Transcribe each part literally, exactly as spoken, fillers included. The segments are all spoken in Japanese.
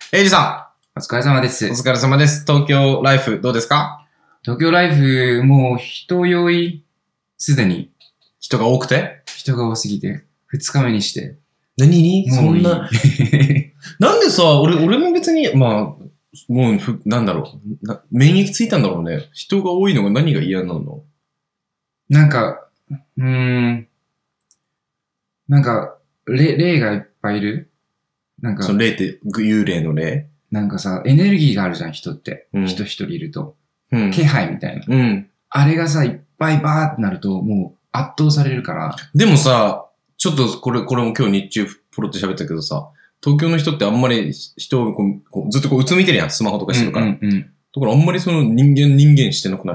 エイジさお疲れ様です。 ん、お疲れ様です。東京ライフどうですか？ 東京ライフ、もう人酔い、すでに人が多くて人が多すぎて、二日目にして。 何にそもういいんな。なんでさ、俺、俺も別に、まあ、もうふ、なんだろうな。免疫ついたんだろうね。人が多いのが何が嫌なの？ なんか、うーん、なんか、霊、霊がいっぱいいるなんかそ、の霊って幽霊の霊？ なんかさ、エネルギーがあるじゃん、人って。 うん人一人いると。 うん。 気配みたいな。 うん。 あれがさ、いっぱいバーってなると、もう圧倒されるから。 でもさ、ちょっとこれ、これも今日日中ポロって喋ったけどさ、東京の人ってあんまり人をこうこうずっとこううつむいてるやん、スマホとかしてるから。 うんうんうん。 だからあんまりその人間人間してなくない？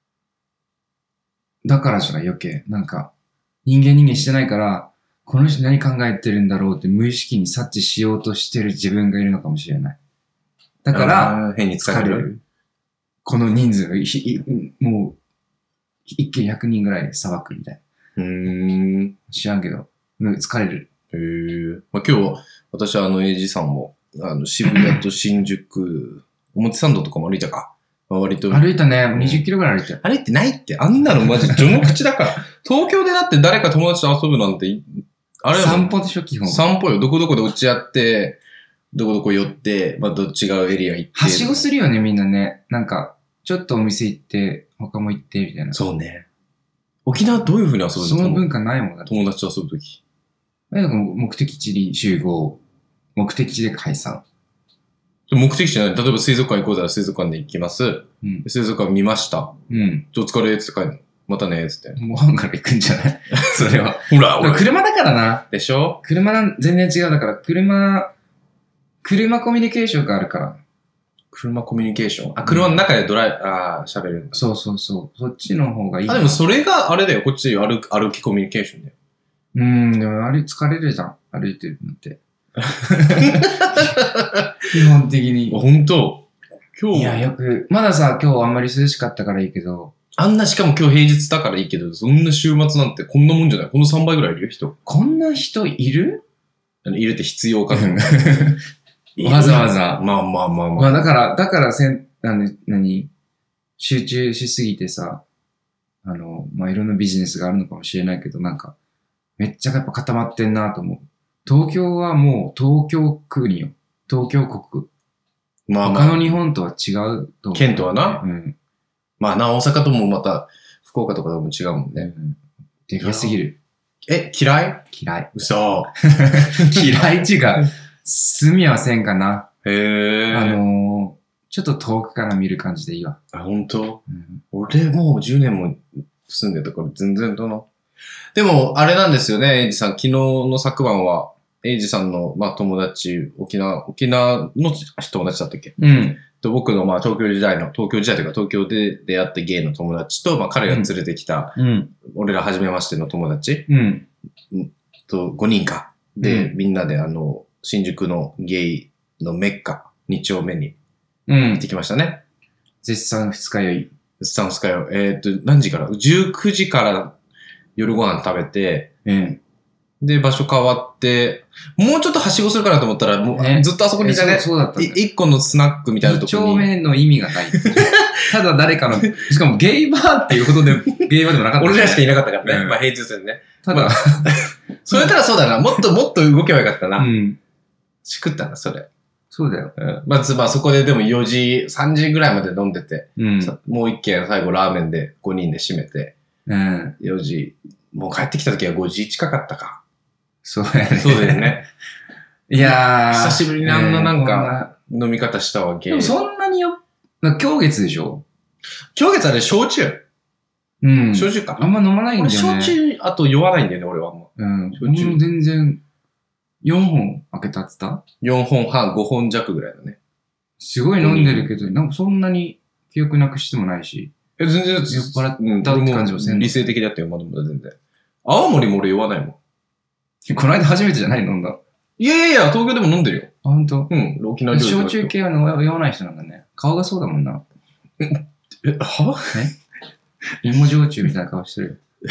だからじゃない余計。なんか、人間人間してないから、この人何考えてるんだろうって無意識に察知しようとしてる自分がいるのかもしれない。だから、 あー、変に疲れる。 疲れる。この人数がいいもう、一気にひゃくにんぐらいさばくみたいな。 うーん。 知らんけど、うん疲れる。 へえ。まあ、今日、私はあの、エイジさんも、あの、渋谷と新宿、表参道とかも歩いたか。まあ、割と。 歩いたね。 んにじゅっキロぐらい歩いたよ。 歩いてないって、あんなのマジ序の口だから。東京でだって誰か友達と遊ぶなんて、あれ散歩でしょ、基本。 散歩よ。どこどこで落ち合って、どこどこ寄って、まあ、どっち違うエリア行って。 はしごするよね、みんなね。なんか、ちょっとお店行って、他も行って、みたいな。 そうね。沖縄どういう風に遊ぶの？ その文化ないもんだって。 友達と遊ぶとき。 なんか目的地に集合。目的地で解散。 目的地じゃない。例えば水族館行こうたら水族館で行きます。 うん。 水族館見ました。 うん。 お疲れっつって帰るの。またねっつって。 ご飯から行くんじゃないそれは。 ほら、俺。 車だからな。 でしょ？ 車なん全然違う。だから、車、車コミュニケーションがあるから。 車コミュニケーション。あ、車の中でドライ、あー、喋る。 そうそうそう。そっちの方がいい。 あ、でもそれがあれだよ。こっちで歩く、歩きコミュニケーションだよ。 うーん、でもあれ疲れるじゃん。歩いてるのって。基本的にあ、。ほんと？今日。 いや、よく、まださ、今日あんまり涼しかったからいいけど、 あんな、しかも今日平日だからいいけど、そんな週末なんてこんなもんじゃない？このさんばいぐらいいるよ、人。 こんな人いるあの入れて必要かと。 わざわざ。 まあまあまあまあ。 まあだから、だからせん、なに、なに、集中しすぎてさ、あの、まあいろんなビジネスがあるのかもしれないけど、なんか、めっちゃやっぱ固まってんなと思う。東京はもう東京国よ。東京国。 まあまあ。 他の日本とは違うと思う。 県とはな。 うん。 まあな、大阪ともまた、福岡とかとも違うもんね。 うんでかすぎる。 え、嫌い？ 嫌い。 嘘。 嫌い違う。住みはせんかな。 へえ。 あのー、ちょっと遠くから見る感じでいいわ。 あ、本当？ うん俺もうじゅうねんも住んでたから全然だな。でも、あれなんですよね、エイジさん。昨日の昨晩は、エイジさんの、まあ、友達、沖縄、沖縄の友達だったっけ？ うん。 と僕の、まあ、東京時代の、東京時代というか、東京で出会ったゲイの友達と、まあ、彼が連れてきた、 うん。 俺ら初めましての友達うん。 とごにんか。で、 うんみんなで、あの、新宿のゲイのメッカ、に丁目にうん行って。きましたね。 絶賛二日酔い。 スタンスかよ。えーっと、何時から ?じゅうくじから夜ご飯食べて、 うん。 で、場所変わって、もうちょっとはしごするかなと思ったら、もう、 ねずっとあそこにいたね。 そうそうだったんだよ。 い一個のスナックみたいなところに。 一丁目の意味がない。ただ誰かの、しかもゲイバーっていうことで、ゲイバーでもなかったし。 俺らしかいなかったからね。 うんまあ平日でね。 ただ、 それたらそうだな。もっともっと動けばよかったな。 うん。 しくったな、それ。 そうだよ。 うん。まず、まあそこででもよじ、さんじぐらいまで飲んでて、 うん。 さもう一軒最後ラーメンでごにんで締めて、 うん。 よじ、もう帰ってきた時はごじ近かったか。 そうやね。 そうだよね。 いやー。 久しぶりにあんななんかえーこ飲み方したわけ。 でもそんなによ、な今日月でしょ？ 今日月あれ焼酎。 うん。 焼酎か。 あんま飲まないん俺だよね。 焼酎、あと酔わないんだよね、俺はもう。 うん。 焼酎俺も全然、よんほん開けたって言ったよんほんはん、ごほん弱ぐらいだね。 すごい飲んでるけど、なんかそんなに記憶なくしてもないし。 え、全然、 酔っ払っうんたって感じもせんの理性的だったよ、まだまだ全然。青森も俺酔わないもん。 この間初めてじゃない飲んだ。 いやいやいや、東京でも飲んでるよ。 あ、ほんと？ うん、沖縄料理焼酎系は飲まない人なんだね。顔がそうだもんな。 え、は芋焼酎みたいな顔してるよ。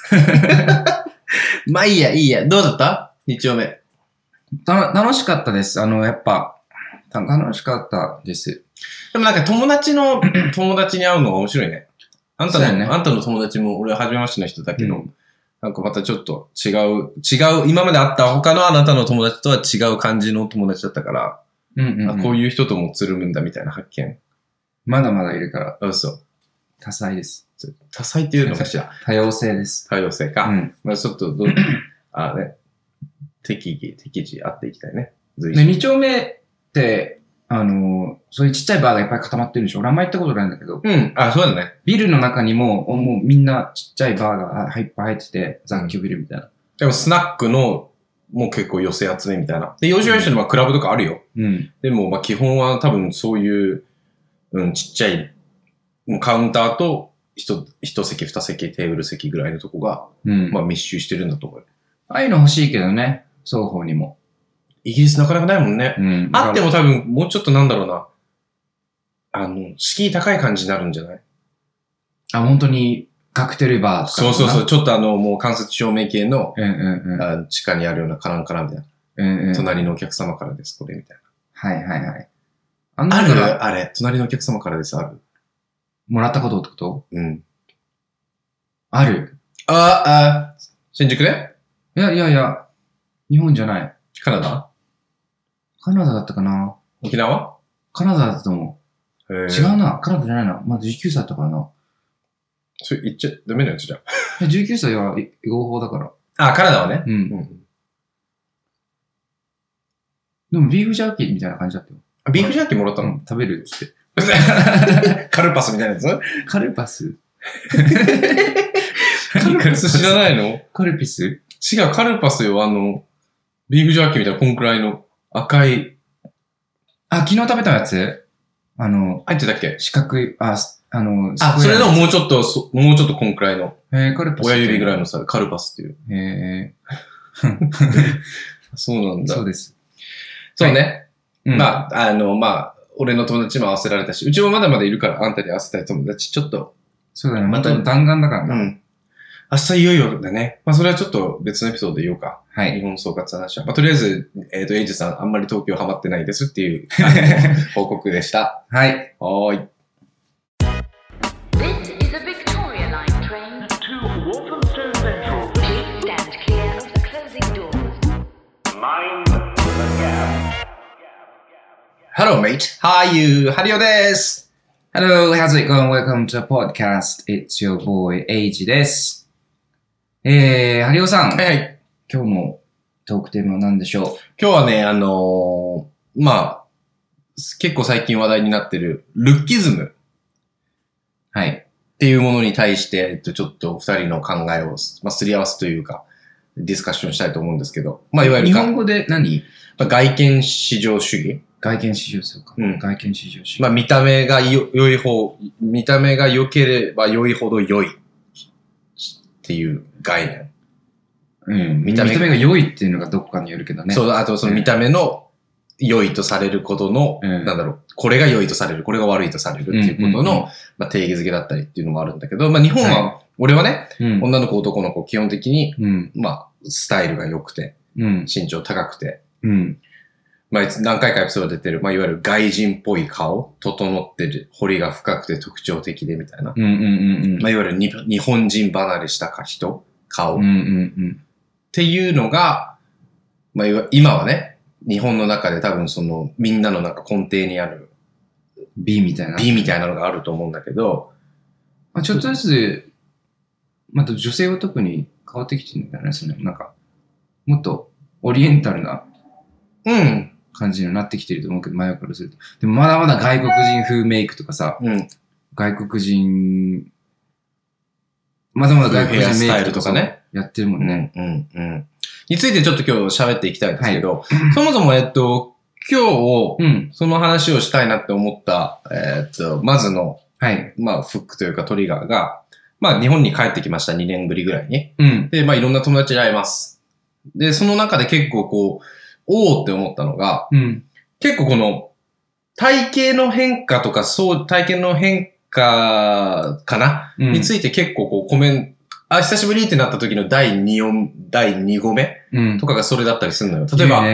まあいいや、いいや。どうだった日曜目。 た楽しかったです。あの、やっぱ、 た楽しかったです。 でもなんか友達の友達に会うのが面白いね。あんたの、ね、あんたの友達も俺は初めましての人だけど、うん、なんかまたちょっと違う、違う、今まで会った他のあなたの友達とは違う感じの友達だったから、うんうんうん、あこういう人ともつるむんだみたいな発見。 まだまだいるから。 あ、そう。 多彩です。 多彩っていうのかしら。 多様性です。 多様性か。うん、まあちょっとど、あね、適宜、適時あっていきたいね。 で、二丁目って、あのー、そういうちっちゃいバーがいっぱい固まってるんでしょ。俺あんま行ったことないんだけど。 うん。あ、そうだね。 ビルの中にも、もうみんなちっちゃいバーがいっぱい入ってて、雑居ビルみたいな。 でもスナックの、もう結構寄せ集めみたいな。で、要所要所にまあクラブとかあるよ。うん。でもまあ基本は多分そういう、うん、ちっちゃい、カウンターと一、一席二席テーブル席ぐらいのとこが、うん、まあ密集してるんだと思う。 ああいうの欲しいけどね。双方にも。 イギリスなかなかないもんね。うん。あっても多分もうちょっとなんだろうな。あの、敷居高い感じになるんじゃない？ あ、本当にカクテルバーとか。 そうそうそう。ちょっとあの、もう間接照明系の、うんうんうん、あ地下にあるようなカランカランみたいな。うんうん、隣のお客様からです、これみたいな。 はいはいはい。 あ, あるあれ、隣のお客様からです、ある。 もらったことってこと？ うん。 ある。 あ、あ、新宿で？ いやいやいや、日本じゃない。 カナダ？ カナダだったかな。 沖縄？ カナダだったと思う。へ違うな。カナダじゃないな。まだじゅうきゅうさいだったからな。 それ言っちゃダメなやつじゃん。 じゅうきゅうさいは合法だから。 あ、カナダはね。 うん。うん、でもビーフジャーキーみたいな感じだったよ。 あ、ビーフジャーキーもらったの？ うん、食べるって。 カルパスみたいなやつ？ カルパスカルパス知らないの？ カルピス？ 違う、カルパスよ。あの、ビーフジャーキーみたいなこんくらいの赤い。 あ、昨日食べたやつ？あの、 入ってたっけ？ 四角い、あ、あの、 あ、それのもうちょっと、そもうちょっとこんくらいの。 へー、カルパス。 親指ぐらいのさ、カルパスっていう。 へー。そうなんだ。 そうです。 そうね。はい、まあ、あの、まあ、俺の友達も合わせられたし、うちもまだまだいるから、あんたに合わせたい友達、ちょっと。 そうだね。また弾丸だからな。 うん。明日いよいよだね。まあ、それはちょっと別のエピソードで言おうか。 はい。 日本総括話は。まあ、とりあえず、えっ、ー、と、エイジさん、あんまり東京ハマってないですっていう報告でした。 はい。 はーい。Hello, mate. How are you? ハリオです。 Hello, how's it going? Welcome to the podcast. It's your boy, Eiji です。えー、ハリオさん。 はいはい。 今日のトークテーマは何でしょう？ 今日はね、あのー、まあ、結構最近話題になってる、ルッキズム。 はい。 っていうものに対して、えっと、ちょっと二人の考えを、まあ、すり合わせというか、ディスカッションしたいと思うんですけど。まあ、いわゆる。 日本語で何？ まあ、外見至上主義。 外見至上主義か。うん。外見至上主義。 まあ見た目がよ良い方、見た目が良ければ良いほど良いっていう概念。 うん。見た目、見た目が良いっていうのがどこかによるけどね。 そう、あとその見た目の良いとされることの、うん、なんだろう、これが良いとされる、これが悪いとされるっていうことの、うんうんうん、まあ定義づけだったりっていうのもあるんだけど、まあ日本は、はい、俺はね、うん、女の子男の子基本的に、うん、まあスタイルが良くて、うん、身長高くて、うんまあ、何回かエピソード出てる、まあ、いわゆる外人っぽい顔、整ってる、彫りが深くて特徴的でみたいな。うんうんうんうん、まあ、いわゆるに日本人離れした人、顔、うんうんうん。っていうのが、まあ、今はね、日本の中で多分その、みんなのなんか根底にある、 美みたいな。 美みたいなのがあると思うんだけど、 まあ、ちょっとずつ、また女性は特に変わってきてるんだよね、その、なんか、もっとオリエンタルな。 うん。 感じになってきてると思うけど、前からすると。でもまだまだ外国人風メイクとかさ、うん、外国人、まだまだ外国人メイクとかね、やってるもんね。 うん、うん、うん。についてちょっと今日喋っていきたいんですけど、はい、そもそもえっと、今日、うん、その話をしたいなって思った、えー、っと、まずの、はい、まあ、フックというかトリガーが、まあ、日本に帰ってきました、にねんぶりぐらいに。うん、で、まあ、いろんな友達に会います。で、その中で結構こう、おーって思ったのが、うん、結構この体型の変化とか、そう、体型の変化かな、うん、について結構こうコメント、あ、久しぶりってなった時の第2音、第2語目、うん、とかがそれだったりするのよ。例えば、ね、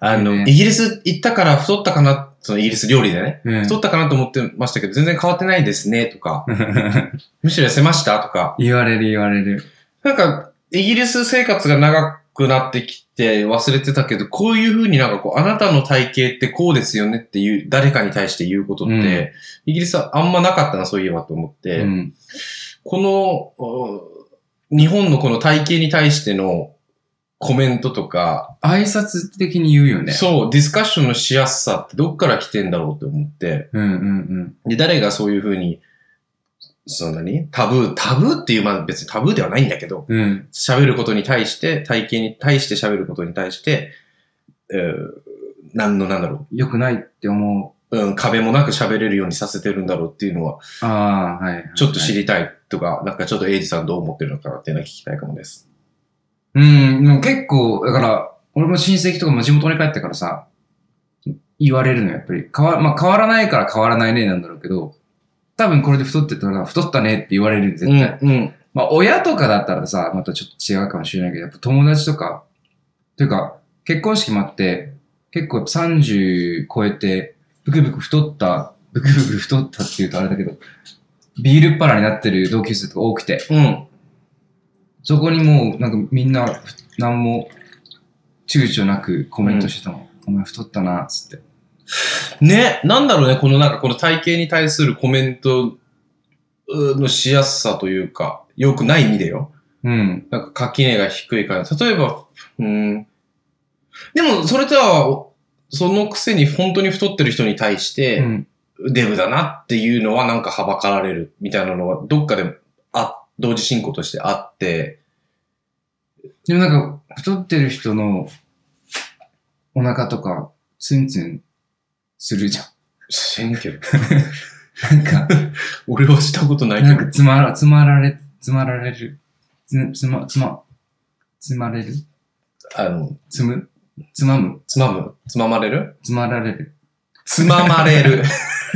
あの、 ねイギリス行ったから太ったかな、そのイギリス料理でね。 うん太ったかなと思ってましたけど、全然変わってないですね、とか。むしろ痩せましたとか。 言われる言われる。 なんか、イギリス生活が長くなってきて忘れてたけど、こういう風になんかこう、あなたの体型ってこうですよねっていう、誰かに対して言うことって、 うんイギリスはあんまなかったな、そういえばと思って、 うん。 この、う日本のこの体型に対してのコメントとか、 挨拶的に言うよね。 そう、ディスカッションのしやすさってどっから来てんだろうって思って、 うんうんで、誰がそういう風に、そんなにタブー、タブーっていう、まあ別にタブーではないんだけど、 うん。うん。 喋ることに対して、体型に対して喋ることに対して、えー、なんのなんだろ良くないって思う、うん、壁もなく喋れるようにさせてるんだろうっていうのは、 う。ああ、はい、はい。 ちょっと知りたいとか、なんかちょっとエイジさんどう思ってるのかなっていうのは聞きたいかもです。 うん、でも結構、だから、俺も親戚とかも地元に帰ってからさ、言われるのやっぱり。変わ、まあ変わらないから変わらないねなんだろうけど、多分これで太ってたら太ったねって言われるん絶対。 うん、うん。 まあ親とかだったらさ、またちょっと違うかもしれないけど、やっぱ友達とか、というか、結婚式もあって、結構さんじゅう超えて、ブクブク太った、ブクブク太ったって言うとあれだけど、ビールっ腹になってる同級生とか多くて、 うん。 そこにもうなんかみんな何も躊躇なくコメントしてたの。お前太ったな、つって。 ね、なんだろうね、このなんかこの体型に対するコメントのしやすさというか、良くない意味でよ。 うん。 なんか垣根が低いから、例えば、うん。でも、それとは、そのくせに本当に太ってる人に対しうて、 ん。 デブだなっていうのはなんかはばかられるみたいなのは、どっかで、あ、同時進行としてあって、 でもなんか、太ってる人のお腹とか、ツンツンするじゃん。 せんけど。 なんか、 俺はしたことないけどなんか。つまら、つまられ、つまられる。つ、つま、つま、つまれるあの、 つむ、つまむ。 つまむつままれるつまられる。 つままれる。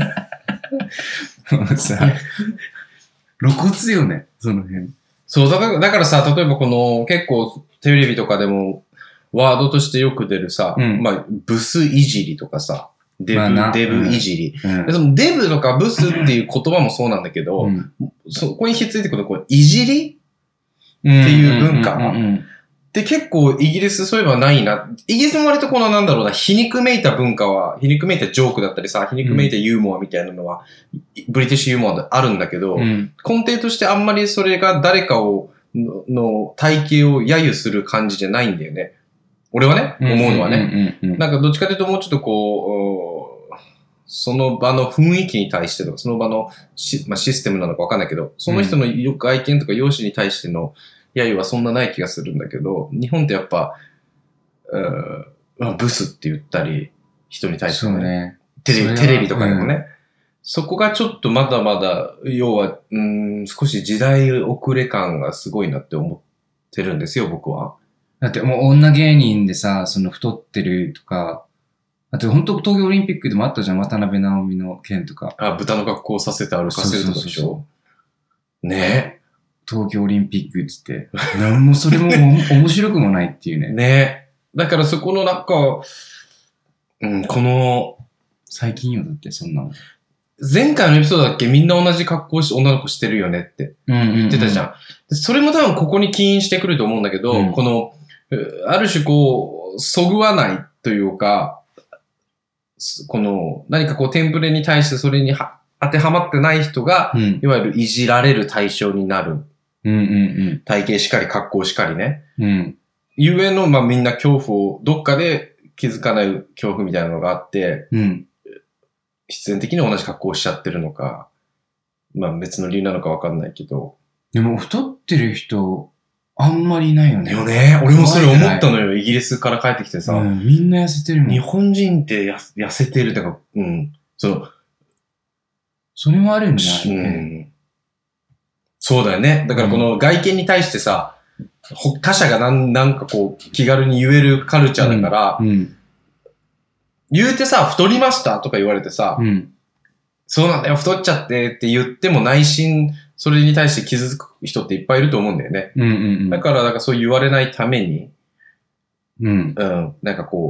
もうさ、露骨よね、その辺。 そう、だから、だからさ、例えばこの、結構、テレビとかでも、ワードとしてよく出るさ、 うんまあ、ブスいじりとかさ、デブ、 まあなデブいじり。 うんでそのデブとかブスっていう言葉もそうなんだけど、 うんそこにひっついてくるこういじりっていう文化うんうんうんで結構イギリスそういえばないな。イギリスも割とこのなんだろうな、皮肉めいた文化は、皮肉めいたジョークだったりさ、皮肉めいたユーモアみたいなのは、ブリティッシュユーモアであるんだけど、 うん根底としてあんまりそれが誰かを、のの体型を揶揄する感じじゃないんだよね。俺はね、思うのはね。 うんうんうんうんなんかどっちかというともうちょっとこう、その場の雰囲気に対してとか、その場のシ,、まあ、システムなのかわかんないけど、その人の外見とか容姿に対しての揶揄はそんなない気がするんだけど、日本ってやっぱ、うんまあ、ブスって言ったり、人に対してね、 そうね。 テレビ、 それはテレビとかでもね、そこがちょっとまだまだ、要は、うん、少し時代遅れ感がすごいなって思ってるんですよ、僕は。 だってもう女芸人でさ、その太ってるとか、あと本当東京オリンピックでもあったじゃん、渡辺直美の件とか。 あ、豚の格好をさせて歩かせるとかでしそうそうょ。ね東京オリンピックっつって。なんもそれもお面白くもないっていうえ。 ね。 ねえ。だからそこのなんか、うん、この、 最近よ、だってそんなの。 前回のエピソードだっけみんな同じ格好し、女の子してるよねって言言ってたじゃん。 ん。 でそれも多分ここに起因してくると思うんだけど、 うんこの、うある種こう、そぐわないというか、すこの、何かこうテンプレに対してそれには当てはまってない人が、 うん。 いわゆるいじられる対象になる。 うんうん体型しかり、格好しかりね。 うん。うん。 ゆえの、まあみんな恐怖を、どっかで気づかない恐怖みたいなのがあって、 うん。 必然的に同じ格好をしちゃってるのか、まあ別の理由なのかわかんないけど。 でも太ってる人、あんまりいないよね。 よね。俺もそれ思ったのよ。イギリスから帰ってきてさ。 うん、みんな痩せてるもん。 日本人ってや痩せてるってか、うん。その、 それもあるんじゃうない、 ん。そうだよね。だからこの外見に対してさ、ほ他者がなんなんかこう気軽に言えるカルチャーだから、 うん。 言うてさ、太りましたとか言われてさ、 うん。 そうなんだよ、太っちゃってって言っても内心、それに対して傷つく人っていっぱいいると思うんだよね。 うんうんうん。 だから、なんかそう言われないために、 うん。 うん、なんかこう、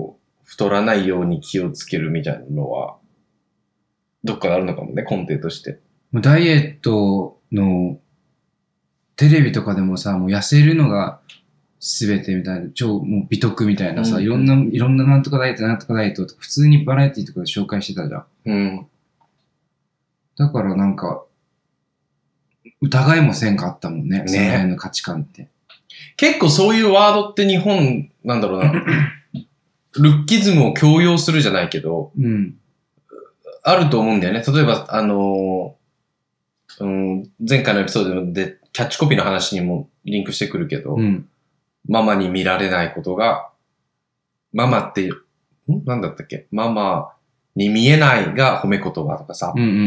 太らないように気をつけるみたいなのは、どっかであるのかもね、根底として。 もうダイエットのテレビとかでもさ、もう痩せるのが全てみたいな、超もう美徳みたいなさ、 うんうん、 いろんな、いろんななんとかダイエット、なんとかダイエットとか、普通にバラエティとかで紹介してたじゃん。 うん。 だからなんか、疑いもせんかったもんね、 ね、 その辺の価値観って。 結構そういうワードって日本、なんだろうな、ルッキズムを強要するじゃないけど、 うん、 あると思うんだよね。例えば、あのー、うん、前回のエピソードでキャッチコピーの話にもリンクしてくるけど、 うん、 ママに見られないことが、ママって、んなんだったっけママに見えないが褒め言葉とかさ、 うんうんうんうん、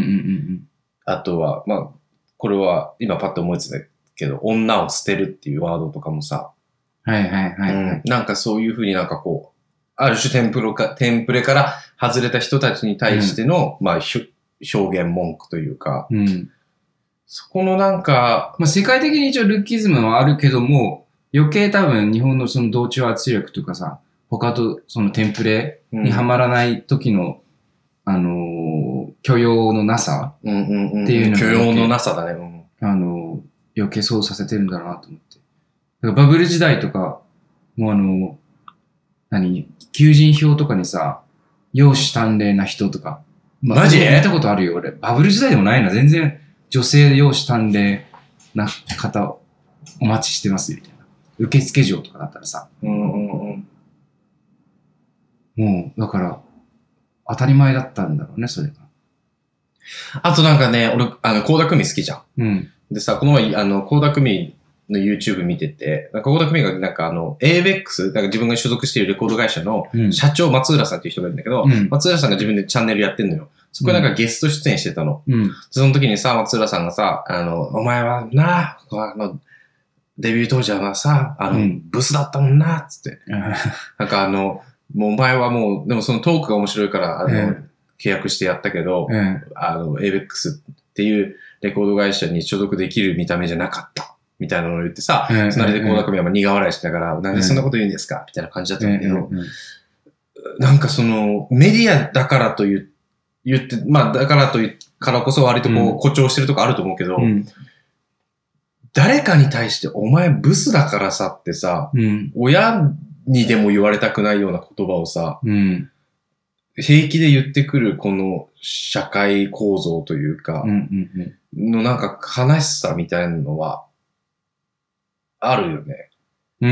あとは、まあ、これは今パッと思いついたけど、女を捨てるっていうワードとかもさ、 はいはいはい、はい、 うん、なんかそういうふうになんかこう、ある種テンプレか、テンプレから外れた人たちに対しての、うん、まあ、表現文句というか、 うん、 そこのなんか、 まあ、世界的に一応ルッキズムはあるけども、余計多分日本のその同調圧力とかさ、他とそのテンプレにはまらない時の、うん、あのー、許容のなさっていうのが、 許容のなさだね。 うん、あのー、余計そうさせてるんだなと思って。だからバブル時代とか、もうあの、何求人票とかにさ、容姿端麗な人とか。 まあ、マジ見たことあるよ、俺。バブル時代でもないな。全然女性で容姿端麗な方お待ちしてますみたいな。受付嬢とかだったらさ。 うんうんうん。 もう、だから、当たり前だったんだろうね、それが。 あとなんかね、俺、あの、倖田來未好きじゃん。 うん。 でさ、この前、あの、倖田來未の YouTube 見てて、倖田來未がなんかあの、エーベックス、なんか自分が所属しているレコード会社の社長、松浦さんっていう人がいるんだけど、うん、松浦さんが自分でチャンネルやってんのよ。そこでなんかゲスト出演してたの。うん、その時にさ、松浦さんがさ、あの、お前はな、あの、デビュー当時はさ、あの、うん、ブスだったもんな、つって。なんかあの、もうお前はもう、でもそのトークが面白いから、あの、うん、契約してやったけど、うん、あの、エーベックスっていうレコード会社に所属できる見た目じゃなかった。みたいなのを言ってさ、うん、隣で倖田來未は苦笑いしながら、うん、なんでそんなこと言うんですかみたいな感じだったんだけど、うんうんうん、なんかその、メディアだからと言って、言って、まあだからと言からこそ割とこう、うん、誇張してるとこあると思うけど、うん、誰かに対してお前ブスだからさってさ、うん、親にでも言われたくないような言葉をさ、うん、平気で言ってくるこの社会構造というか、うんうんうん、のなんか悲しさみたいなのは、あるよね。 うん。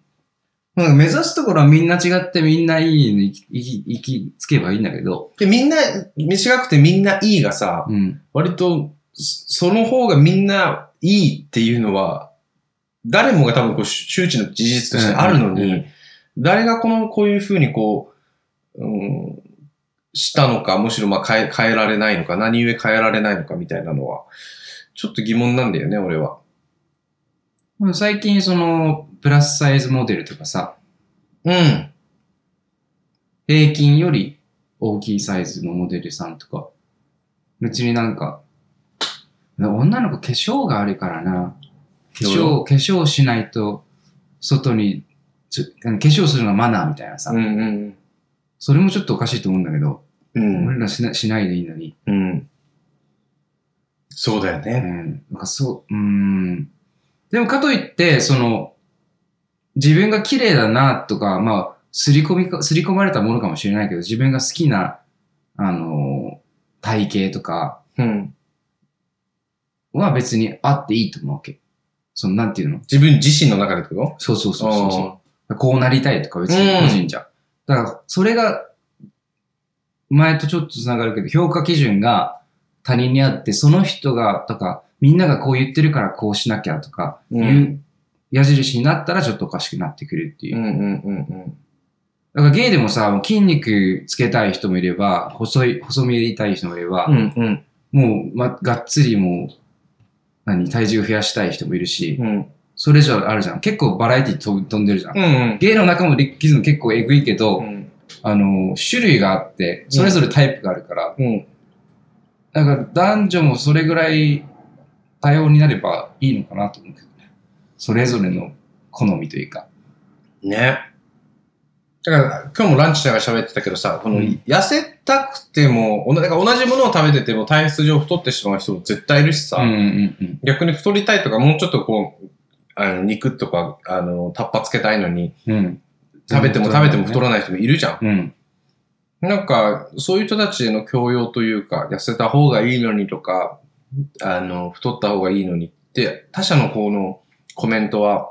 なんか目指すところはみんな違ってみんないいに行き、行きつけばいいんだけど。 で、みんな、短くてみんないいがさ、うん、割と、その方がみんないいっていうのは、誰もが多分こう周知の事実としてあるのに、うんうんうん、誰がこの、こういうふうにこう、うん、したのか、むしろまあ変え、変えられないのか、何故変えられないのかみたいなのは、ちょっと疑問なんだよね、俺は。 最近その、プラスサイズモデルとかさ。 うん。 平均より大きいサイズのモデルさんとか。別になんか、女の子化粧があるからな。化粧、化粧しないと、外に、化粧するのがマナーみたいなさ。うんうん。それもちょっとおかしいと思うんだけど。うん。俺らしな、しないでいいのに。 うん。そうだよね。 うん。なんかそう、うーん。でもかといって、その、自分が綺麗だなとか、まあ、すり込みか、すり込まれたものかもしれないけど、自分が好きな、あの、体型とか、うん。は別にあっていいと思うわけ。その、なんていうの？ 自分自身の中でってこと？ そうそうそうそう。こうなりたいとか別に個人じゃん。だから、それが、前とちょっと繋がるけど、評価基準が他人にあって、その人が、とか、みんながこう言ってるからこうしなきゃとか、いう矢印になったらちょっとおかしくなってくるっていう。うんうんうんうん。だからゲイでもさ、筋肉つけたい人もいれば、細い、細見えたい人もいれば、うんうん、もう、ま、がっつりもう、何、体重増やしたい人もいるし、うん、それ以上あるじゃん。結構バラエティ飛んでるじゃん。うんうん、ゲイの中もリッキズム結構エグいけど、うん、あの、種類があって、それぞれタイプがあるから、うん、だから男女もそれぐらい、多様になればいいのかなと思うけどね。それぞれの好みというか。 ね。 だから今日もランチしながら喋ってたけどさ、この痩せたくても、だから同じものを食べてても体質上太ってしまう人絶対いるしさ、 うんうんうん、 逆に太りたいとかもうちょっとこう、あの肉とか、あの、タッパつけたいのに、うん、食べても食べても太らない人もいるじゃん。うん、なんか、そういう人たちへの教養というか、痩せた方がいいのにとか、あの、太った方がいいのにって、他者の方のコメントは、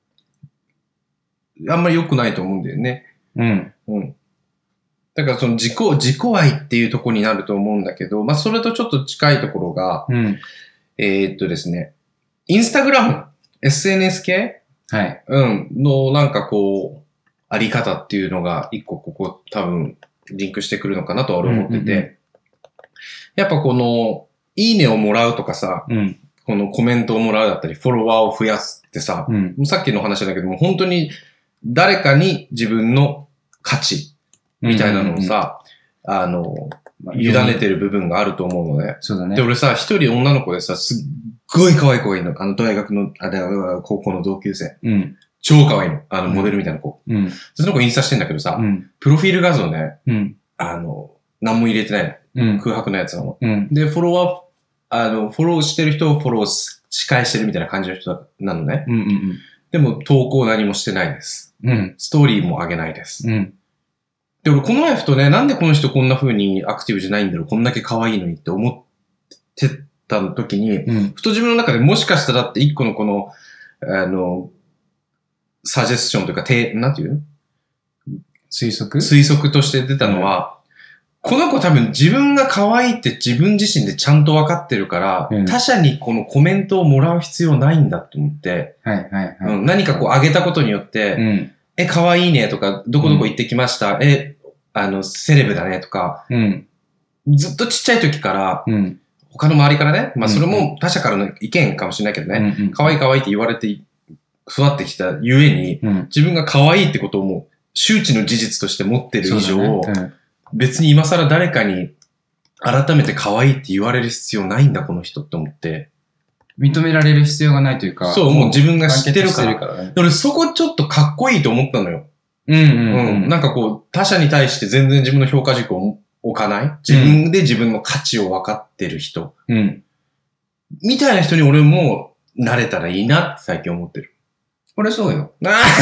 あんまり良くないと思うんだよね。うん。うん。だからその自己、自己愛っていうところになると思うんだけど、まあそれとちょっと近いところが、うん、えー、っとですね、インスタグラム、エスエヌエス 系はい。うん。のなんかこう、あり方っていうのが一個ここ多分リンクしてくるのかなと俺思ってて、うんうんうん、やっぱこの、いいねをもらうとかさ、うん、このコメントをもらうだったり、フォロワーを増やすってさ、うん、さっきの話だけども本当に誰かに自分の価値みたいなのをさ、うんうんうん、あの、委ねてる部分があると思うのね。そうだね。で、俺さ、一人女の子でさ、すっごい可愛い子がいるの。あの、大学の、あ、高校の同級生。うん。超可愛いの。あの、モデルみたいな子。うん。その子インスタしてんだけどさ、うん、プロフィール画像ね、うん。あの、何も入れてないの。うん。空白のやつなの。うん。で、フォロワー、あの、フォローしてる人をフォローし返してるみたいな感じの人なのね。うんうんうん。でも、投稿何もしてないです。うん。ストーリーも上げないです。うん。で、俺、この前ふとね、なんでこの人こんな風にアクティブじゃないんだろう、こんだけ可愛いのにって思ってた時に、うん、ふと自分の中でもしかしたらって一個のこの、あの、サジェスションというか、て、なんていう推測推測として出たのは、うん、この子多分自分が可愛いって自分自身でちゃんと分かってるから、うん、他者にこのコメントをもらう必要ないんだと思って、はいはいはいうん、何かこう上げたことによって、うんえ、可愛いねとか、どこどこ行ってきました。うん、え、あの、セレブだねとか、うん、ずっとちっちゃい時から、うん、他の周りからね、まあそれも他者からの意見かもしれないけどね、うんうん、可愛い可愛いって言われて育ってきたゆえに、うん、自分が可愛いってことをもう周知の事実として持ってる以上、ねうん、別に今更誰かに改めて可愛いって言われる必要ないんだこの人って思って、 認められる必要がないというか。 そう、もう自分が知ってるから。からね、俺そこちょっとかっこいいと思ったのよ。うんうん、うん、うん。なんかこう、他者に対して全然自分の評価軸を置かない。自分で自分の価値を分かってる人。うん。みたいな人に俺もなれたらいいなって最近思ってる。 俺そうよ。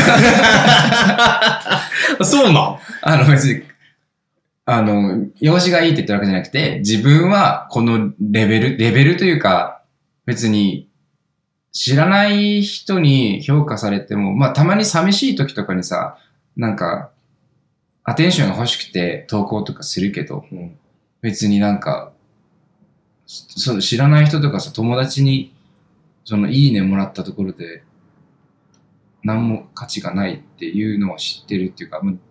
そうなんあの別に、あの、容姿がいいって言ってるわけじゃなくて、自分はこのレベル、レベルというか、別に知らない人に評価されても、まあたまに寂しい時とかにさ、なんかアテンションが欲しくて投稿とかするけど、うん、別になんかその知らない人とかさ、友達にそのいいねもらったところで何も価値がないっていうのは知ってるっていうか、うん、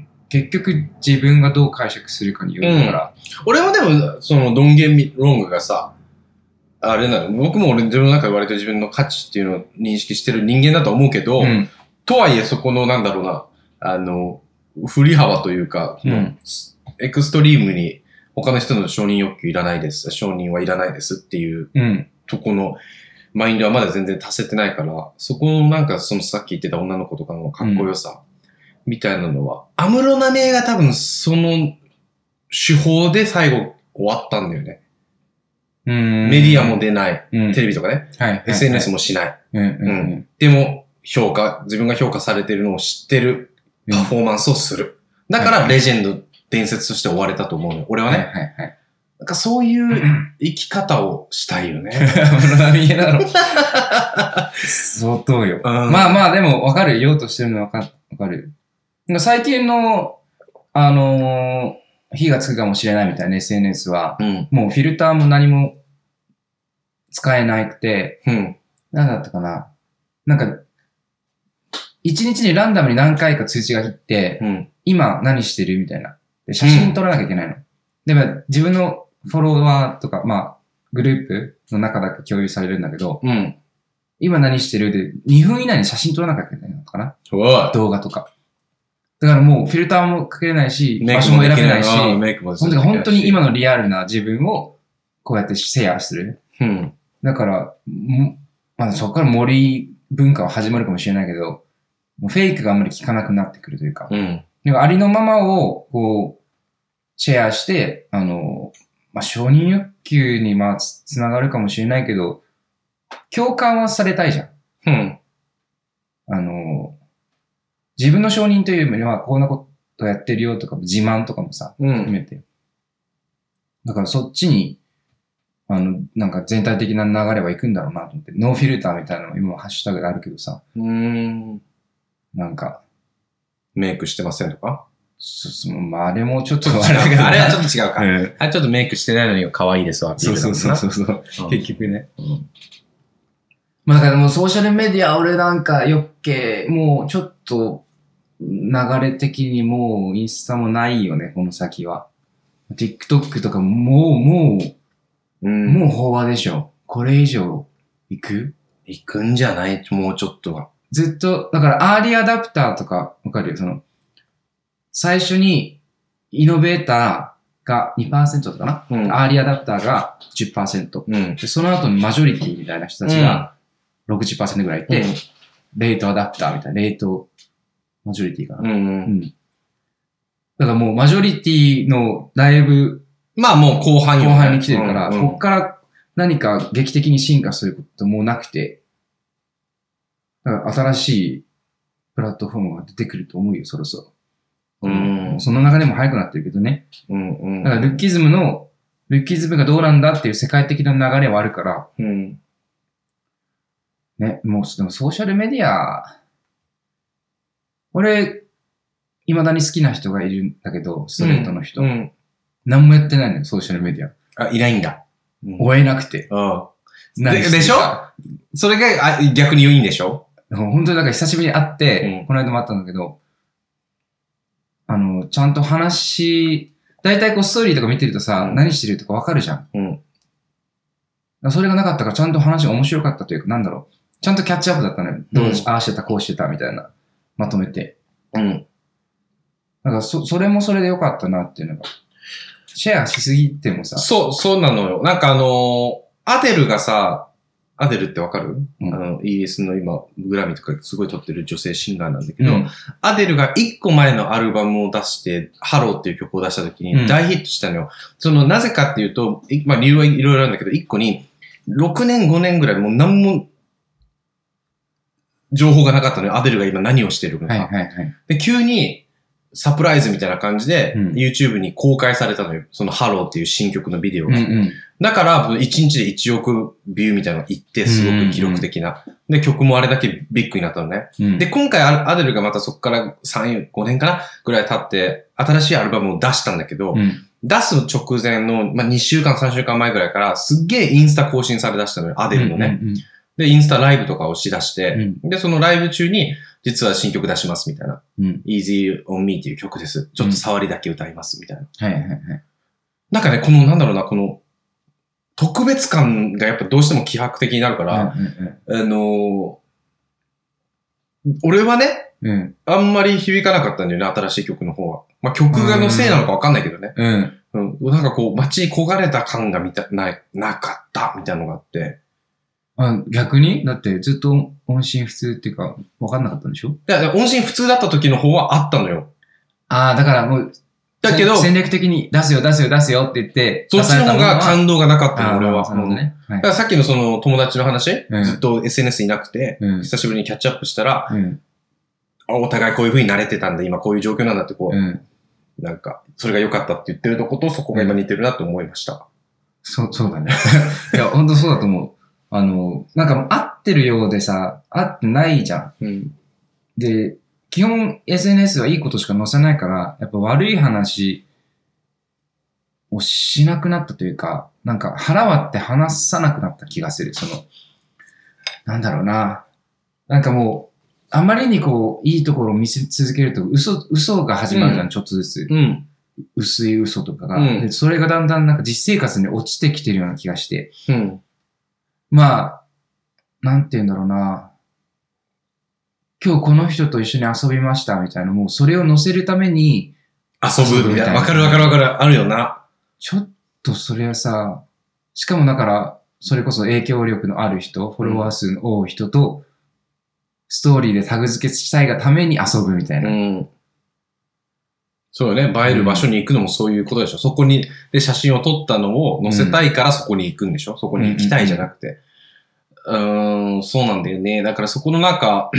結局自分がどう解釈するかによるから、 うん、俺もでもそのドンゲンロングがさあれなの、僕も俺自分の中で割と自分の価値っていうのを認識してる人間だと思うけど、うん、とはいえそこのなんだろうな、あの、振り幅というか、うん、エクストリームに他の人の承認欲求いらないです、承認はいらないですっていう、うん、とこのマインドはまだ全然達せてないから、そこのなんかそのさっき言ってた女の子とかのかっこよさ、みたいなのは、安室奈美恵が多分その手法で最後終わったんだよね。メディアも出ない、うん。テレビとかね。はい。エスエヌエス もしない。うんうんうん、でも、評価、自分が評価されてるのを知ってるパフォーマンスをする。だから、レジェンド、伝説として終われたと思うのよ。俺はね。はいはいはい。なんかそういう生き方をしたいよね。 見えだろ。相当よ。うん、まあまあ、でも分かる。言おうとしてるのは分かる。最近の、あのー、火がつくかもしれないみたいな エスエヌエス は、うん、もうフィルターも何も使えなくて、うん、なんだったかな。なんか、一日にランダムに何回か通知が来て、うん、今何してるみたいな。で写真撮らなきゃいけないの。うん、でも自分のフォロワーとか、まあ、グループの中だけ共有されるんだけど、うん、今何してるで、にふん以内に写真撮らなきゃいけないのかな。動画とか。だからもうフィルターもかけれないし、場所も選べないし、本当に今のリアルな自分をこうやってシェアする。うん、だから、まあ、そこから森文化は始まるかもしれないけど、 もうフェイクがあんまり効かなくなってくるというか、 うん。 なんかありのままを、こう、シェアして、あの、まあ、承認欲求に、まあ、つ、つながるかもしれないけど、共感はされたいじゃん。 うん。 あの、自分の承認というよりは、こんなことやってるよとか、自慢とかもさ、 うん含めて。だからそっちに、あの、なんか全体的な流れは行くんだろうなと思って、ノーフィルターみたいなのも今もハッシュタグであるけどさ、 うーん。 なんか、 メイクしてませんとかそそまあ、あれもちょっとああれだけどれはちょっと違うか。 うんあれちょっとメイクしてないのに可愛いですわ。 そうそうそうそうそう、 うん結局ね。 うんまあだからもうソーシャルメディア俺なんかよっけ、もうちょっと流れ的にもうインスタもないよね、この先は。TikTok とかもう、もう、 うん。 もう飽和でしょ。これ以上行く行くんじゃないもうちょっとは。 ずっと、だからアーリーアダプターとかわかるよ。その、最初にイノベーターが にパーセント だったかな、 うんアーリーアダプターが じゅっパーセント。 うん。 で、その後にマジョリティみたいな人たちがろくじゅっパーセントぐらいいて、 うんレートアダプターみたいな、レートマジョリティかな。 うん。うん。 うん。だからもうマジョリティのだいぶまあもう後半よね後半に来てるから、 うんうんこっから何か劇的に進化することもなくて、だから新しいプラットフォームが出てくると思うよ、そろそろ。 うん。 その流れも早くなってるけどね。 うん。うん。 だからルッキズムの、ルッキズムがどうなんだっていう世界的な流れはあるから、 うん。 ね、もうでもソーシャルメディア、俺、未だに好きな人がいるんだけど、ストレートの人。 うん。 何もやってないのよ、ソーシャルメディア。 あ、いないんだ。うん。 追えなくて。 うん。 何ででしょそれがあ逆にいいんでしょ本当にだから久しぶりに会って、 うんこの間も会ったんだけど、あの、ちゃんと話、だいたいこうストーリーとか見てるとさ、 うん何してるとかわかるじゃん。だかうん。 らそれがなかったからちゃんと話面白かったというか、なんだろう。ちゃんとキャッチアップだったのよ。どうし、 うんああしてた、こうしてた、みたいな。まとめて。 うん。 だからそ、それもそれでよかったなっていうのが。シェアしすぎてもさ。 そう、そうなのよ。なんかあのーアデルがさ、アデルってわかる、 うんあの、イギリスの今、グラミーとかすごい撮ってる女性シンガーなんだけど、 うん。 アデルが一個前のアルバムを出して、ハローっていう曲を出した時うんに大ヒットしたのよ。その、なぜかっていうと、いまあ理由はいろいろあるんだけど、一個に、ろくねんごねんぐらいもう何も、情報がなかったのよ。アデルが今何をしてるのか。 はいはいはい。 で、急に、サプライズみたいな感じで、 うん YouTube に公開されたのよ。そのハローっていう新曲のビデオが。 うんうん。 だから、いちにちでいちおくビューみたいなのがいって、すごく記録的な。で、曲もあれだけビッグになったのね。 うん。 で、今回アデルがまたそこからさん、ごねんかなぐらい経って、新しいアルバムを出したんだけど、 うん。 出す直前の、まあ、にしゅうかん、さんしゅうかんまえぐらいから、すっげえインスタ更新され出したのよ。アデルのね。 うんうんで、インスタライブとかをしだして、 うんで、そのライブ中に、実は新曲出しますみたいな。 うん。 Easy on Me っていう曲です。ちょっと触りだけ歌いますみたいな。 はいはいはい。 なんかね、この、なんだろうな、この、特別感がやっぱどうしても希薄的になるから、 うんあのー俺はね、 うんうん。 あんまり響かなかったんだよね、新しい曲の方は。まあ、曲がのせいなのかわかんないけどね。 うん。うん。 うん。なんかこう、街に焦がれた感が見た、な、なかった、みたいなのがあって。 あ、逆にだってずっと音信不通っていうか、わかんなかったんでしょ？ いや、音信普通だった時の方はあったのよ。 ああ、だからもう、 だけど、 戦略的に出すよ出すよ出すよって言って、 そっちの方が感動がなかったの、 あー俺は。 なるほどね。はいだからさっきのその友達の話、 うんずっと エスエヌエスいなくて、 うん。 久しぶりにキャッチアップしたら、 うん。 あお互いこういう風に慣れてたんだ、今こういう状況なんだってこう、 うん。 なんか、それが良かったって言ってるとことそこが今似てるなって思いました。 そう、そうだね。いや、ほんとそうだと思う。あの、なんかもう合ってるようでさ、合ってないじゃん。 うん。 で、基本 エスエヌエス はいいことしか載せないから、やっぱ悪い話をしなくなったというか、なんか腹割って話さなくなった気がする。その、なんだろうな。なんかもう、あまりにこう、いいところを見せ続けると、嘘、嘘が始まるじゃん、 うんちょっとずつ。 うん。 薄い嘘とかが、 うんで。それがだんだんなんか実生活に落ちてきてるような気がして。 うん。 まあ、なんて言うんだろうな。今日この人と一緒に遊びましたみたいな、もうそれを載せるために、 遊ぶみたいな。わかるわかるわかる。あるよな。 ちょっとそれはさ、しかもだから、それこそ影響力のある人、フォロワー数の多い人と、 ストーリーでタグ付けしたいがために遊ぶみたいな。 うん。そうよね。映える場所に行くのもそういうことでしょ。うん、そこに、で、写真を撮ったのを載せたいからそこに行くんでしょ。そこに行きたいじゃなくて。うーん、そうなんだよね。だからそこの中、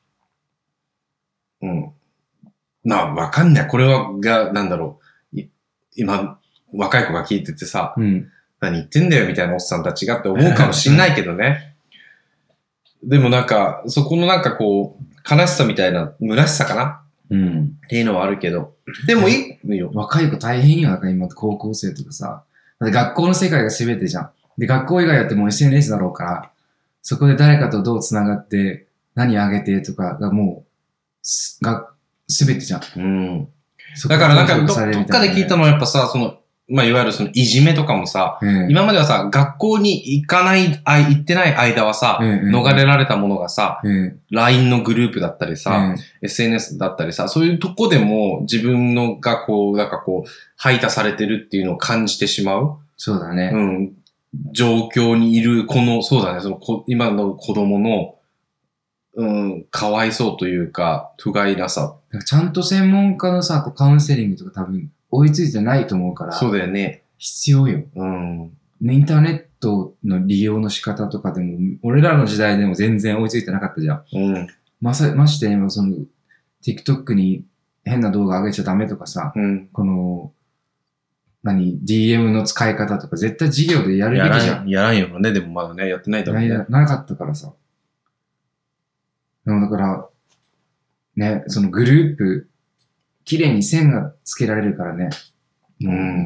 うん。まあ、わかんない。これは、が、なんだろう。今、若い子が聞いててさ、うん、何言ってんだよみたいなおっさんたちがって思うかもしんないけどね。でもなんか、そこのなんかこう、悲しさみたいな、虚しさかな、うん、っていうのはあるけど。でもいいよ。 若い子大変よ。なんか今、高校生とかさ。だって学校の世界が全てじゃん。で、学校以外だってもう エスエヌエス だろうから、そこで誰かとどう繋がって、何あげてとかがもう、が、全てじゃん。うん。 だからなんかど、どっかで聞いたのはやっぱさ、その、まあ、いわゆるそのいじめとかもさ、うん、今まではさ、学校に行かない、あ行ってない間はさ、うんうん、逃れられたものがさ、うん、ライン のグループだったりさ、うん、エスエヌエス だったりさ、そういうとこでも自分のがこう、なんかこう、排他されてるっていうのを感じてしまう。 そうだね。 うん。状況にいる、この、そうだね、そのこ、今の子供の、うん、かわいそうというか、不甲斐なさ。 ちゃんと専門家のさ、カウンセリングとか多分追いついてないと思うから。 そうだよね。 必要よ。うん。インターネットの利用の仕方とかでも、俺らの時代でも全然追いついてなかったじゃん。うん。まさ、まして今その、TikTok に変な動画上げちゃダメとかさ、うん、この、何 ディーエム の使い方とか絶対授業でやるべきじゃん。 やらんよね。でもまだね、やってないだろうね。 やなかったからさ。でもだから、ね、そのグループ、綺麗に線がつけられるからね。うん、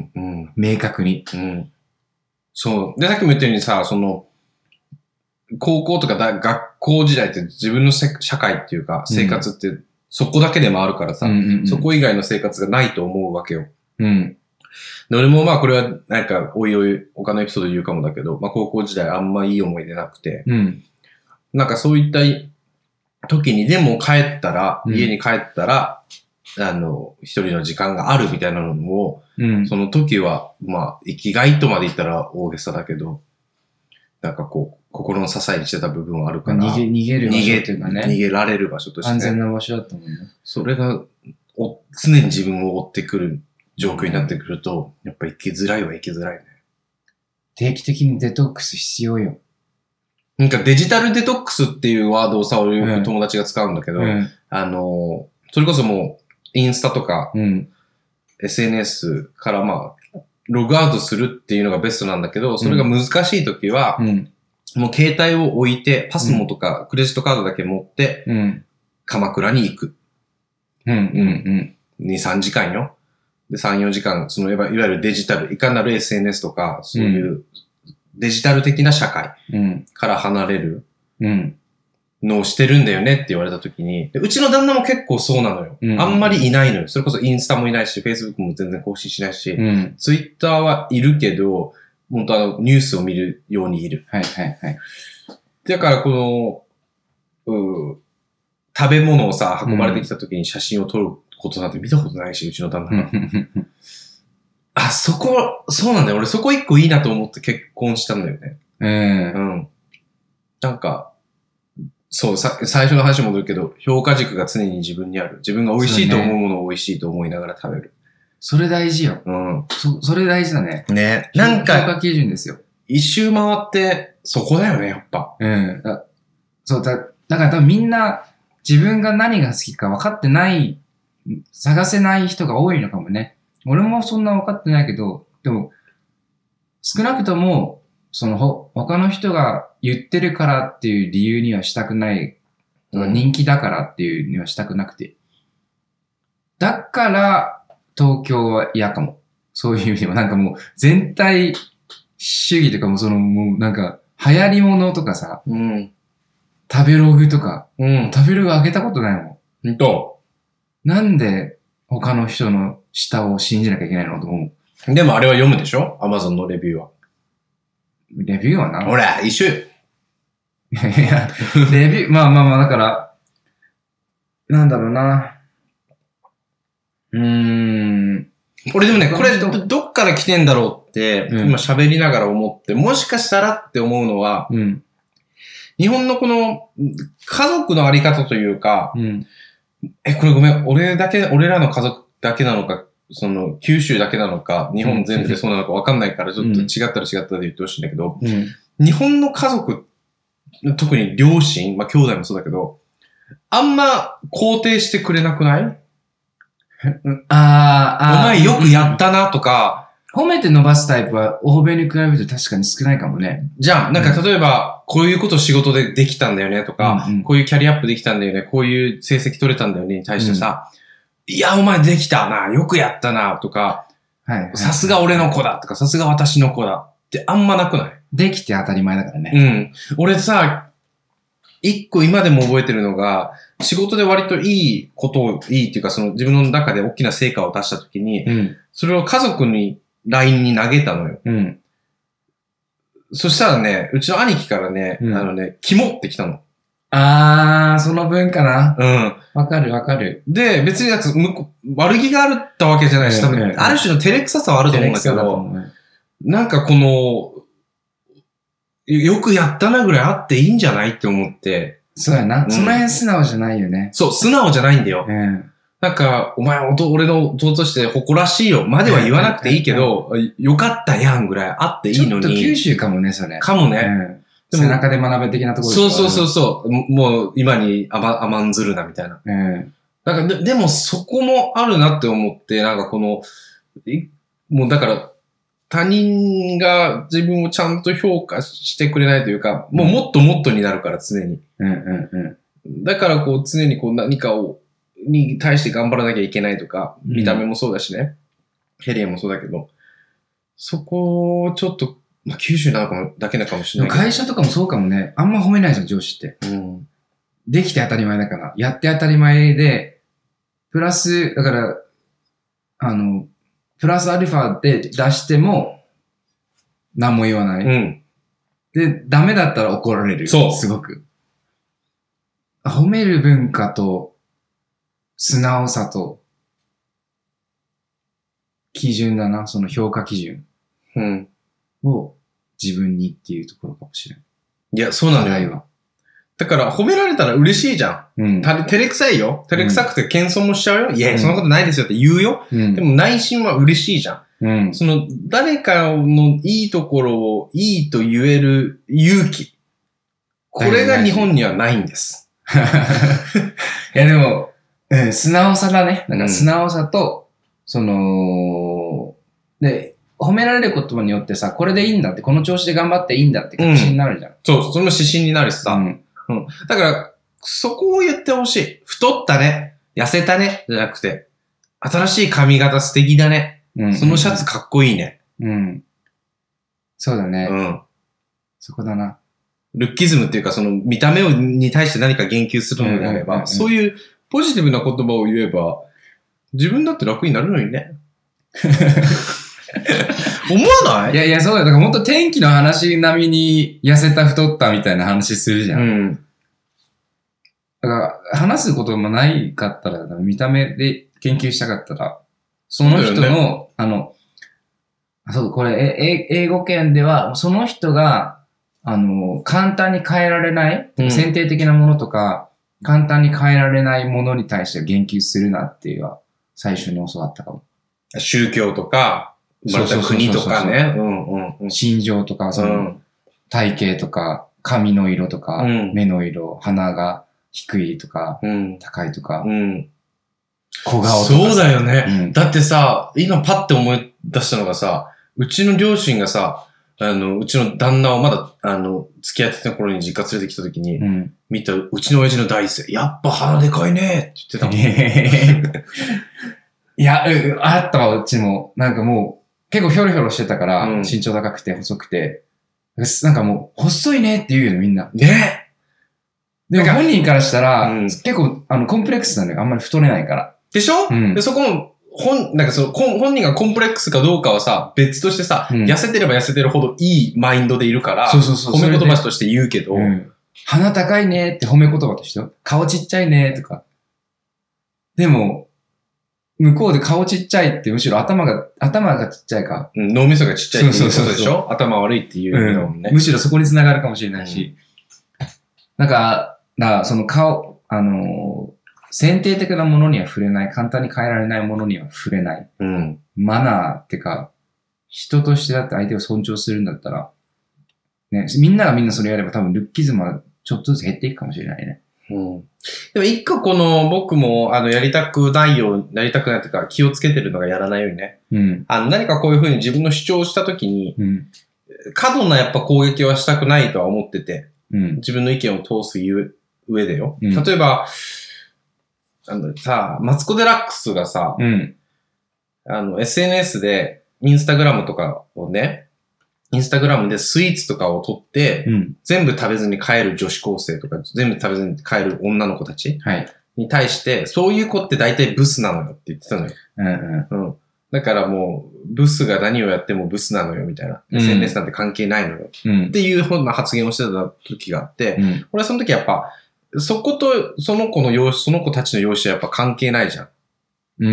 うん。明確に。うん。 そう。で、さっきも言ったようにさ、その、高校とかだ学校時代って自分のせ社会っていうか、生活ってそこだけでもあるからさ、うんうんうん、そこ以外の生活がないと思うわけよ。うん。で、俺もまあこれはなんか、おいおい他のエピソードで言うかもだけど、まあ高校時代あんまいい思い出なくて、うん。なんかそういった時にでも帰ったら、うん、家に帰ったら、あの、一人の時間があるみたいなのも、うん、その時は、まあ、生きがいとまで言ったら大げさだけど、なんかこう、心の支えにしてた部分はあるから。 逃げ、逃げる場所というかね。 逃げられる場所として、ね。 安全な場所だったもんね。 それが、お、常に自分を追ってくる状況になってくると、やっぱ生きづらいは生きづらいね。 定期的にデトックス必要よ。 なんかデジタルデトックスっていうワードをさ、俺よく友達が使うんだけど、うん、あの、それこそもう、インスタとか、うん、エスエヌエス からまあ、ログアウトするっていうのがベストなんだけど、それが難しい時は、うん、もう携帯を置いて、パスモとかクレジットカードだけ持って、うん、鎌倉に行く。うんうんうん、に、さんじかんよ。で、さん、よじかん、そのいわゆるデジタル、いかなる エスエヌエス とか、そういうデジタル的な社会から離れる。うんのをしてるんだよねって言われたときに、うちの旦那も結構そうなのよ、うん。あんまりいないのよ。それこそインスタもいないし、Facebook も全然更新しないし、うん、Twitter はいるけど、本当あの、ニュースを見るようにいる。はいはいはい。だからこの、う食べ物をさ、運ばれてきたときに写真を撮ることなんて見たことないし、うちの旦那が。あ、そこ、そうなんだよ。俺そこ一個いいなと思って結婚したんだよね。うん。うん。なんか、そうさ、最初の話戻るけど、評価軸が常に自分にある。自分が美味しいと思うものを美味しいと思いながら食べる。 それ大事よ。うん。そ、それ大事だね。 ね。なんか、 評価基準ですよ。 一周回って、そこだよね、やっぱ。 うん。だそうだ、だから多分みんな、自分が何が好きか分かってない、探せない人が多いのかもね。俺もそんな分かってないけど、でも、少なくとも、そのほ、他の人が言ってるからっていう理由にはしたくない。うん、人気だからっていうにはしたくなくて。だから、東京は嫌かも。そういう意味でも、なんかもう、全体主義とかも、その、もうなんか、流行り物とかさ、うん、食べログとか、うん、食べログ上げたことないもん。 ほんと。 なんで、他の人の舌を信じなきゃいけないのと思う。でもあれは読むでしょ Amazon のレビューは。 レビューはな。 ほら、一緒よ。 いや、レビュー、まあまあまあ、だから、なんだろうな。うーん。 俺でもね、これど、どっから来てんだろうって、うん、今喋りながら思って、もしかしたらって思うのは、うん、 日本のこの家族のあり方というか、 うん。 え、これごめん、俺だけ、俺らの家族だけなのか、その、九州だけなのか、日本全部でそうなのか分かんないから、ちょっと違ったら違ったで言ってほしいんだけど、 うん。 日本の家族、特に両親、まあ兄弟もそうだけど、あんま肯定してくれなくない？ あーあー。 お前よくやったなとか、 褒めて伸ばすタイプは、欧米に比べると確かに少ないかもね。 じゃあ、なんか例えば、こういうこと仕事でできたんだよねとか、 うんうん、 こういうキャリアアップできたんだよね、こういう成績取れたんだよねに対してさ、うん、いや、お前できたな、よくやったな、とか、さすが俺の子だとか、さすが私の子だってあんまなくない？ できて当たり前だからね。 うん。俺さ、一個今でも覚えてるのが、仕事で割といいことを、いいっていうか、その自分の中で大きな成果を出したときに、うん、それを家族に、ライン に投げたのよ。うん。そしたらね、うちの兄貴からね、うん、あのね、キモってきたの。 あー、その文化な。 うん。 わかるわかる。 で、別になんか向こう、悪気があったわけじゃないし、多分、ある種の照れくささはあると思うんだけど、なんかこの、よくやったなぐらいあっていいんじゃないって思って。 そうやな。うん、その辺素直じゃないよね。 そう、素直じゃないんだよ。 うん。 なんか、お前、俺の弟として誇らしいよ。までは言わなくていいけど、よかったやんぐらいあっていいのに。 ちょっと九州かもね、それ。 かもね。 うん、でも背中で学べ的なところそうそうそうそう。もう、今に甘、甘んずるな、みたいな。 うん。 なんかで、でもそこもあるなって思って、なんかこの、もうだから、他人が自分をちゃんと評価してくれないというか、もうもっともっとになるから常に。 うんうんうん。 だからこう常にこう何かを、に対して頑張らなきゃいけないとか、見た目もそうだしね。キャリアもそうだけど、そこをちょっと、まあ、九州なのかも、だけなのかもしれないけど。 会社とかもそうかもね。あんま褒めないじゃん、上司って。 うん。 できて当たり前だから。やって当たり前で、プラス、だから、あの、プラスアルファで出しても、何も言わない。 うん。 で、ダメだったら怒られる。 そう。 すごく。褒める文化と、素直さと、基準だな、その評価基準。 うん。 を自分にっていうところかもしれない。 いや、そうなのよ。だから褒められたら嬉しいじゃん。うん。照れくさいよ。照れくさくて謙遜もしちゃうよ。うん、いや、そんなことないですよって言うよ。うん。でも内心は嬉しいじゃん。うん。その、誰かのいいところをいいと言える勇気。これが日本にはないんです。 いや、でも、うん、素直さだね。なんか素直さと、うん、その、で、褒められる言葉によってさ、これでいいんだって、この調子で頑張っていいんだって確信になるじゃん。うん、 そう、それも指針になるしさ。うんうん、だから、そこを言ってほしい。太ったね。痩せたね。じゃなくて、新しい髪型素敵だね。うん、そのシャツかっこいいね。 うん。そうだね。 うん。 そこだな。 ルッキズムっていうか、その見た目をに対して何か言及するのであれば、うんうんうんうん、そういうポジティブな言葉を言えば、自分だって楽になるのにね。思わない？ いやいや、そうだよ。だから本当天気の話並みに痩せた太ったみたいな話するじゃん。うん。だから話すこともないかったら、見た目で研究したかったら、その人の、ね、あの、そう、これ、え、英語圏では、その人が、あの、簡単に変えられない、うん、選定的なものとか、簡単に変えられないものに対して言及するなっていうのは、最初に教わったかも。 宗教とか、生まれた国とかね。 心情とか、その、うん、体型とか、髪の色とか、うん、目の色、鼻が低いとか、うん、高いとか、うん、小顔とか。 そうだよね、うん。だってさ、今パッて思い出したのがさ、うちの両親がさ、あの、うちの旦那をまだ、あの、付き合ってた頃に実家連れてきた時に、うん、見たうちの親父の第一声、やっぱ鼻でかいねって言ってたもん。 いや、あったわ、うちも。なんかもう、結構ひょろひょろしてたから、うん、身長高くて細くて、なんかもう、細いねって言うよ、みんな。 ねでも本人からしたら、うん、結構、あの、コンプレックスなのよ。あんまり太れないから。 でしょ、うん、で、そこも、本、なんかその、本人がコンプレックスかどうかはさ、別としてさ、うん、痩せてれば痩せてるほどいいマインドでいるから、 そうそうそう褒め言葉として言うけど、うん、 鼻高いねって褒め言葉としてよ。顔ちっちゃいねとか。でも、向こうで顔ちっちゃいってむしろ頭が、頭がちっちゃいか。 うん、脳みそがちっちゃいっていうことでしょ？そうそうそうそう頭悪いっていうのもね、 うん。むしろそこに繋がるかもしれないし。 なんか、だからその顔、あのー、選定的なものには触れない、簡単に変えられないものには触れない。 うん。 マナーってか、人としてだって相手を尊重するんだったら、ね、みんながみんなそれやれば多分ルッキズムはちょっとずつ減っていくかもしれないね。 うん。でも一個この僕もあのやりたくないよう、やりたくないというか気をつけてるのがやらないようにね。 うん。 あの何かこういうふうに自分の主張をしたときに、 うん、 過度なやっぱ攻撃はしたくないとは思ってて、 うん、 自分の意見を通す上でよ。 うん、 例えば、あのさ、マツコ・デラックスがさ、 うん、 あの エスエヌエス でインスタグラムとかをね、インスタグラムでスイーツとかを撮って、 うん、 全部食べずに帰る女子高生とか、全部食べずに帰る女の子たちに対して、はい、そういう子って大体ブスなのよって言ってたのよ。 うんうんうん、だからもう、ブスが何をやってもブスなのよみたいな。うん、エスエヌエス なんて関係ないのよ。うん、っていうふうな発言をしてた時があって、うん、俺はその時やっぱ、そことその子の容姿、その子たちの容姿はやっぱ関係ないじゃん。 うんうん、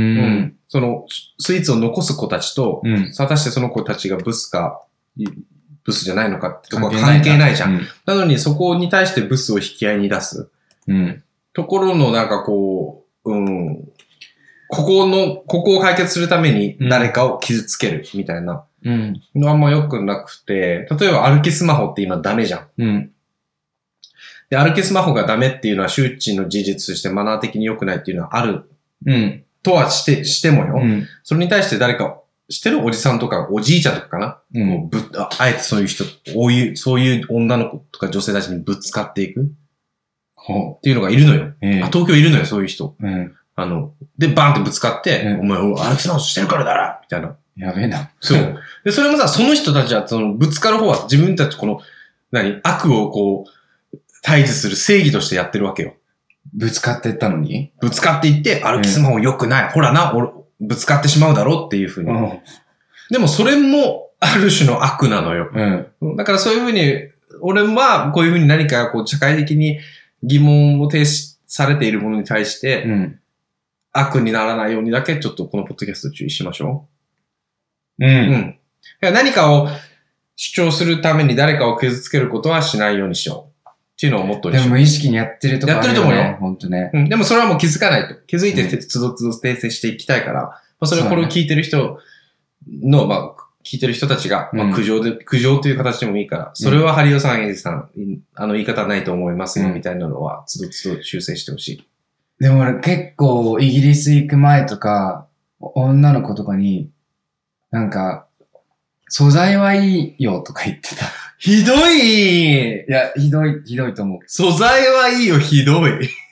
そのスイーツを残す子たちと、うん、果たしてその子たちがブスか、ブスじゃないのかってとこは関係ないじゃん。な, うん、なのにそこに対してブスを引き合いに出す。うん、ところのなんかこう、うん、ここの、ここを解決するために誰かを傷つけるみたいなのあんま良くなくて、例えば歩きスマホって今ダメじゃん。うん、で歩きスマホがダメっていうのは周知の事実としてマナー的に良くないっていうのはある。うんとはして、してもよ。うん、それに対して誰か、してるおじさんとか、おじいちゃんとかかな、うん、こうぶあ、あえてそういう人、こういう、そういう女の子とか女性たちにぶつかっていく。ほう。っていうのがいるのよ。えー、あ、東京いるのよ、そういう人。うん、あの、で、バーンってぶつかって、うん、お前、歩きスマホしてるからだろみたいな。 やべえな。 そう。で、それもさ、その人たちは、その、ぶつかる方は自分たちこの、何、悪をこう、対峙する正義としてやってるわけよ。 ぶつかっていったのにぶつかっていって、歩きスマホ良くない。うん、ほらな、俺、ぶつかってしまうだろうっていうふうに。うん、でもそれも、ある種の悪なのよ。うん、だからそういうふうに、俺はこういうふうに何かこう社会的に疑問を提出されているものに対して、うん、悪にならないようにだけちょっとこのポッドキャスト注意しましょう。うん。うん。何かを主張するために誰かを傷つけることはしないようにしよう。っていうのをもっとでも無意識にやってるとこあるよね。 やってると思うよ。 ほんとね。 うん。でもそれはもう気づかないと。気づいてつどつど訂正していきたいから、まあ、それをこれを聞いてる人の、まあ、聞いてる人たちが、まあ、苦情で、うん、苦情という形でもいいから、それはハリオさん、エイジさん、あの言い方ないと思いますよ、みたいなのは、つどつど修正してほしい。 でも俺結構イギリス行く前とか、女の子とかに、なんか、素材はいいよとか言ってた。 ひどい。 いや、ひどい、ひどいと思う。 素材はいいよ、ひどい。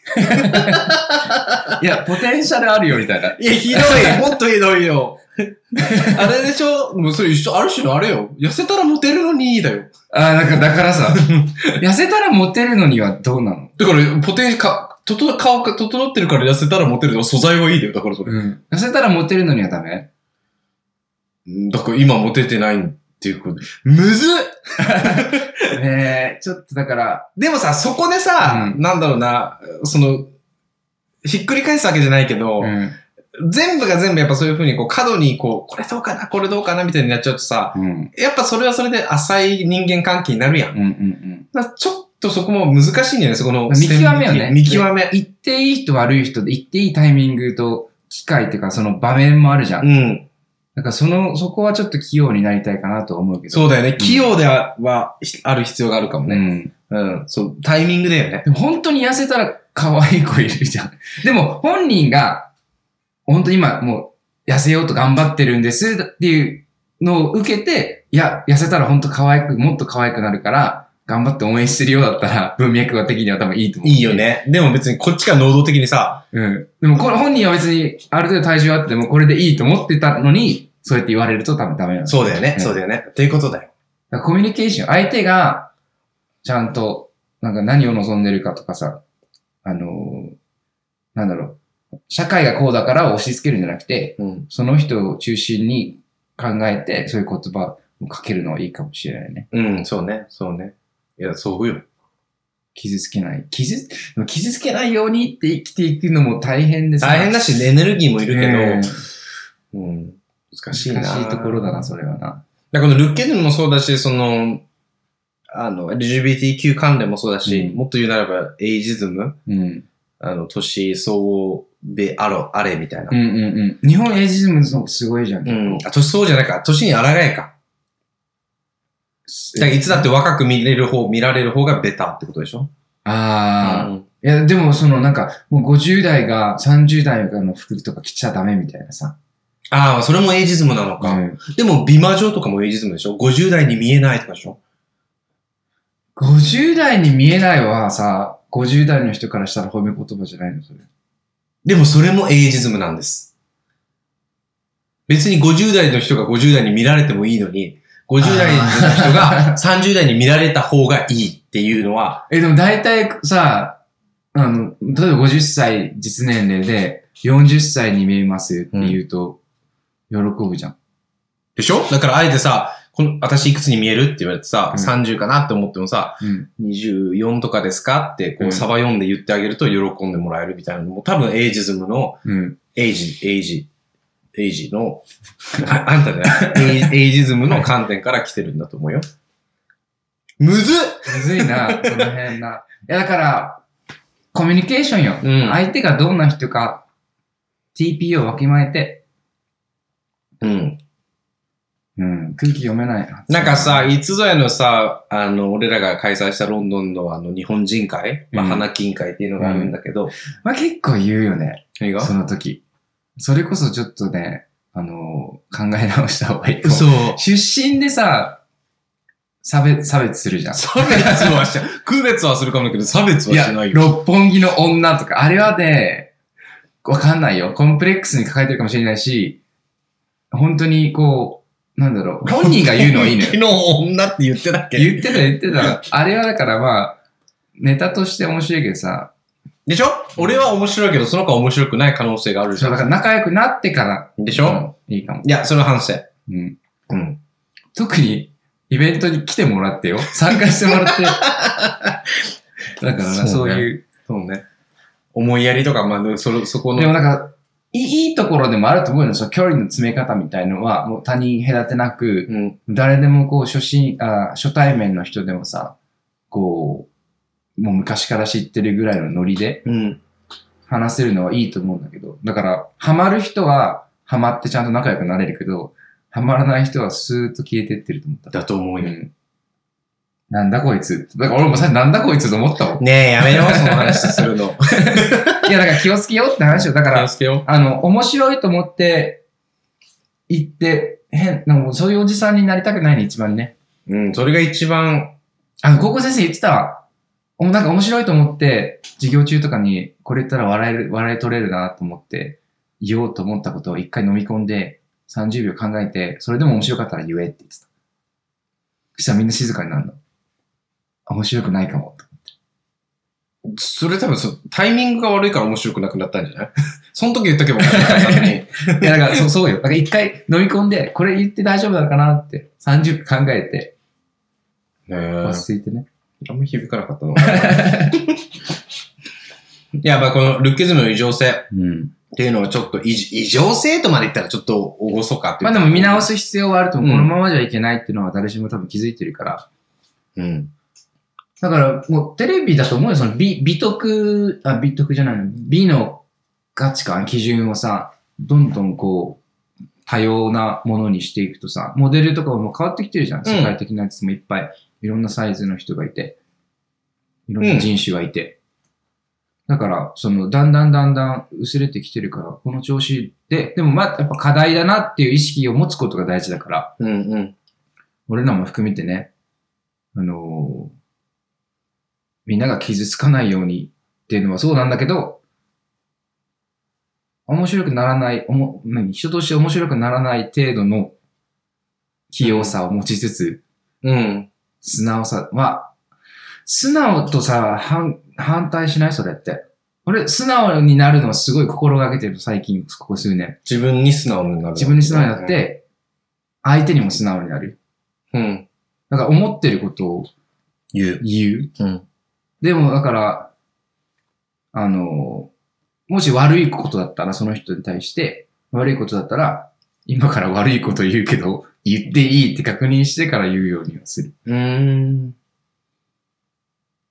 いや、ポテンシャルあるよ、みたいな。 いや、ひどい。もっとひどいよ。あれでしょもうそれ一緒、ある種のあれよ。痩せたらモテるのにだよ。 ああ、なんか、だからさ、痩せたらモテるのにはどうなの？ だから、ポテンシャル、か、とと、顔が整ってるから痩せたらモテるの素材はいいだよ。だからそれ。 うん。痩せたらモテるのにはダメ？ だから今モテてないっていうこと。むずっねえ、ちょっとだから。 でもさ、そこでさ、うん、なんだろうな、その、ひっくり返すわけじゃないけど、うん、全部が全部やっぱそういう風にこう過度にこう、これどうかな、これどうかなみたいになっちゃうとさ、うん、やっぱそれはそれで浅い人間関係になるやん。うんうんうん、だちょっとそこも難しいんだよね、そこの。 見極めよね。 見極め。 言っていい人悪い人で言っていいタイミングと機会っていうかその場面もあるじゃん。うん。だからその、そこはちょっと器用になりたいかなと思うけど。 そうだよね。器用では、うん、はある必要があるかもね。うん。うん。そう、タイミングだよね。 でも本当に痩せたら可愛い子いるじゃん。でも本人が、本当に今もう痩せようと頑張ってるんですっていうのを受けて、いや、痩せたら本当可愛く、もっと可愛くなるから、頑張って応援してるようだったら、文脈が的には多分いいと思う。 いいよね。でも別にこっちが能動的にさ。 うん。でもこれ本人は別にある程度体重あってもこれでいいと思ってたのに、そうやって言われると多分ダメなの。 そうだよね。そうだよね。っていうことだよ。 だからコミュニケーション、相手が、ちゃんと、なんか何を望んでるかとかさ、あのー、なんだろう、社会がこうだから押し付けるんじゃなくて、うん、その人を中心に考えて、そういう言葉をかけるのはいいかもしれないね。 うん、そうね、そうね。いや、そうよ。 傷つけない。傷、傷つけないようにって生きていくのも大変ですね。 大変だし、エネルギーもいるけど、えー、うん、難しいな。 難しいところだな、それはな。 だからこのルッケズムもそうだし、その、 あの、エルジービーティーキュー 関連もそうだし、 うんもっと言うならば、エイジズム、 うん。 あの、年相応であろ、あれみたいな。 うんうんうん。日本エイジズムすごいじゃん、結うん。 構。 あ、年相応じゃないか。年に抗えか。だからいつだって若く見れる方、見られる方がベターってことでしょ？ ああ、 うんいや、でもそのなんか、もうごじゅう代がさんじゅう代の服とか着ちゃダメみたいなさ。 ああ、それもエイジズムなのか。 うんでも、美魔女とかもエイジズムでしょ？ ごじゅう 代に見えないとかでしょ？ ごじゅう代に見えないはさ、ごじゅう代の人からしたら褒め言葉じゃないのそれ。 でもそれもエイジズムなんです。別にごじゅう代の人がごじゅう代に見られてもいいのに、ごじゅう代の人がさんじゅう代に見られた方がいいっていうのは、 え、でも大体さ、あの、例えばごじゅっさい実年齢でよんじゅっさいに見えますって言うと、喜ぶじゃん。 でしょ？だからあえてさ、この、私いくつに見えるって言われてさ、 うんさんじゅうかなって思ってもさ、 うん。 にじゅうよんとかですかって、こう、 うんサバ読んで言ってあげると喜んでもらえるみたいなのも、多分エイジズムの、 うん。 エイジ、エイジ、エイジの、ああんたね、エイエイジズムの観点から来てるんだと思うよ。むずっむずいな、その辺な。いや、だから、コミュニケーションよ。 うん相手がどんな人か、ティーピー をわきまえて、 うん。 うん、空気読めないな。 なんかさ、いつぞやのさ、あの、俺らが開催したロンドンのあの、日本人会、まあ、 うん花金会っていうのがあるんだけど、 まあ結構言うよね。 何がその時。それこそちょっとね、あのー考え直した方がいいかも。 そう。 出身でさ、差別、差別するじゃん。 差別はしちゃう。区別はするかもだけど、差別いやはしない、よ。 六本木の女とか、あれはね、わかんないよ。コンプレックスに抱えてるかもしれないし、本当にこう、なんだろう、本人が言うのはいいのよ昨。日女って言ってたっけ言ってた言ってた。あれはだからまあ、ネタとして面白いけどさ、 でしょ？俺は面白いけど、その子は面白くない可能性があるじゃ。 そうんだから仲良くなってから、 でしょ？ うんいいかも。 いや、それは反省。 うん。 うん。 特に、イベントに来てもらってよ。参加してもらって。だからな、 そうねそういう。 そうね。思いやりとか、まあ、そ、そこの。 でもなんか、いいいいところでもあると思うの。その距離の詰め方みたいのは、もう他人隔てなく、 うん。 誰でもこう、初心、あ初対面の人でもさ、こう、もう昔から知ってるぐらいのノリでうん。 話せるのはいいと思うんだけど、だから、ハマる人は、ハマってちゃんと仲良くなれるけど、ハマらない人はスーッと消えてってると思った。 だと思うよ。 うん。なんだこいつ。だから俺もさ、なんだこいつと思ったもん。 ねえ、やめろ、その話するの。 いや、だから気をつけようって話を。だか気をら、 つけよあの、面白いと思って、行って、変、なんかそういうおじさんになりたくないね、一番ね。 う。うん、それが一番、 あの、高校先生言ってたわ。おなんか面白いと思って、授業中とかに、これ言ったら笑える、笑い取れるなと思って、言おうと思ったことを一回飲み込んで、さんじゅうびょう考えて、それでも面白かったら言えって言ってた。そしたらみんな静かになるの。面白くないかも。 それ多分そ、タイミングが悪いから面白くなくなったんじゃないその時言っとけばよかったのに。 いや、だからそう、そうよ。だから一回飲み込んで、これ言って大丈夫なのかなってさんじゅっぷん考えて、 ねえ。 落ち着いてね。 あんま響かなかったの。いや、まあこのルッキズムの異常性うん。 っていうのはちょっと異異常性とまで言ったらちょっとおそかっていうか。 まあでも見直す必要はあると思う。 うんこのままじゃいけないっていうのは誰しも多分気づいてるから。 うん。 だからもうテレビだと思うよ。その美、美徳、あ、美徳じゃないの。美の価値観、基準をさ、どんどんこう、多様なものにしていくとさ、モデルとかも変わってきてるじゃん。世界的なやつもいっぱい。いろんなサイズの人がいて、いろんな人種がいて。だから、その、だんだんだんだん薄れてきてるから、この調子で、でもまあ、やっぱ課題だなっていう意識を持つことが大事だから、 うんうん。 俺らも含めてね、あのーみんなが傷つかないようにっていうのはそうなんだけど、面白くならない、おも何人として面白くならない程度の器用さを持ちつつ、 うん。 素直さは、素直とさ、反、反対しないそれって。俺、素直になるのはすごい心がけてる最近、ここ数年。 自分に素直になる。 自分に素直になっ、て、相手にも素直になる。 うん。 だから思ってることを言う。 言う。 うん。 でも、だから、あの、もし悪いことだったら、その人に対して、悪いことだったら、今から悪いこと言うけど、言っていいって確認してから言うようにはする。 うーん。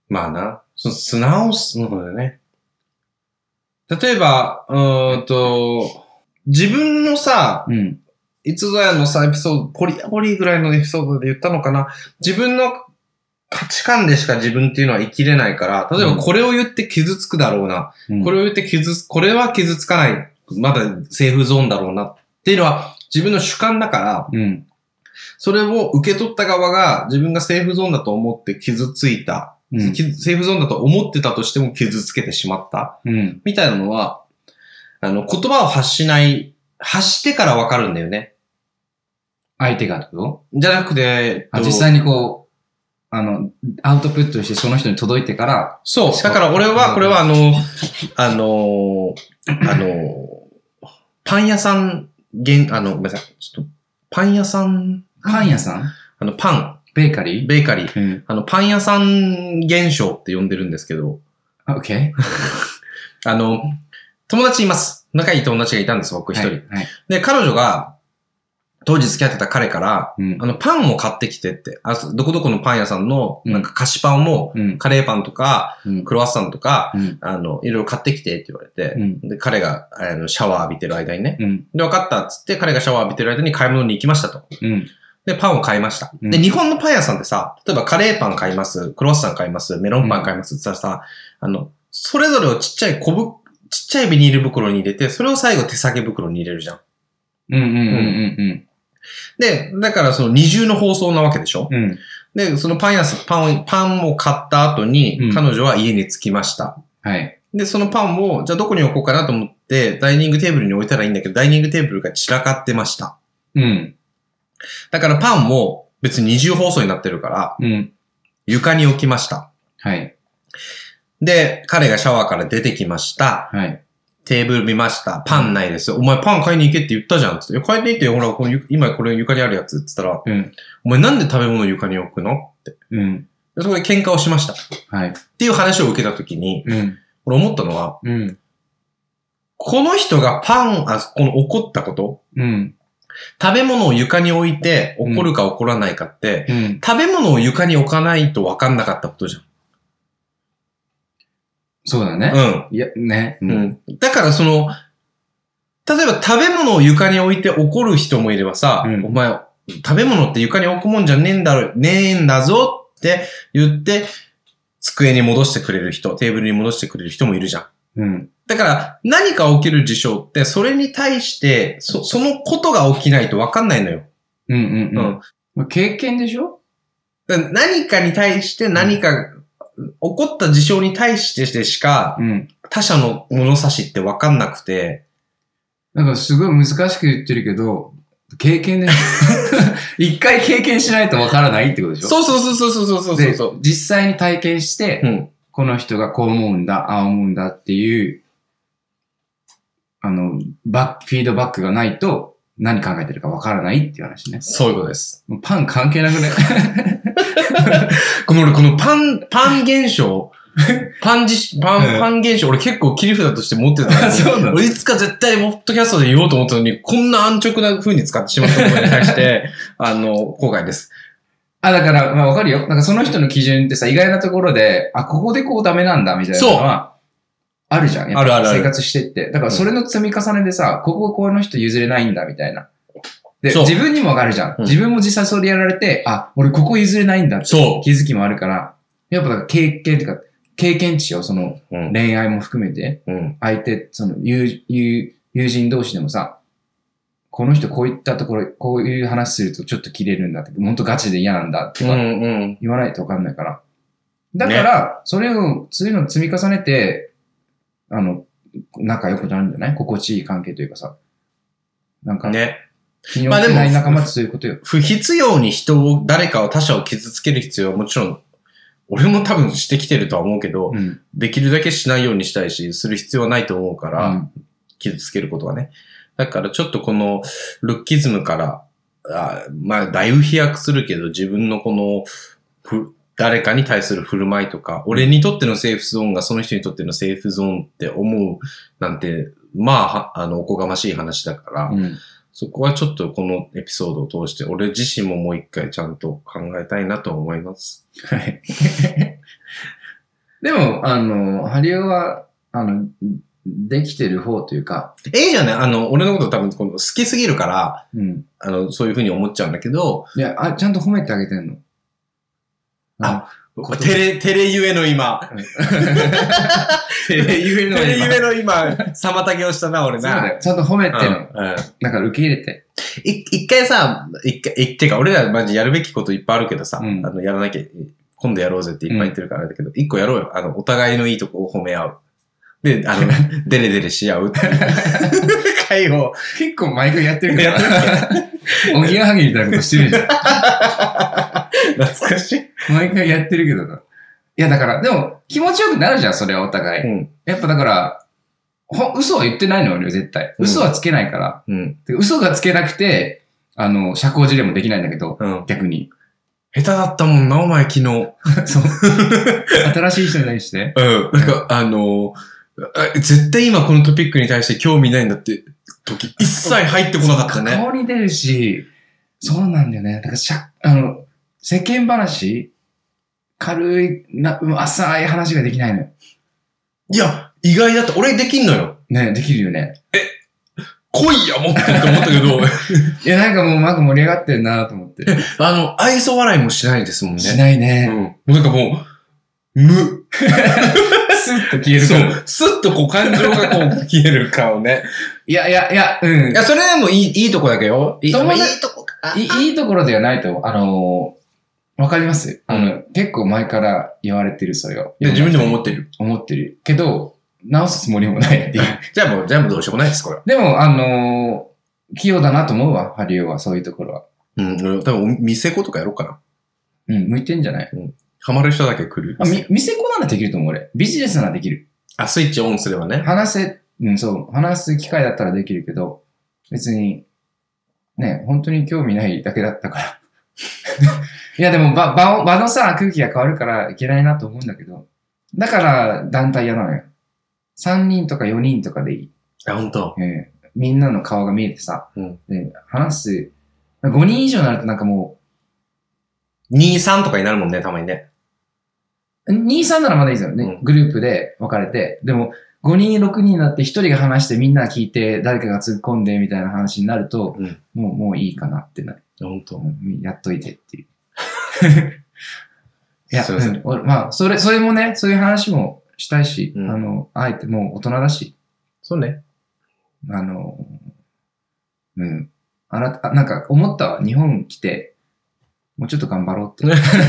まあな。その素直すのだよね。例えば、うーんと、自分のさ、 うん。 いつぞやのさ、エピソード、ポリアポリぐらいのエピソードで言ったのかな。自分の価値観でしか自分っていうのは生きれないから、例えばこれを言って傷つくだろうな。 うん、 これを言って傷つ、これは傷つかない。まだセーフゾーンだろうなっていうのは自分の主観だから、 うん、 それを受け取った側が自分がセーフゾーンだと思って傷ついた。うん、セーフゾーンだと思ってたとしても傷つけてしまった。 うん、 みたいなのは、あの、言葉を発しない、発してからわかるんだよね。 相手がってことじゃなくて、 あ、実際にこう、あの、アウトプットしてその人に届いてから。 そう。だから俺は、これはあの、あの、あの、パン屋さん、げん、あの、ごめんなさい。ちょっと、パン屋さん。 パン屋さんあの、パン。 ベーカリーベーカリー。 うん、 あの、パン屋さん現象って呼んでるんですけど。 オッケー。 あの、友達います。仲いい友達がいたんです、僕一人、はいはい。 で、彼女が、当時付き合ってた彼から、うん、あの、パンを買ってきてって、あ、どこどこのパン屋さんの、なんか菓子パンも、うん、カレーパンとか、うん、クロワッサンとか、うん、あの、いろいろ買ってきてって言われて、うん、で、彼が、あの、シャワー浴びてる間にね、うん、で、分かったっつって、彼がシャワー浴びてる間に買い物に行きましたと。うん、で、パンを買いました。うん、で、日本のパン屋さんってさ、例えばカレーパン買います、クロワッサン買います、メロンパン買いますって言ったらさ、あの、それぞれをちっちゃい小ぶ、ちっちゃいビニール袋に入れて、それを最後手提げ袋に入れるじゃん。 うんうんうんうんうん。 で、だからその二重の包装なわけでしょ、 うん、 で、そのパン屋さん、パンを、パンを買った後に、うん、彼女は家に着きました。 はい。 で、そのパンを、じゃあどこに置こうかなと思って、ダイニングテーブルに置いたらいいんだけど、ダイニングテーブルが散らかってました。 うん。 だからパンも別に二重包装になってるから、 うん。 床に置きました。 はい。 で、彼がシャワーから出てきました。 はい。 テーブル見ました。パンないです。お前パン買いに行けって言ったじゃん。つって。買いに行ってよ。ほら、この今これ床にあるやつ。つったら、 うん。 お前なんで食べ物床に置くのって。 うん。 でそこで喧嘩をしました。 はい。 っていう話を受けたときに、 うん。 俺思ったのは、 うん。 この人がパン、あ、この怒ったこと、 うん。 食べ物を床に置いて怒るか怒らないかって、 うん、 食べ物を床に置かないと分かんなかったことじゃん。 そうだね。 うん。 いや、ね。 うん。だからその、例えば食べ物を床に置いて怒る人もいればさ、うん、お前、食べ物って床に置くもんじゃねえんだろ、ねえんだぞって言って、机に戻してくれる人、テーブルに戻してくれる人もいるじゃん。 うん。 だから何か起きる事象って、それに対して、そ、そのことが起きないと分かんないのよ。 うんうんうん。うん、経験でしょ？ 何かに対して何か、うん起こった事象に対してしか、うん、他者の物差しって分かんなくて。 なんかすごい難しく言ってるけど、経験で、一回経験しないと分からないってことでしょ？ そうそうそうそうそうそうそう。 で、実際に体験して、うん、この人がこう思うんだ、ああ思うんだっていう、あの、バック、フィードバックがないと何考えてるか分からないっていう話ね。 そういうことです。 パン関係なくね。 この俺このパン、パン現象、パンじ、パン、パン現象、俺結構切り札として持ってたんそうなの？ 俺いつか絶対ポッドキャストで言おうと思ったのに、こんな安直な風に使ってしまったことに対して、あの、後悔です。 あ、だから、まあわかるよ。なんかその人の基準ってさ、意外なところで、あ、ここでこうダメなんだ、みたいなのは、あるじゃん。やっぱ生活してって。だからそれの積み重ねでさ、こここの人譲れないんだ、みたいな。で、自分にもわかるじゃん。うん、自分も実際それやられて、あ、俺ここ譲れないんだって気づきもあるから、やっぱ経験っていうか、経験値をその恋愛も含めて、うん、相手、その友、友、友人同士でもさ、この人こういったところ、こういう話するとちょっと切れるんだって、本当ガチで嫌なんだとか言わないとわかんないから。だから、ね、それを、そういうのを積み重ねて、あの、仲良くなるんじゃない？心地いい関係というかさ。なんか、 ね。 気に入ってない仲間ってそういうことよ。 不必要に人を、誰かを他者を傷つける必要はもちろん、俺も多分してきてるとは思うけど、うん、できるだけしないようにしたいし、する必要はないと思うから、うん、傷つけることはね。だからちょっとこの、ルッキズムから、あまあ、だいぶ飛躍するけど、自分のこの、ふ誰かに対する振る舞いとか、俺にとってのセーフゾーンがその人にとってのセーフゾーンって思うなんて、まあ、あの、おこがましい話だから、うんそこはちょっとこのエピソードを通して、俺自身ももう一回ちゃんと考えたいなと思います。 はい。 でも、あの、ハリオは、あの、できてる方というか。 ええじゃんね。あの、俺のこと多分この好きすぎるから、 うん。 あの、そういう風に思っちゃうんだけど。 いや、あ、ちゃんと褒めてあげてんの。 あ、テレ、テレゆえの今。 テレゆえの今。 テレゆえの今、妨げをしたな、俺な。 ちゃんと褒めての。 うん。うん、 だから受け入れて。 い、一回さ、一回、いってか、俺らマジやるべきこといっぱいあるけどさ、うん、あの、やらなきゃ、今度やろうぜっていっぱい言ってるからあれだけど、一、うん、個やろうよ。あの、お互いのいいとこを褒め合う。で、あの、デレデレし合うっていう会を。 結構毎回やってるから。おぎやはぎみたいなことしてるじゃん。 懐かしい。 毎回やってるけどな。いや、だから、でも、気持ちよくなるじゃん、それはお互い。うん、やっぱだから、ほ嘘は言ってないのよ、絶対。嘘はつけないから。うん、嘘がつけなくて、あの、社交辞令もできないんだけど、うん、逆に。 下手だったもんな、お前昨日。 そう。新しい人に対して。 うん。なんか、あの、絶対今このトピックに対して興味ないんだって時、一切入ってこなかったね。 顔に出るし、そうなんだよね。だからしゃ、あの、世間話、軽いな、浅い話ができないのよ。 いや、意外だった。俺できんのよ。 ね、できるよね。 え、来いや、もっとって思ったけど。 いや、なんかもう、なんか盛り上がってるなと思って。 あの、愛想笑いもしないですもんね。 しないね。 うん。もうなんかもう、無。 スッと消えるから。そう。スッとこう感情がこう消える顔ね。 いやいやいや、うん。 いや、それでもいい、いいとこだけよ。いい、いいとこか。いい、いいところではないと、あのー、わかります、うん、あの、結構前から言われてる、それを。 いや、自分でも思ってる。 思ってる。けど、直すつもりもないっていう。 じゃあもう、じゃあもうどうしようもないです、これ。 でも、あのー、器用だなと思うわ、ハリオは、そういうところは。 うん、多分、店子とかやろうかな。うん、向いてんじゃない？ うん。ハマる人だけ来る。 あ、み、店子ならできると思う、俺。ビジネスならできる。 あ、スイッチオンすればね。 話せ、うん、そう、話す機会だったらできるけど、別に、ね、本当に興味ないだけだったから。いや、でも、場、場、場のさ、空気が変わるからいけないなと思うんだけど、だから団体嫌なのよ。さんにんとかよにんとかでいい。 あ、本当。 えー、みんなの顔が見えてさ、うん、で話す、ごにん以上になるとなんかもう、に、さんとかになるもんね、たまにね。 に、さんならまだいいですよね。うん、グループで分かれて。でも、ごにん、ろくにんになってひとりが話してみんなが聞いて誰かが突っ込んでみたいな話になると、うん、もう、もういいかなってなる。 本当。 やっといてっていう。いや、うん、まあ、それ、それもね、そういう話もしたいし、うん、あの、あえてもう大人だし。 そうね。 あの、うん。あなた、なんか思ったわ。日本来て、もうちょっと頑張ろうって。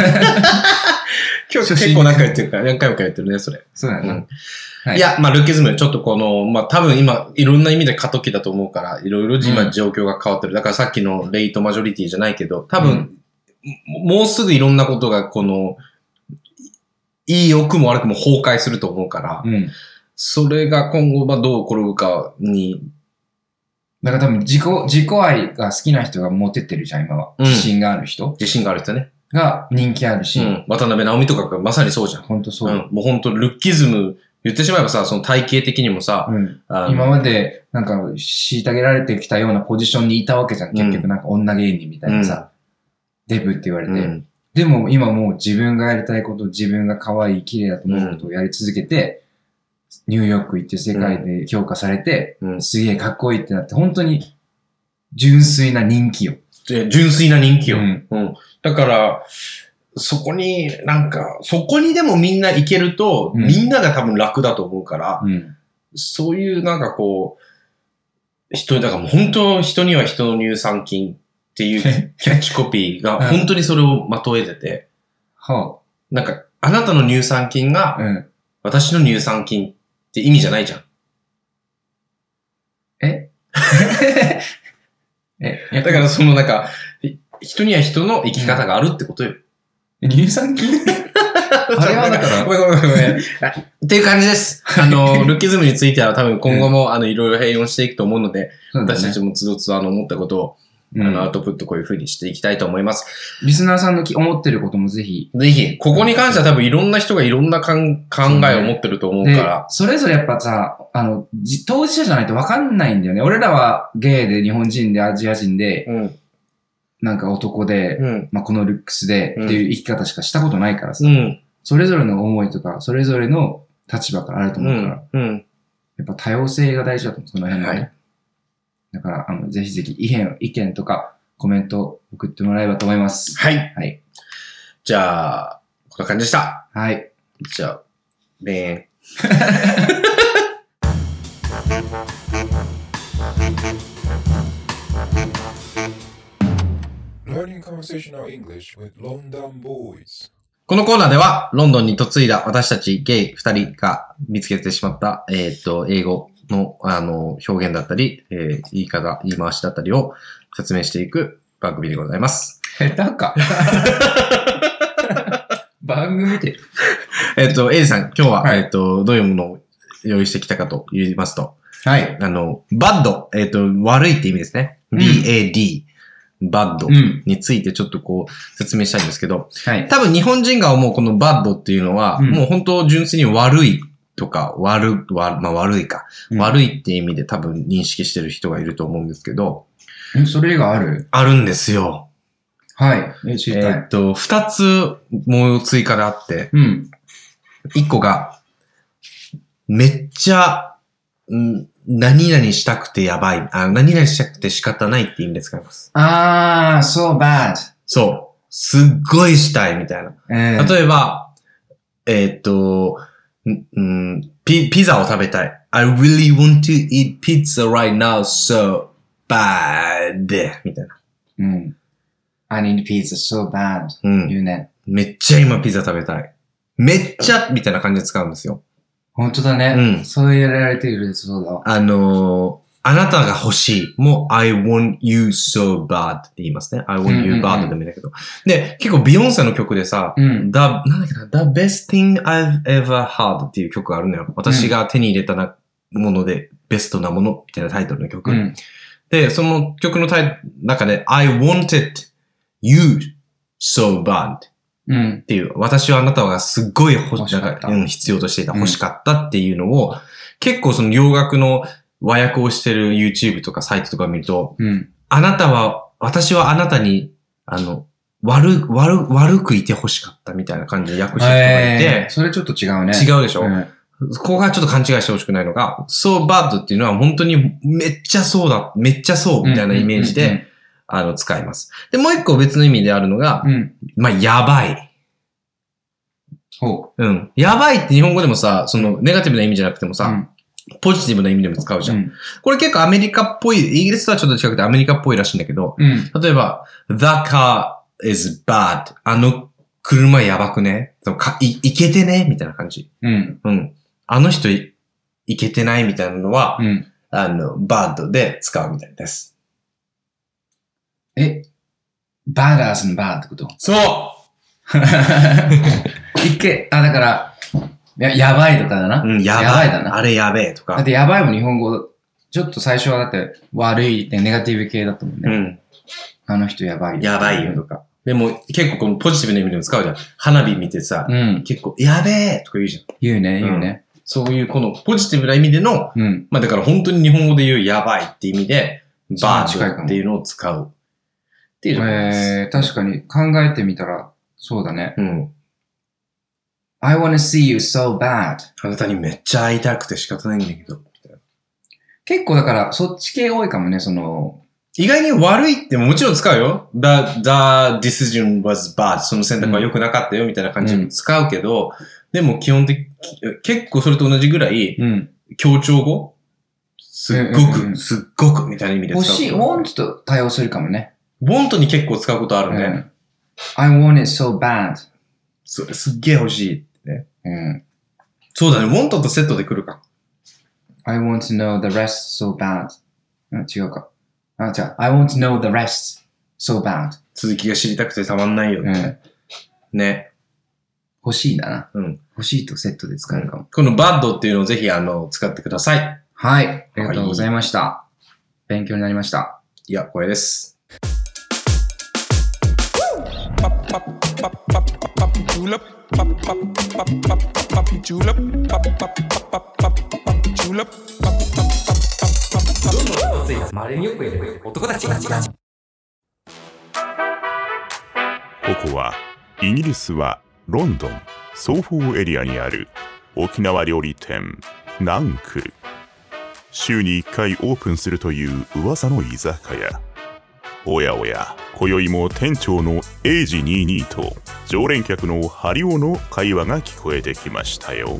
今日結構何回言ってるから、何回も言ってるね、それ。 そうやな、 うんはい。いや、まあ、ルッキズム、ちょっとこの、まあ、多分今、いろんな意味で過渡期だと思うから、いろいろ今状況が変わってる。だからさっきのレイトマジョリティじゃないけど、多分、うん、もうすぐいろんなことが、この、いい良くも悪くも崩壊すると思うから、うん、それが今後、まあ、どう転ぶかに、 だから多分自己、自己愛が好きな人がモテてるじゃん、今は。自信がある人。 自信がある人ね。 が人気あるし。うん。 渡辺直美とかがまさにそうじゃん。 ほんとそう。 うん。もうほんとルッキズム、言ってしまえばさ、その体型的にもさ、 うん、今までなんか虐げられてきたようなポジションにいたわけじゃん。結局なんか女芸人みたいなさ、うん、デブって言われて、うん。でも今もう自分がやりたいこと、自分が可愛い、綺麗だと思うことをやり続けて、ニューヨーク行って世界で評価されて、うん、すげえかっこいいってなって、本当に純粋な人気よ。 純粋な人気よ。うんうん、だから、そこに、なんか、そこにでもみんな行けると、うん、みんなが多分楽だと思うから、うん、そういうなんかこう、人、だからもう本当人には人の乳酸菌っていうキャッチコピーが本当にそれをまとえてて、 はあ、 なんか、あなたの乳酸菌が、私の乳酸菌って意味じゃないじゃん。 ええ、だからそのなんか、人には人の生き方があるってことよ。 うん、乳酸菌あれはだから。 ごめんごめんごめん。っていう感じです。あの、ルッキズムについては多分今後も、うん、あの、いろいろ併用していくと思うので、ね、私たちもつどつどあの、思ったことを、うん、あの、アウトプットこういう風にしていきたいと思います。 リスナーさんの思ってることもぜひ。 ぜひ。ここに関しては多分いろんな人がいろんなかん考えを持ってると思うから。 それぞれやっぱさ、あの、当事者じゃないと分かんないんだよね。俺らはゲイで日本人でアジア人で、うん、なんか男で、うん、まあ、このルックスでっていう生き方しかしたことないからさ。うん、 それぞれの思いとか、それぞれの立場からあると思うから、 うん。うん。 やっぱ多様性が大事だと思う、その辺のね。 はいだから、あの、ぜひぜひ意見、意見とかコメント送ってもらえればと思います。 はい。 はい。 じゃあ、こんな感じでした。 はい。 じゃあ、ねこのコーナーでは、ロンドンに嫁いだ私たちゲイ二人が見つけてしまった、えっと、英語の、あの、表現だったり、えー、言い方、言い回しだったりを説明していく番組でございます。 下手か。番組で。 えっと、エイジさん、今日は、 はい、 えっと、どういうものを用意してきたかと言いますと、 はい。 あの、バッド、えっと、悪いって意味ですね。 うん、 ビーエーディー、バッドについてちょっとこう説明したいんですけど、 はい、 多分日本人が思うこのバッドっていうのは、うん、もう本当純粋に悪いとか、悪、悪、まあ悪いか、うん、悪いって意味で多分認識してる人がいると思うんですけど、 んそれがあるあるんですよ。 はい。え、知りたい。 えっと、二つもう追加であって、 うん。 一個が、めっちゃ、ん何々したくてやばい。あ、何々したくて仕方ないって意味で使います。 あー、so bad. そう。すっごいしたいみたいな。 えー、 例えば、えー、っと、んピ、ピザを食べたい。I really want to eat pizza right now, so bad. みたいな。 うん。I need pizza so bad. うん。 言うね。 めっちゃ今ピザ食べたい。めっちゃみたいな感じで使うんですよ。 本当だね。うん。そうやられているそうだ。 あのー、あなたが欲しい。もう、I want you so bad って言いますね。I want you bad でもいいんだけど。で、結構ビヨンセの曲でさ、 うん、 The, なんだっけな、The best thing I've ever had っていう曲があるのよ。私が手に入れたなもので、ベストなものみたいなタイトルの曲。 うん、 で、その曲のタイ中で、I wanted you so bad っていう、うん、私はあなたがすっごい欲しかった、うん、必要としていた、欲しかったっていうのを、うん、結構その洋楽の和訳をしてる YouTube とかサイトとか見ると、 うん、 あなたは、私はあなたに、あの、悪、悪、悪くいて欲しかったみたいな感じで訳してる人がいて、 えー、それちょっと違うね。 違うでしょ、うん、ここがちょっと勘違いしてほしくないのが、so bad っていうのは本当にめっちゃそうだ、めっちゃそうみたいなイメージで、うんうんうんうん、あの、使います。で、もう一個別の意味であるのが、 うん、 まあ、やばい。 ほう。うん。やばいって日本語でもさ、その、ネガティブな意味じゃなくてもさ、うん、ポジティブな意味でも使うじゃん。うん、これ結構アメリカっぽい、イギリスとはちょっと違くてアメリカっぽいらしいんだけど、 うん、 例えば、The car is bad. あの車やばくねい、いけてねみたいな感じ。 うん。 うん。あの人い、いけてないみたいなのは、 うん、 あの、bad で使うみたいです。 えバーダースのバーってことそういけ、あ、だから、や、やばいとかだな。 うん、やばい。 やばいだな。 あれやべえとか。 だってやばいも日本語、ちょっと最初はだって悪いってネガティブ系だったもんね。 うん。 あの人やばいよ。 やばいよとか。でも結構このポジティブな意味でも使うじゃん。花火見てさ、 うん、 結構やべえとか言うじゃん。 言うね、言うね、 うん。そういうこのポジティブな意味での、 うん、 まあだから本当に日本語で言うやばいって意味で、バードっていうのを使う。っていうところです。 えー、確かに考えてみたら、そうだね。 うん。 I wanna see you so bad. あなたにめっちゃ会いたくて仕方ないんだけど。 結構だから、そっち系多いかもね、その。 意外に悪いってもちろん使うよ。The, the decision was bad. その選択は良くなかったよみたいな感じで使うけど、うん、でも基本的、結構それと同じぐらい、 うん、 強調語すっごく、うんうんうん、すっごくみたいな意味で使う。 欲しい、want と対応するかもね。 want に結構使うことあるね。 うん、I want it so bad. それすっげえ欲しいってね。 うん。 そうだね、want とセットで来るか。 I want to know the rest so bad. あ、違うか。あ、違う。I want to know the rest so bad. 続きが知りたくてたまんないよね。うん、ね。 欲しいだな。 うん。 欲しいとセットで使えるかも。 この bad っていうのをぜひあの、使ってください。 はい。ありがとうございました。はい、勉強になりました。 いや、光栄です。 稀によくいる男たち。ここはイギリスはロンドンソーフォーエリアにある沖縄料理店ナンクル。週にいっかいオープンするという噂の居酒屋。おやおや、今宵も店長のエイジにじゅうにと常連客のハリオの会話が聞こえてきましたよ。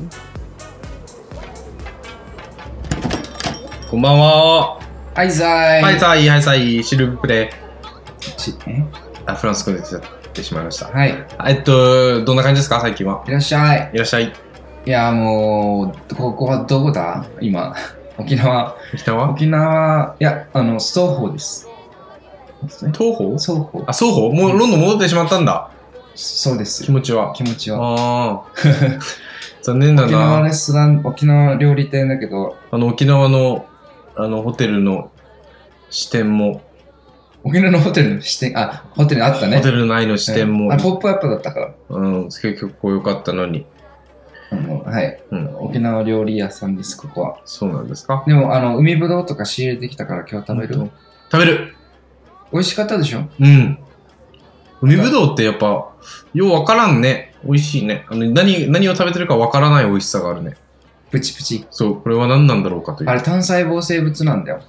こんばんは。 はいざーい。 はいさい、はいさい、シルブプレちえあ、フランス語で出ちゃってしまいました。 はい。いえっと、どんな感じですか、最近は。 らっしゃい。 いらっしゃい。 いや、もう、ここはどこだ今。沖縄。 沖縄沖縄、いや、あの、双方です。 東方双方。 あ、双方もうロンドン戻ってしまったんだ。 そうです。 気持ちは。 気持ちは。 ああ。残念だ沖縄な。 レストラン、沖縄料理店だけど、 あの、沖縄の、あの、ホテルの支店も、 沖縄のホテルの支店、あ、ホテルにあったね。 ホテル内の支店も、 あ、ポップアップだったから。 うん、結構良かったのに。 あのはい。 うん。 沖縄料理屋さんです、ここは。 そうなんですか。 でも、あの、海ぶどうとか仕入れてきたから今日食べる。 本当食べる。 美味しかったでしょ？ うん。海ぶどうってやっぱ、ようわからんね。美味しいね。あの、何、何を食べてるかわからない美味しさがあるね。 プチプチ。 そう、これは何なんだろうかという。 あれ、単細胞生物なんだよ。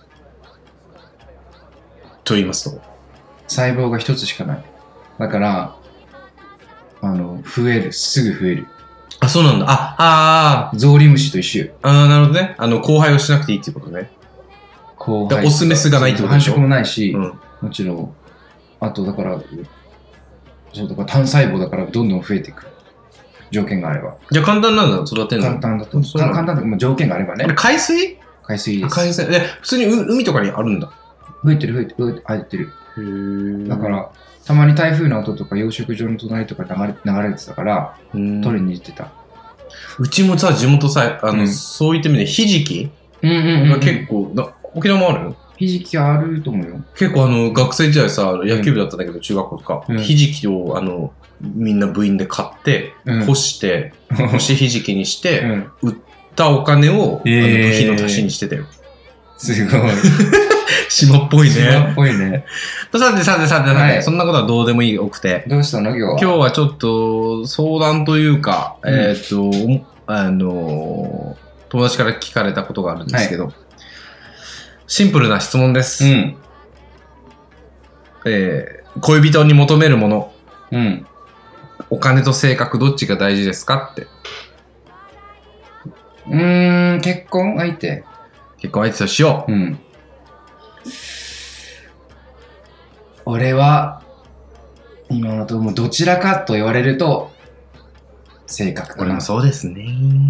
と言いますと。 細胞が一つしかない。だから、あの、増える。すぐ増える。 あ、そうなんだ。あ、あーゾウリムシと一緒よ。 あー、なるほどね。あの、交配をしなくていいっていうことね。 こだからオスメスがないってことでしょ繁殖もないし、 うん。 もちろん、あとだから、そうだから単細胞だからどんどん増えていく。条件があれば。 じゃあ簡単なんだ、育てるの。 簡単だと。 そうなの簡単だと、まあ条件があればねあれ、。海水海水です。 海水。で、普通にう海とかにあるんだ。 増えてる増えてる、入ってる。 へーだか、ら、たまに台風の音とか養殖場の隣とか流れ流れてたから、 うん取りに行ってた。 うちもさ、地元さ、あの、 うんそういった意味で、ひじきうんうんが結構、な沖縄もあるひじきあると思うよ。 結構あの、学生時代さ、野球部だったんだけど、中学校とか、 うんひじきを、あの、みんな部員で買って、 うん干して、干しひじきにしうて、 ん。 売ったお金を、 へーあの部費の足しにしてたよ。 すごい。 島っぽい島っね。 ぽいね。 さてさてさてさて、 はいそんなことはどうでもいい多くて、 どうしたの今日は。 今日はちょっと相談というか、 うんえっ、と、あのー友達から聞かれたことがあるんですけど、シンプルな質問です。 うん。 えー恋人に求めるもの、 うん。 お金と性格どっちが大事ですかって。 うーん、結婚相手。 結婚相手としよう。 うん。俺は、今のところもうどちらかと言われると、性格かな。 俺もそうですね。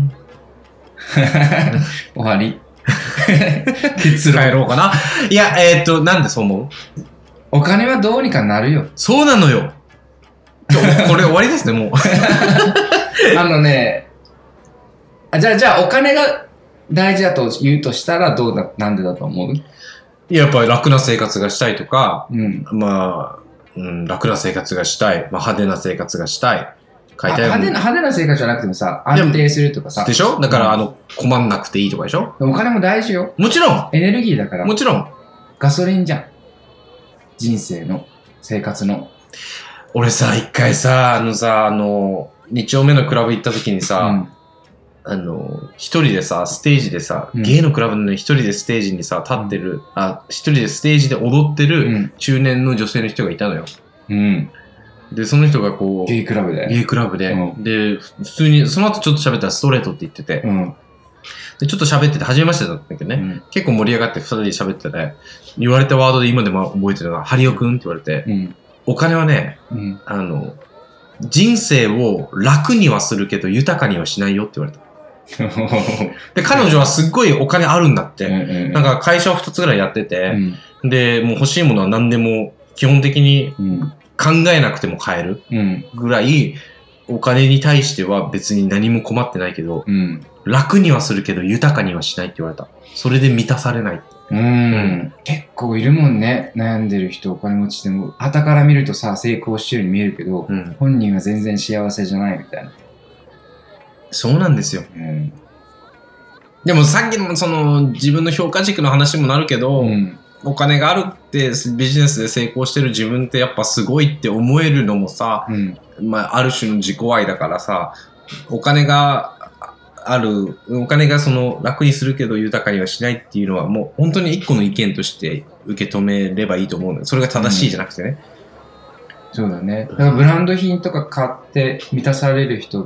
終わり。結論。 帰ろうかな。いや、えっ、と、なんでそう思う？ お金はどうにかなるよ。 そうなのよ。今日これ終わりですね、もう。 あのね、あじゃあ、じゃあお金が大事だと言うとしたらどうだ、なんでだと思う？ やっぱり楽な生活がしたいとか、 うん。 まあ、うん、楽な生活がしたい。まあ、派手な生活がしたい。買いたいもの派手な派手な生活じゃなくてもさ、 でも安定するとかさ。 でしょだから、 うんあの、困んなくていいとかでしょお金も大事よ。 もちろんエネルギーだから。 もちろんガソリンじゃん。人生の、生活の。 俺さ、一回さ、あのさ、あの、二丁目のクラブ行った時にさ、 うんあの、一人でさ、ステージでさ、 うんゲイのクラブのね、一人でステージにさ、立ってる、あ、一人でステージで踊ってうるん。 中年の女性の人がいたのよ。 うん。 で、その人がこう、 ゲイクラブで。 ゲイクラブで、 うんで、普通に、その後ちょっと喋ったらストレートって言ってて、 うん。 で、ちょっと喋ってて、初めましてだったんだけどね、 うん。 結構盛り上がって二人で喋っててね、言われたワードで今でも覚えてるのが、ハリオくんって言われて、 うん。 お金はね、 うん。 あの、人生を楽にはするけど豊かにはしないよって言われた。で、彼女はすっごいお金あるんだって。 うんなんか会社をふたつぐらいやってうて、 ん。 で、もう欲しいものは何でも基本的にうん。 考えなくても買えるうん。 ぐらい、お金に対しては別に何も困ってないけど、 うん。 楽にはするけど豊かにはしないって言われた。それで満たされない。 うん。結構いるもんね。悩んでる人、お金持ちでも。傍から見るとさ、成功してるように見えるけど、 うん。 本人は全然幸せじゃないみたいな。 そうなんですよ。 うん。 でもさっきのその自分の評価軸の話もなるけど、 うん。 お金があるってビジネスで成功してる自分ってやっぱすごいって思えるのもさ、 うん。 まあ、ある種の自己愛だからさ、お金がある、お金がその楽にするけど豊かにはしないっていうのはもう本当に一個の意見として受け止めればいいと思うのよ。それが正しいじゃなくてね。 そうだね。だからブランド品とか買って満たされる人って、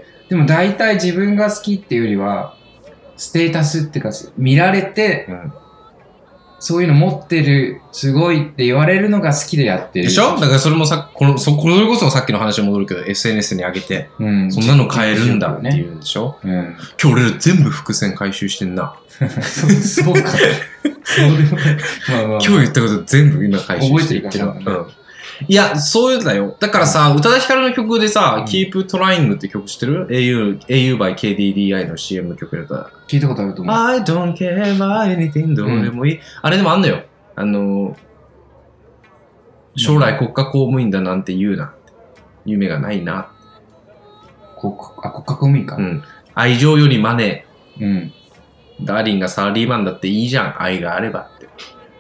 でも大体自分が好きっていうよりは、ステータスっていうか、見られて、 うん、 そういうの持ってる、すごいって言われるのが好きでやってる。 でしょ？だからそれもさ、この、そ、これこそさっきの話に戻るけど、エスエヌエス に上げて、 うん、 そんなの買えるんだっていうんでしょ？ うん、 今日俺ら全部伏線回収してんな。 そう、そうか。そうでもない。まあまあまあ、 今日言ったこと全部今回収していってる。 覚えてるからね。 うん。いや、そういうんだよ。だからさ、宇多田ヒカルの曲でさ、Keep Trying って曲知ってる？ au, au by ケーディーディーアイ の シーエム の曲だったら。 聞いたことあると思う。 I don't care about anything どうでもいい。うん、あれでもあんのよ。あの、将来国家公務員だなんて言うなって。夢がないな。 国あ国家公務員か。 うん。愛情よりマネー。うん。 ダーリンがサラリーマンだっていいじゃん。愛があればって。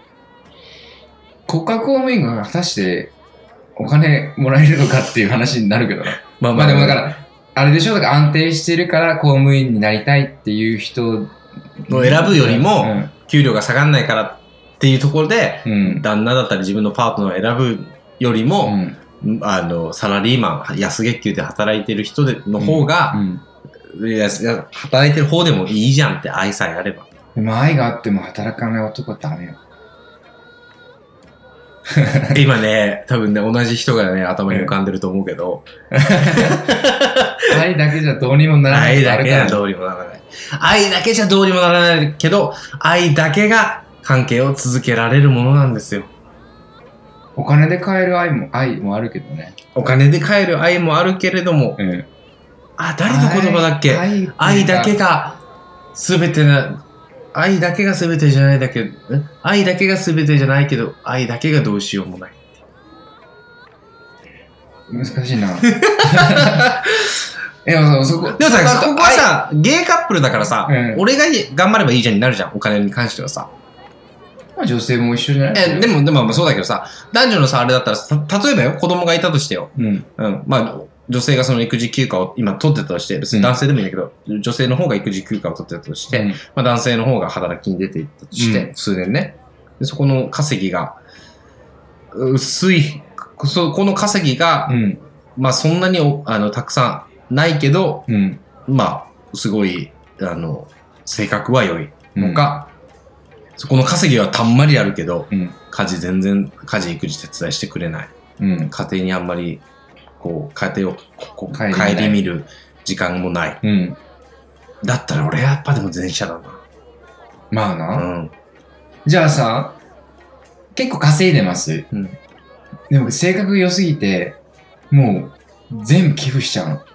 国家公務員が果たしてお金もらえるのかっていう話になるけどな。 まあまあでもだから、あれでしょ、だから安定してるから公務員になりたいっていう人を選ぶよりも、 うん、 給料が下がんないからっていうところで、 うん、 旦那だったり自分のパートナーを選ぶよりも、うん、あの、サラリーマン、安月給で働いてる人での方が、うんうん、いや働いてる方でもいいじゃんって愛さえあれば。 でも愛があっても働かない男はダメよ。 今ね、多分ね、同じ人がね、頭に浮かんでると思うけど。 愛だけじゃどうにもならない。 愛だけじゃどうにもならない。愛だけじゃどうにもならないけど、愛だけが関係を続けられるものなんですよ。 お金で買える愛も、愛もあるけどね。 お金で買える愛もあるけれども、うん、あ、誰の言葉だっけ？愛、愛だけが全てな、愛だけが全てじゃないだけど、愛だけが全てじゃないけど、愛だけがどうしようもない。 難しいな。でもそこ、 でもさ、ここはさ、ゲイカップルだからさ、うん、俺が頑張ればいいじゃんになるじゃん、お金に関してはさ。 まあ女性も一緒じゃない？ え、でも、でもそうだけどさ、男女のさ、あれだったらさ、例えばよ、子供がいたとしてよ。うん。うん。まあ、女性がその育児休暇を今取ってたとして、別に男性でもいいんだけど、うん、女性の方が育児休暇を取ってたとして、うん、まあ男性の方が働きに出ていったとして、うん、数年ね。でそこの稼ぎが、薄い、そこの稼ぎが、うん、まあそんなにあのたくさんないけど、うん、まあすごい、あの、性格は良いのか、うん、そこの稼ぎはたんまりあるけど、うん、家事全然、家事育児手伝いしてくれない。うん、家庭にあんまり、こう、家庭をこう顧みる時間もない。うん、だったら俺はやっぱでも前者だな。 まあな。うん、じゃあさ、結構稼いでます。うん、でも性格良すぎて、もう全部寄付しちゃうの。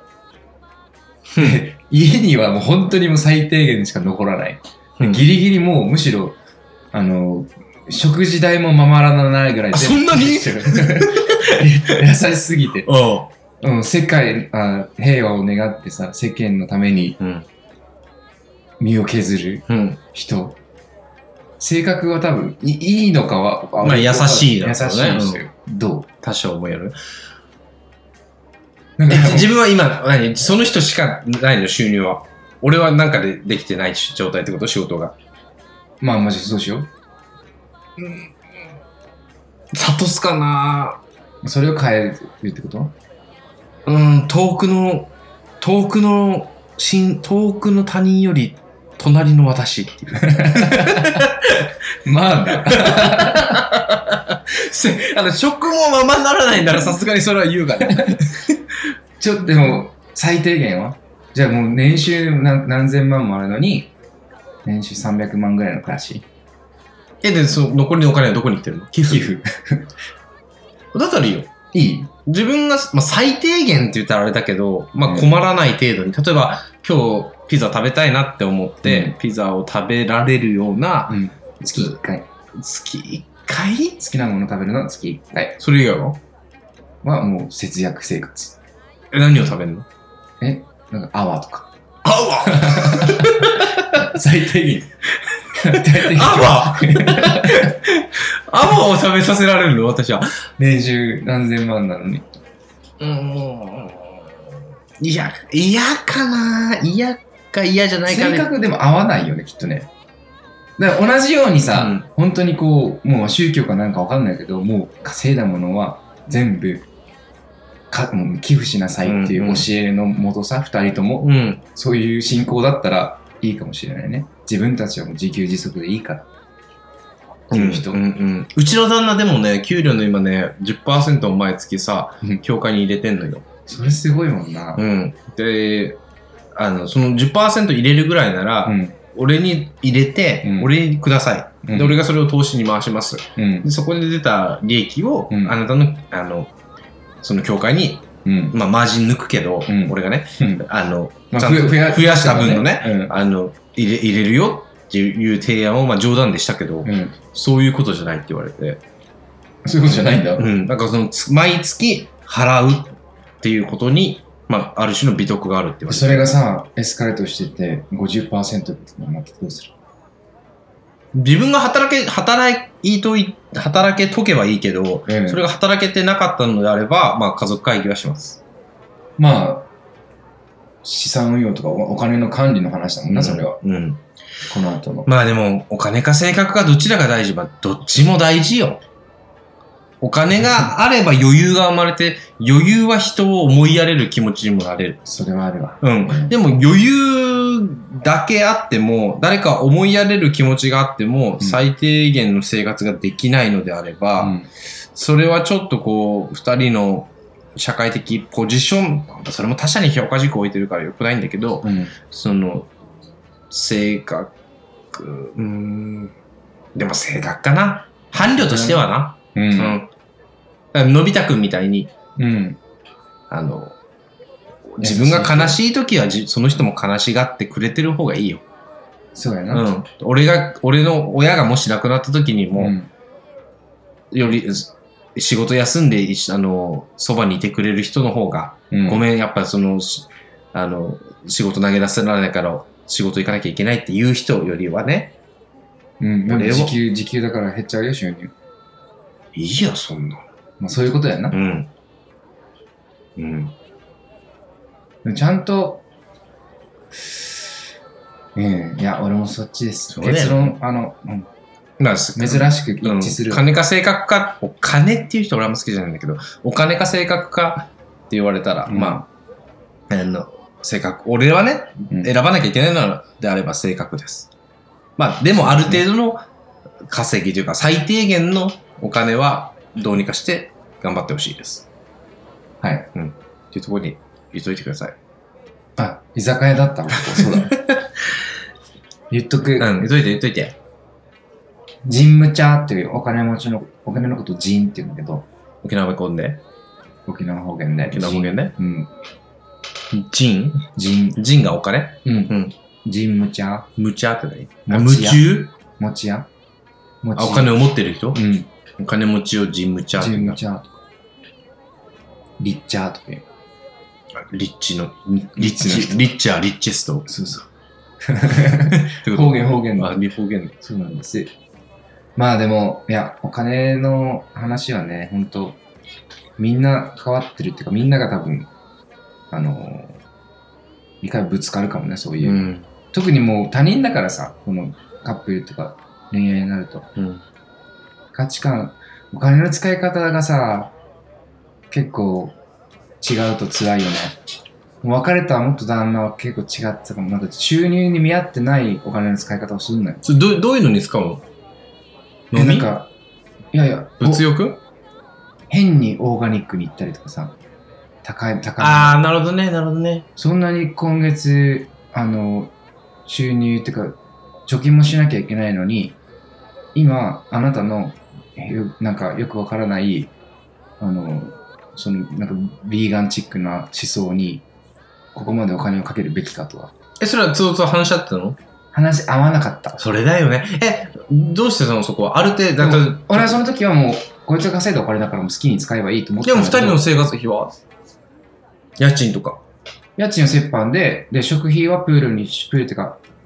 家にはもう本当にもう最低限しか残らない。うん、ギリギリもうむしろ、あの、食事代もままらないぐらいそんなに優しすぎて。うん、世界あ、平和を願ってさ、世間のために身を削る人。うん、性格は多分いいいのかは、 まあ優しいだろうね。 優しいですよ。うん、どう多少思える。なんか自分は今、何その人しかないの収入は。俺はなんかでできてない状態ってこと仕事が。 まあ、マジそうしよう。 うん。諭すかなそれを変えるってこと？ うん、遠くの、遠くの、遠くの他人より隣の私っていう。 まあな。 あの、職もままならないならさすがにそれは言うがね。 ちょっとでも、最低限はじゃあもう年収 何, 何千万もあるのに、年収さんびゃくまんぐらいの暮らし。 え、で、その残りのお金はどこに行ってるの？寄付。寄付。だったらいいよ。 いい？ 自分が、まあ、最低限って言ったらあれだけど、まあ困らない程度に、例えば今日ピザ食べたいなって思って、うん、ピザを食べられるような、うん、 月いっかい。 月いっかい？ 好きなもの食べるのは月いっかい。 それ以外は？ はもう節約生活。 え、何を食べるの？ え、なんか泡とか。 泡最低限。 アマアマを食べさせられるの私は。 年収何千万なのに。 うーん。いや、嫌かな嫌か嫌じゃないか性格でも合わないよね、きっとね。だから同じようにさ、 うん本当にこう、もう宗教かなんかわかんないけど、もう稼いだものは全部かもう寄付しなさいっていう教えのもとさ、二、人とも、 うん。 そういう信仰だったらいいかもしれないね。自分たちはもう自給自足でいいから。っていう人。 うんうんうん。うちの旦那でもね、給料の今ね、じゅっパーセントを毎月さうん、 教会に入れてんのよ。 それすごいもんな。 うん。で、あの、その じゅっパーセント 入れるぐらいなら、 うん。に、 俺に入れて、 うん俺にください。 うんで、俺がそれを投資に回します。 うんで、そこで出た利益を、 うんあなたの、あの、その教会に、 うん。 まあ、マージン抜くけど、 うん俺がね、 うん。 あの、 まあちゃんと増や増やした分のね、 うん。 あの、入れ、入れるよっていう提案を、まあ、冗談でしたけど、 うん。 そういうことじゃないって言われて、 そういうことじゃないんだ。 うん。なんかその、つ毎月払うっていうことに、まあ、ある種の美徳があるって言われて。 それがさ、エスカレートしてて ごじゅっパーセント になってどうする？ 自分が働け、働いとい、働けとけばいいけど、 うんそれが働けてなかったのであれば、まあ、家族会議はします。 まあ、資産運用とかおお金の管理の話だもんな、それは。 うん。 この後の。 まあでも、お金か性格かどちらが大事か、どっちも大事よ。お金があれば余裕が生まれて、余裕は人を思いやれる気持ちにもなれる。 それはあるわ。 うん。でも余裕だけあっても、誰か思いやれる気持ちがあっても、 うん最低限の生活ができないのであれば、 うん。 それはちょっとこう、二人の社会的ポジション、それも他者に評価軸を置いてるから良くないんだけど、 うん。 その、性格、うーん、でも性格かな。伴侶としてはな。 う。 うんん。だからのび太くんみたいに、 うん。 あの、自分が悲しい時はじその人も悲しがってくれてる方がいいよ。 そうやな。 うん。俺が、俺の親がもし亡くなった時にも、 うん。 より、仕事休んで、一緒あの、そばにいてくれる人の方が、 うん。 ごめん、やっぱその、しあの、仕事投げ出せられないから、仕事行かなきゃいけないっていう人よりはね、 うん。 俺を時給、時給だから減っちゃうよ、収入。 いいや、そんな。 まあそういうことやなう。ん。うん。 でもちゃんと、うん。いや、俺もそっちです。 そうだよね結論、あの、うんまあ、 珍しく一致するうん。金か性格か、お金っていう人俺あんま好きじゃないんだけど、お金か性格かって言われたら、 うんまあ、あの、性格。俺はね、 うん選ばなきゃいけないのであれば性格です。まあ、でもある程度の稼ぎというか、最低限のお金はどうにかして頑張ってほしいです。 はい。 っていうところに言っといてください。 あ、居酒屋だったわ。そうだ。言っとく。 うん、言っといて言っといて。 ジンムチャーっていうお金持ちの、お金のことをジンって言うんだけど、 沖縄弁で。 沖縄方言で。 沖縄方言で。 うん。 ジンジン。 ジンがお金うん。 うん。 ジンムチャー。 無茶って何あ、夢持ち屋中持ち屋持ちあ、お金を持ってる人うん。 お金持ちをジンムチャーってジ言うんだンムチャーとか。リッチャーとかいう。 リッチの、リッリッチのチ、 人リッチャー、リッチェスト。 そうそう。 ってこと方言方言あ、リ方言。 そうなんです。まあでも、いや、お金の話はね、ほんと、みんな変わってるっていうか、みんなが多分、あの、一回ぶつかるかもね、そういう。 うん。 特にもう他人だからさ、このカップルとか恋愛になると。 うん。 価値観、お金の使い方がさ、結構違うと辛いよね。もう別れた元旦那は結構違ってたかも。なんか収入に見合ってないお金の使い方をするのよ。 それどうどういうのに使うのえ、 飲みなんか、いやいや、 物欲変にオーガニックに行ったりとかさ、高い、高い。 あー、なるほどね、なるほどね。 そんなに今月、あの、収入っていうか、貯金もしなきゃいけないのに、今、あなたの、よなんかよくわからない、あの、その、なんか、ビーガンチックな思想に、ここまでお金をかけるべきかとは。 え、それはずっと話し合ってたの話し合わなかった。 それだよね。え、どうしてたのそこは。ある程度、だでも俺はその時はもう、こいつが稼いだお金だからもう好きに使えばいいと思ってでもたんだけど。 二人の生活費は家賃とか。 家賃は折半で、で、食費はプールに、プールっていうか、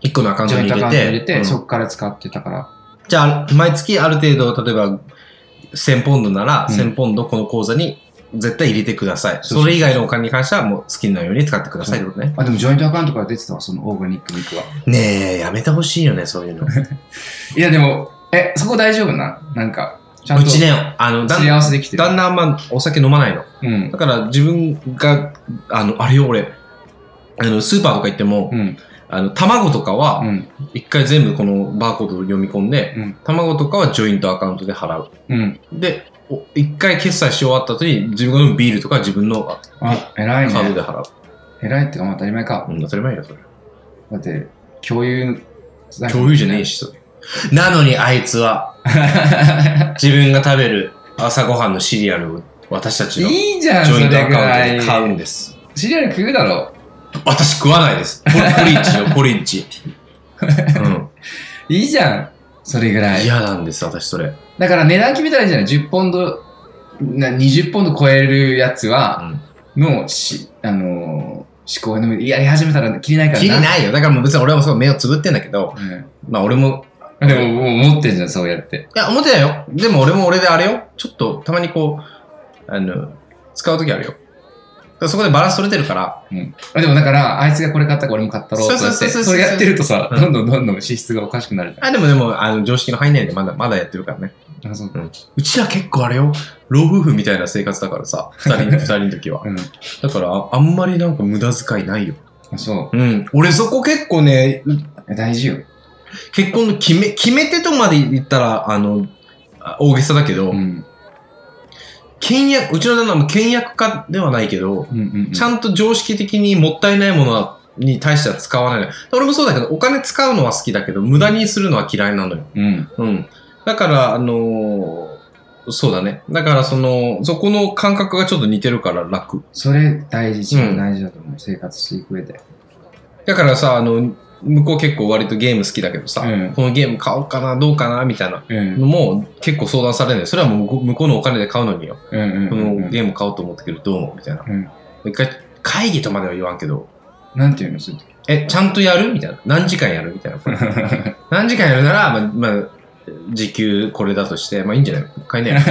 一個のアカウンジョイントアカウントトに入れて、 に入れて、 うんそこから使ってたから。 じゃあ、毎月ある程度、例えば、せんポンドなら、 うんせんポンドこの口座に絶対入れてください。 そうそうそうそれ以外のお金に関してはもう好きなように使ってくださいってことね。 あ、でもジョイントアカウントから出てたわ、そのオーガニック肉は。 ねえ、やめてほしいよね、そういうの。 いや、でも、え、そこ大丈夫ななんか、ちゃんと。 うちね、あの、だすり合わせできてる。 旦那あんまお酒飲まないの。 うんだ。から自分が、あの、あれよ、俺、あの、スーパーとか行っても、 うん。 あの、卵とかはう、ん。 一回全部このバーコードを読み込んで、 うん卵とかはジョイントアカウントで払う。 うん。 で、お一回決済し終わった後に、自分のビールとか自分のあ、偉いね。 カードで払う。 偉いってか、まあ当たり前か。 うん、当たり前よ、それ。 だって、共有。 共有じゃねえし、それ。なのにあいつは、自分が食べる朝ごはんのシリアルを私たちのジいいじゃん、そョイントアれぐらいカウントで。買うんです。 シリアル食うだろ。 私食わないです。ポポリッチよ、ポリッチ。うん。 いいじゃん、それぐらい。 嫌なんです、私それ。 だから値段決めたらいいんじゃない ?じゅう ポンド、なにじゅうポンド超えるやつうは、 ん。 の、し、あのー、思考のやり始めたら切りないからな。 きりないよ。だからもう別に俺はそう目をつぶってんだけど、 うん。 まあ俺も、 でももう持ってんじゃん、そうやって。 いや、思ってないよ。でも俺も俺であれよ。ちょっとたまにこう、あの、使うときあるよ。だからそこでバランス取れてるから、 うん。あでもだから、あいつがこれ買ったから俺も買ったろうとかって、 そうそうそうそうそれやってるとさ、 うんどんどんどんどん資質がおかしくなるじゃん。 あ、でもでも、あの、常識の範囲内でまだ、まだやってるからね。 あ、そう。 うちら結構あれよ。老夫婦みたいな生活だからさ、二人、二人の時は。 うん。 だからあ、あんまりなんか無駄遣いないよ。 あ、そうん。俺そこ結構ね、 う。え大事よ。 結婚の決め、決め手とまで言ったら、あの、あ大げさだけど、 うん。 倹約、うちの旦那も倹約家ではないけど、 うんうん、うん。 ちゃんと常識的にもったいないものに対しては使わない。俺もそうだけど、お金使うのは好きだけど、無駄にするのは嫌いなのよ。 うん。 うん。だから、あのーそうだね。だから、その、そこの感覚がちょっと似てるから楽。 それ大事、一番大事だと思う。生活していく上で。 だからさ、あの、向こう結構割とゲーム好きだけどさ、 うんこのゲーム買おうかな、どうかな、みたいなうん。 のも結構相談されるんだよ。それはもう向こう向こうのお金で買うのによ。 うんうんこうんうん。 のゲーム買おうと思ったけど、どうもみたいな。 うん。 一回、会議とまでは言わんけど、 なんていうのすると。 え、ちゃんとやるみたいな。何時間やるみたいな。何時間やるなら、まあ、まあ、時給これだとして、まあいいんじゃない買いなよ。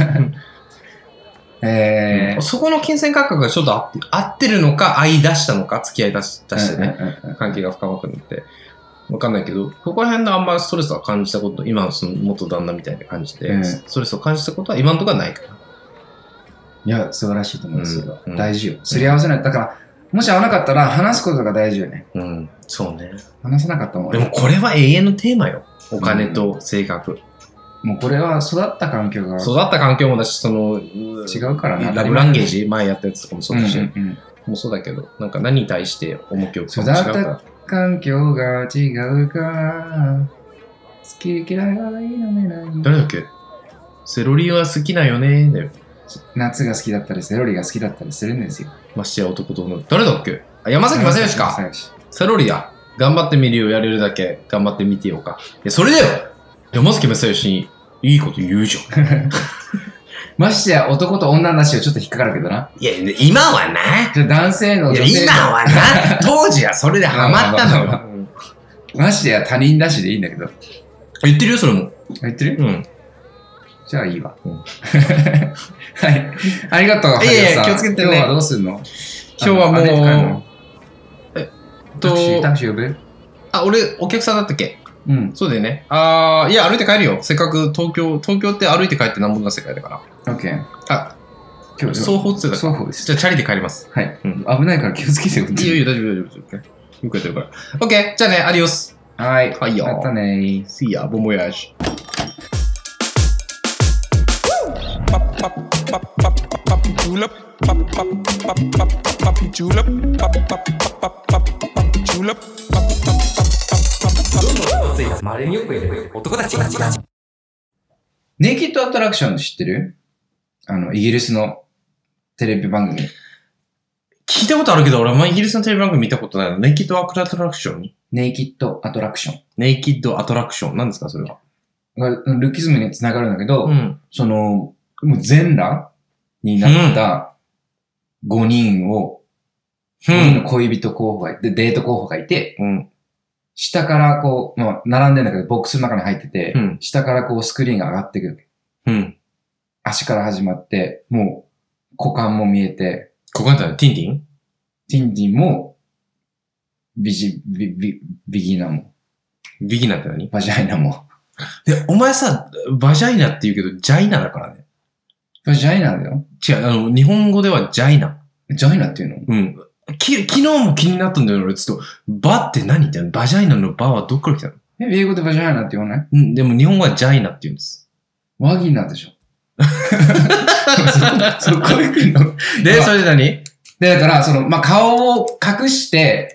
えー。 そこの金銭価格がちょっと合って合ってるのか、合い出したのか、付き合い出し出してね、 うんうんうん関係が深まくなって、わかんないけど、ここら辺のあんまストレスは感じたこと、今のその元旦那みたいな感じで、 うんストレスを感じたことは今のところはないから。 いや、素晴らしいと思いますよ。 うん大事よ。すり合わせない。だから、もし合わなかったら話すことが大事よね。 うん、そうね。 話さなかったもん。 でもこれは永遠のテーマよ。お金と性格。 もうこれは育った環境が育った環境もだし、その、 違うからな。 ラブランゲージ、前やったやつとかもそうだし、 うんうんうんもうそうだけど、なんか何に対して重きを置くか育っも違うからた。環境が違うから、好き嫌いはいいのねない。 誰だっけセロリは好きなよねだよ。 夏が好きだったり、セロリが好きだったりするんですよ。 ましてや男と女。誰だっけあ山崎正義か。 正義セロリや。頑張ってみるよ、やれるだけ。頑張ってみてよか。いや、それだよ山崎正義にいいこと言うじゃん。 ましてや男と女なしはちょっと引っかかるけどな。 いや、今はな。 じゃあ男性のいや、 女性の今はな。当時はそれでハマったのまあまあまあよ。 ましてや他人だしでいいんだけど。 言ってるよ、それも。 言ってるうん。 じゃあいいわ。 うんはい。ありがとう。 いやいやハリオさん気をつけてね今日はどうすんの今日はもうあのあれ帰るのタクシー、 とタクシー呼ぶあ、俺、お客さんだったっけうん。 そうだよね。あー、いや、歩いて帰るよ。せっかく東京、東京って歩いて帰ってなんぼな世界だから。 オッケー。 あ、 今日、 双方通だから。 双方です。 じゃあ、チャリで帰ります。 はい。 うん危ないから気をつけてよ。 いいよいいよ、大丈夫、大丈夫、大丈夫。よくやってるから。オッケー、じゃあね、アディオス。 はい。 はいよまたねー。 See ya, bon voyage. Julep, pop, pop, pop, pop, pop, julep, pop, pop, pop, pop, pop, julep, pop, pop, pop, pop, pop. ついつまれによくいる男たち。 ネイキッドアトラクション知ってるあの、イギリスのテレビ番組。 聞いたことあるけど、俺あんまイギリスのテレビ番組見たことないの。ネイキッドアトラクションネイキッドアトラクション。 ネイキッドアトラクション。何ですか、それは。 ルッキズムにつながるんだけど、 ん。 その、もう全裸になったごにんを、 うごにんのん。 恋人候補がいて、デート候補がいて、 うん。 下からこう、まあ、並んでんだけど、ボックスの中に入ってて、 うん下からこうスクリーンが上がってくる。 うん。 足から始まって、もう、股間も見えて、 ここなんだね、ティンティンティンティンも、ビジ、ビ、ビ、ビギナも、 ビギナって何バジャイナも。 で、お前さ、バジャイナって言うけど、ジャイナだからね。 バジャイナだよ。 違う、あの、日本語ではジャイナ。 ジャイナっていうのうん。き、昨日も気になったんだよ、俺。ちょっと、バって何ってバジャイナのバはどっから来たの？ え、英語でバジャイナって言わない？ うん、でも日本語はジャイナって言うんです。 ワギナでしょ。そ、そこへ来るの。 で、それで何？ で、だから、その、まあ、顔を隠して、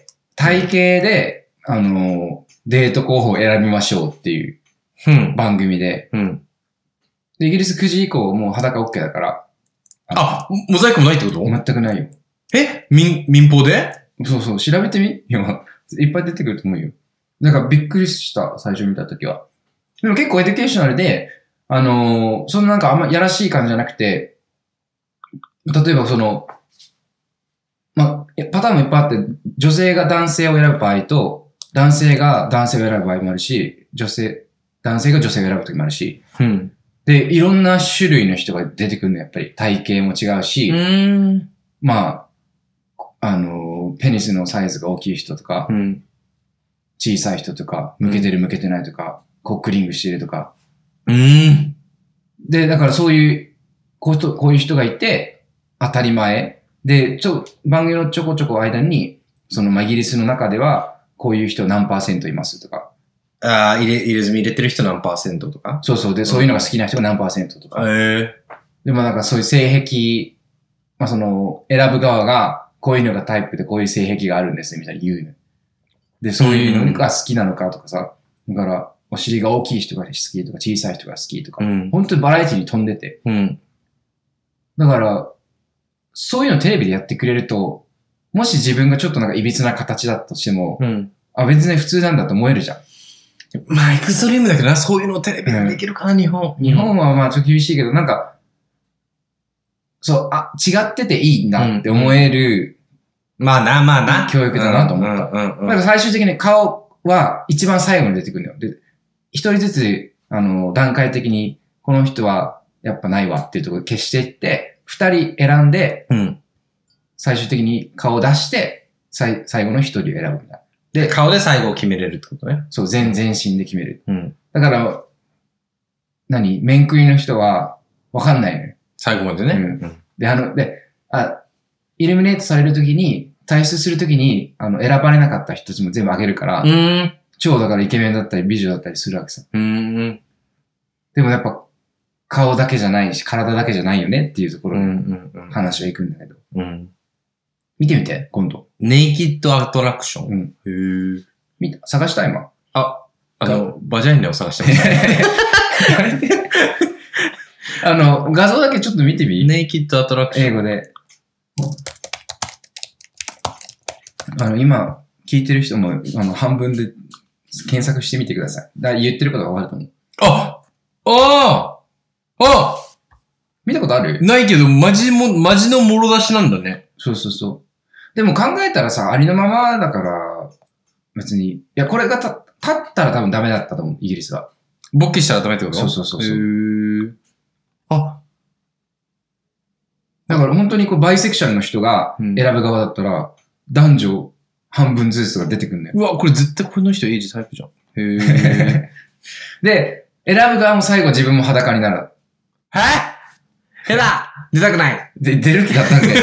体型で、あの、デート候補を選びましょうっていううん。 番組で、 うん。 でイギリスくじ以降もう裸 OK だから。 あ、モザイクもないってこと？ 全くないよ。 え民、民放で？ そうそう、調べてみ今、いっぱい出てくると思うよ。だからびっくりした、最初見たときは。でも結構エデュケーショナルで、あのー、そんななんかあんまやらしい感じじゃなくて、例えばその、まあ、パターンもいっぱいあって、女性が男性を選ぶ場合と、男性が男性を選ぶ場合もあるし、女性、男性が女性を選ぶときもあるし、 うん。 で、いろんな種類の人が出てくるの、やっぱり。体型も違うし、 ーん。 まあ、あの、ペニスのサイズが大きい人とか、 うん。 小さい人とか、向けてる向けてないとか、コックリングしてるとか。 うーん。 で、だからそういう、こういう人、こういう人がいて、当たり前。で、ちょ、番組のちょこちょこ間に、その、まあ、イギリスの中では、こういう人何パーセントいますとか。 ああ、入れ、入れ墨入れてる人何パーセントとか？ そうそう。で、そういうのが好きな人が何パーセントとか。 へえ。 でもなんかそういう性癖、まあその、選ぶ側が、こういうのがタイプでこういう性癖があるんですみたいに言うの。で、そういうのが好きなのかとかさ。だから、お尻が大きい人が好きとか、小さい人が好きとか。 うん。 本当にバラエティに飛んでて。 うん。 だから、そういうのテレビでやってくれると、もし自分がちょっとなんか歪な形だとしても、 うん。 あ、別に普通なんだと思えるじゃん。 まあ、エクストリームだけどな、そういうのをテレビでできるかな、日本。 日本はまあちょっと厳しいけど、なんか、そう、あ、違ってていいんだって思える、 まあな、まあな。 教育だなと思った。 うんうんうんだから最終的に顔は一番最後に出てくるのよ。で、一人ずつ、あの、段階的に、この人はやっぱないわっていうところを消していって、二人選んで、 うん。 最終的に顔を出して、最最後の一人を選ぶみたいな。 で、顔で最後を決めれるってことね。 そう、全全身で決める。 うん。 だから、何面食いの人はわかんないのよ。 最後までね。 うんで、あの、で、あ、イルミネートされるときに、退出するときに、あの、選ばれなかった人たちも全部あげるから、 うーん。 超だからイケメンだったり美女だったりするわけさ。 うーん。 でもやっぱ、顔だけじゃないし、体だけじゃないよねっていうところにうんうんうん。 話は行くんだけど。 うん。 見てみて、今度。 ネイキッドアトラクション。 うん。 へー。 見た探した今。 あ、あの、バジャイナを探してます。 あの、画像だけちょっと見てみ、 ネイキッドアトラクション。 英語で。あの、今、聞いてる人も、あの、半分で検索してみてください。だから言ってることがわかると思う。 ああああ見たことある？ ないけど、マジも、マジのもろ出しなんだね。 そうそうそう。でも考えたらさ、ありのままだから、別に、いや、これがた、立ったら多分ダメだったと思う、イギリスは。 勃起したらダメってこと？ そうそうそうそうへー。あ、 だから本当にこう、バイセクシャルの人がうん選ぶ側だったら、男女半分ずつとか出てくるんだよ。 うわ、これ絶対この人エイジタイプじゃん。へー。 で、選ぶ側も最後自分も裸になる。 えへだ出たくない。 で、出る気だったんで。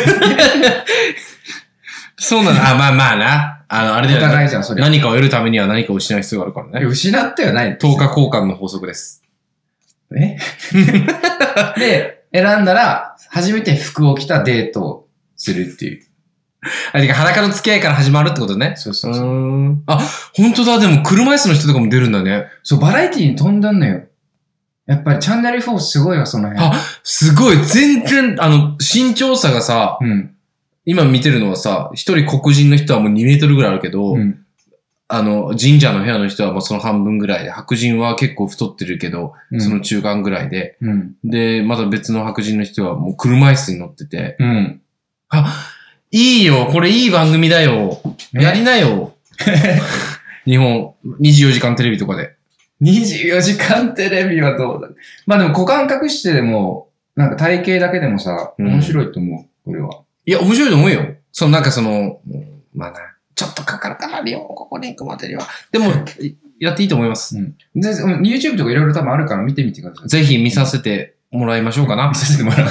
そうなんだ。あ、まあまあな。あの、あれだよお互いじゃんそれ何かを得るためには何かを失う必要があるからね。 失ってはない。 等価交換の法則です。 えで、選んだら、初めて服を着たデートをするっていう。 あ、てか裸の付き合いから始まるってことね。 そうそうそう。 うーん。あ、本当だ。でも車椅子の人とかも出るんだね。 そう、バラエティに飛んだんのよ。やっぱりチャンネルフォーすごいわ、その辺。 あ、すごい。全然、あの、身長差がさ、 うん。 今見てるのはさ、一人黒人の人はもうにメートルぐらいあるけど、 うん。 あの、神社の部屋の人はもうその半分ぐらいで、白人は結構太ってるけど、 うんその中間ぐらいで、 うん。 で、また別の白人の人はもう車椅子に乗ってて、 うん。 あ、いいよ、これいい番組だよ。 ねやりなよ。 日本、にじゅうよじかんテレビとかで。 にじゅうよじかんテレビはどうだ。まあでも股間隠してでも、なんか体型だけでもさ、 うん面白いと思う、これは。 いや、面白いと思うよ。そのなんかその、まあな、ちょっとかかるかな、リオン、ここに行くまでには。でも、やっていいと思います。 うん。で、YouTube とかいろいろ多分あるから見てみてください。 ぜひ見させてもらいましょうかな。 見させてもらう。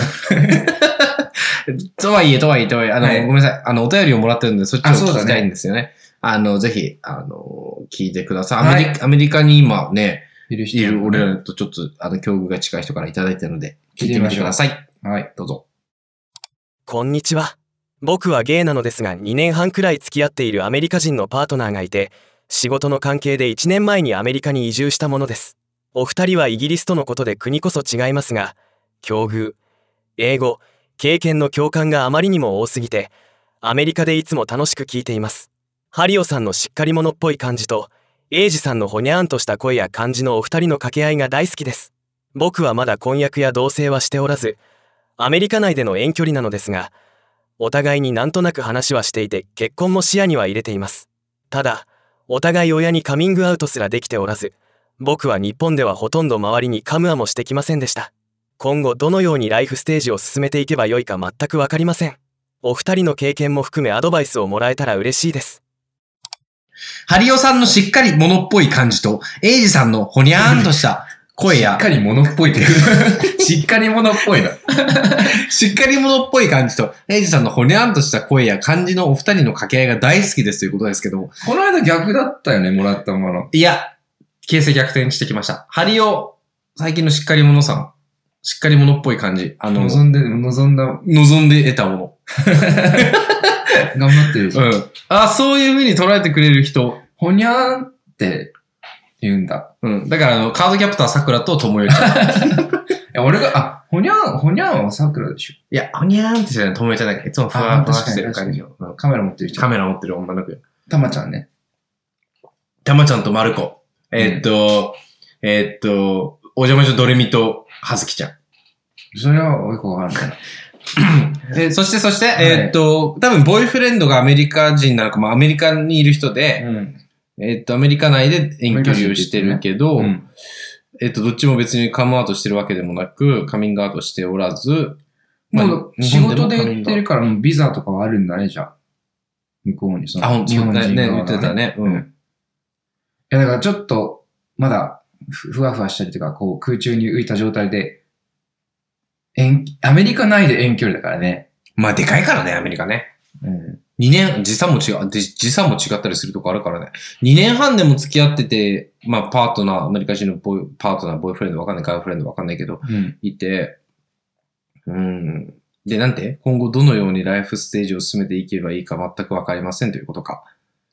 とはいえ、とはいえ、とはいえ、あの、 はいごめんなさい。あの、お便りをもらってるんで、そっちをあそうだね聞きたいんですよね。あの、ぜひ、あの、聞いてください。 はいアメリカ、アメリカに今ね、 いる人いる俺らとちょっと、あの、境遇が近い人からいただいてるので、聞いてみてください。 はい。 どうぞ。 こんにちは。僕はゲイなのですがにねんはんくらい付き合っているアメリカ人のパートナーがいて、仕事の関係でいちねんまえにアメリカに移住したものです。お二人はイギリスとのことで国こそ違いますが、境遇、英語、経験の共感があまりにも多すぎて、アメリカでいつも楽しく聞いています。ハリオさんのしっかり者っぽい感じと、エイジさんのほにゃーんとした声や感じのお二人の掛け合いが大好きです。僕はまだ婚約や同棲はしておらず、アメリカ内での遠距離なのですが、お互いになんとなく話はしていて結婚も視野には入れています。ただ、お互い親にカミングアウトすらできておらず、僕は日本ではほとんど周りにカムアもしてきませんでした。今後どのようにライフステージを進めていけばよいか全くわかりません。お二人の経験も含めアドバイスをもらえたら嬉しいです。 ハリオさんのしっかり者っぽい感じと、エイジさんのほにゃーんとした声や、 しっかり物っぽいっていう。しっかり物っぽいな。 しっかり者っぽい感じと、エイジさんのほにゃーんとした声や感じのお二人の掛け合いが大好きですということですけども、 この間逆だったよね、もらったもの。 いや、形勢逆転してきました。ハリオ、最近のしっかり者さん、しっかり者っぽい感じ、あの、 望んで、望んだ、 望んで得たもの。 頑張ってるじゃん。 うん。あ、そういう風に捉えてくれる人。 ほにゃーんって言うんだ。 うん。だから、あの、カードキャプター桜とともよちゃん。 いや、俺が、あ、ほにゃーん、ほにゃーんは桜でしょ。 いや、ほにゃーんってじゃない、ともよちゃんだけど、いつもふわふわしてる感じの。うんカメラ持ってる人。 カメラ持ってる女の子よ。 たまちゃんね。 たまちゃんとまる子。えーっと、えーっと、お邪魔女ドレミとはずきちゃん。 それはよくわからない。 えそして、そして、えーっと、多分、ボーイフレンドがアメリカ人なのか、まあ、アメリカにいる人で、 うん。 えーっと、アメリカ内で遠距離をしてるけど、 うん。 えーっと、どっちも別にカムアウトしてるわけでもなく、カミングアウトしておらず、まあもう、仕事で言ってるから、もうビザとかはあるんだね、じゃあ。向こうに、その、 あ、ほんと、 日本人ね、 側が言ってたね。うん。 いや、だからちょっと、まだふ、ふわふわしたりとか、こう、空中に浮いた状態で、遠、アメリカ内で遠距離だからね。 まあ、でかいからね、アメリカね。 うん。 にねん、時差も違う、で時差も違ったりするとこあるからね。にねんはんでも付き合ってて、まあ、パートナー、アメリカ人のボーイパートナー、ボーイフレンドわかんない、ガールフレンドわかんないけど、 うん。 いて、うん。で、なんて今後どのようにライフステージを進めていけばいいか全くわかりませんということか。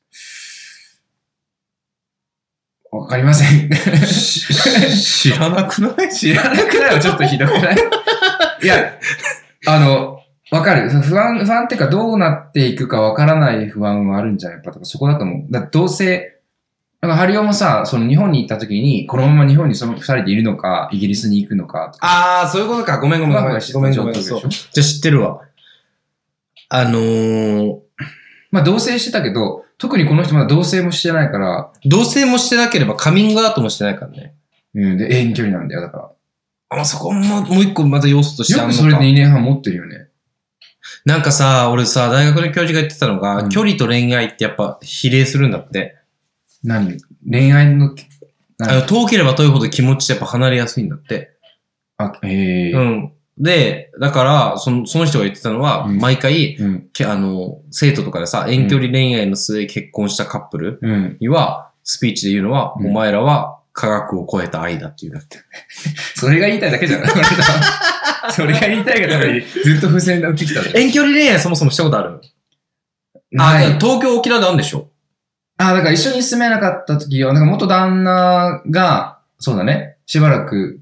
わかりません。 知らなくない知らなくないはちょっとひどくないいや、あの、わかる。不安、不安っていうかどうなっていくかわからない不安はあるんじゃないやっぱそこだと思う。だってどうせ、なんかハリオもさ、その日本に行った時に、このまま日本にその二人でいるのか、イギリスに行くのかとか。 ああ、そういうことか。ごめんごめんごめん。ごめんごめん。そう。じゃあ知ってるわ。あのー、 まあ同棲してたけど、特にこの人まだ同棲もしてないから、 同棲もしてなければカミングアウトもしてないからね。 うん、で、遠距離なんだよ、だかあ、そこも、もう一個また要素としてら。 あるのか。 よくそれでにねんはん持ってるよね。 なんかさ、俺さ、大学の教授が言ってたのが、 うん距離と恋愛ってやっぱ比例するんだって。 何恋愛の、 あの、遠ければ遠いほど気持ちってやっぱ離れやすいんだって。 あ、ええう。ん。で、だから、その、その人が言ってたのは、 うん毎回、 うん。 けあの、生徒とかでさ、遠距離恋愛の末結婚したカップルうん。 には、スピーチで言うのは、 うんお前らは科学を超えた愛だって言うんだって。 それが言いたいだけじゃないそれが言いたいがためにずっと付箋で打ってきたの。 遠距離恋愛そもそもしたことあるない。 あ、東京、沖縄であるんでしょあ、だから一緒に住めなかった時は、なんか元旦那が、そうだね、しばらく、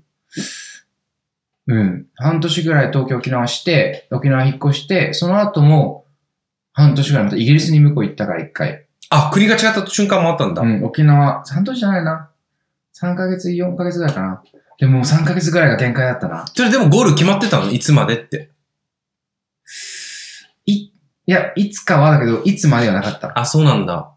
うん、半年ぐらい東京沖縄して、沖縄引っ越して、その後も、半年ぐらいまたイギリスに向こう行ったから一回。 あ、国が違った瞬間もあったんだ。 うん、沖縄、半年じゃないな。さんかげつ、よんかげつぐらいかな。でもさんかげつぐらいが限界だったな。 それでもゴール決まってたのいつまでって。 い、いや、いつかはだけど、いつまではなかった。 あ、そうなんだ。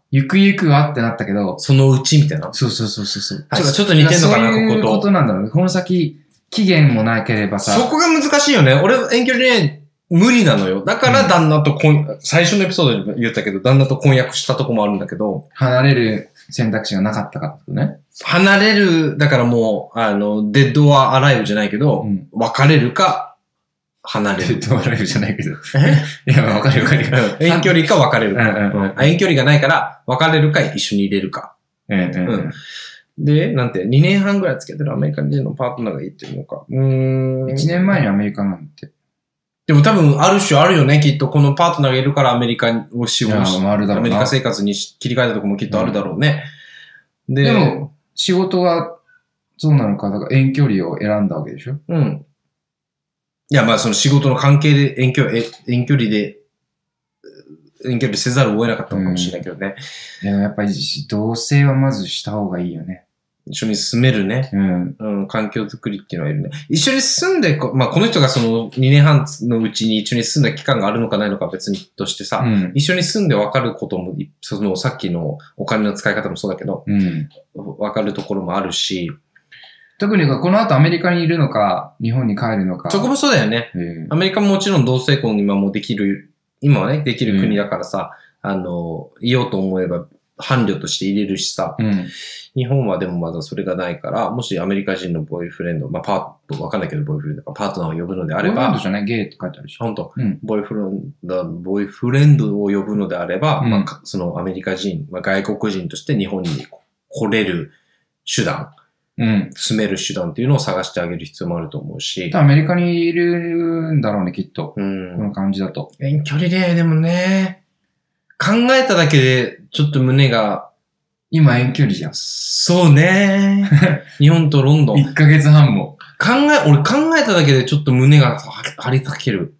ゆくゆくはってなったけど、 そのうちみたいな。 そうそうそうそうそう。 ちょっとちょっと似てんのかな、 そういうここと。 ことなんだろうね。この先、期限もなければさ。 そこが難しいよね。俺、遠距離恋愛無理なのよ。だから旦那と婚、最初のエピソードで言ったけど、旦那と婚約したとこもあるんだけど。 離れる選択肢がなかったかってことね。 離れる、だからもう、あの、デッドはアライブじゃないけど、 うん、 別れるか、離れる。 デッドアライブじゃないけど。いや、わかるわかる。 遠距離か別れるか。 うんうんうん、 遠距離がないから、別れるか一緒に入れるか。 うんうんうんうんで、なんて、にねんはんぐらい付き合ってるアメリカ人のパートナーがいいっていうのか。うーん。 いちねんまえにアメリカなんて。 でも多分、ある種あるよね、きっと。このパートナーがいるからアメリカを志望し、 アメリカ生活に切り替えたとこもきっとあるだろうね。うん、で、 でも、仕事は、そうなのか、だから遠距離を選んだわけでしょ？ うん。いや、まあその仕事の関係で遠距離、遠距離で、遠距離せざるを得なかったのかもしれないけどね。 うん、でもやっぱり同棲はまずした方がいいよね。 一緒に住めるね。 うん。 うん、環境づくりっていうのはいるね。一緒に住んでこ、まあこの人がそのにねんはんのうちに一緒に住んだ期間があるのかないのかは別にとしてさ、 うん、 一緒に住んで分かることも、そのさっきのお金の使い方もそうだけど、 うん、 分かるところもあるし、 特にこの後アメリカにいるのか、日本に帰るのか。 そこもそうだよね。アメリカももちろん同性婚今もできる、今はね、できる国だからさ、うん、あの、いようと思えば伴侶として入れるしさ、 うん、 日本はでもまだそれがないから、もしアメリカ人のボーイフレンド、まあパート、わかんないけどボーイフレンドかパートナーを呼ぶのであれば、 ボーイフレンドじゃないゲイって書いてあるし。 本当、 うん、 ボーイフレンド、ボーイフレンドを呼ぶのであれば、 うん、 まあ、そのアメリカ人、まあ、外国人として日本に来れる手段、 うん、 住める手段っていうのを探してあげる必要もあると思うし。 アメリカにいるんだろうね、きっと。 うん。 この感じだと。 遠距離恋愛でもね、考えただけでちょっと胸が、 今遠距離じゃん。 そうね。日本とロンドン。 いっかげつはんも。 考え、俺考えただけでちょっと胸が張り裂ける。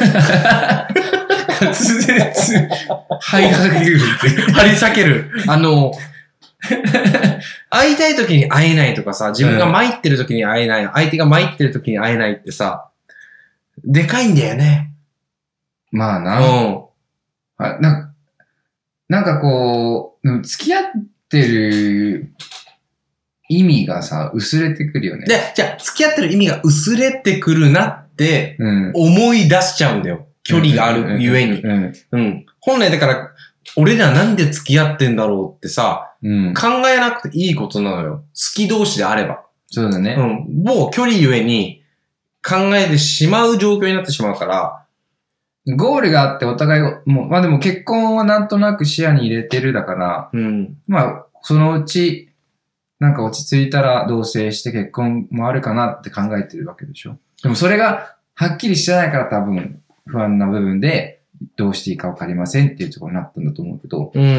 滑舌、張り裂けるって。 張り裂ける。あの、会いたい時に会えないとかさ、自分が参ってる時に会えない、うん、相手が参ってる時に会えないってさ、でかいんだよね。 まあな。 うん。 あななんかこう、付き合ってる意味がさ、薄れてくるよね。 で、じゃあ、付き合ってる意味が薄れてくるなって思い出しちゃうんだよ。距離があるゆえに。うん。本来だから、俺らなんで付き合ってんだろうってさ、うん、考えなくていいことなのよ。好き同士であれば。 そうだね。 うん。もう距離ゆえに考えてしまう状況になってしまうから、 ゴールがあってお互いを、もう、まあでも結婚はなんとなく視野に入れてるだから、 うん、 まあ、そのうち、なんか落ち着いたら同棲して結婚もあるかなって考えてるわけでしょ。でもそれがはっきりしてないから多分不安な部分で、どうしていいかわかりませんっていうところになったんだと思うけど、 うんうん、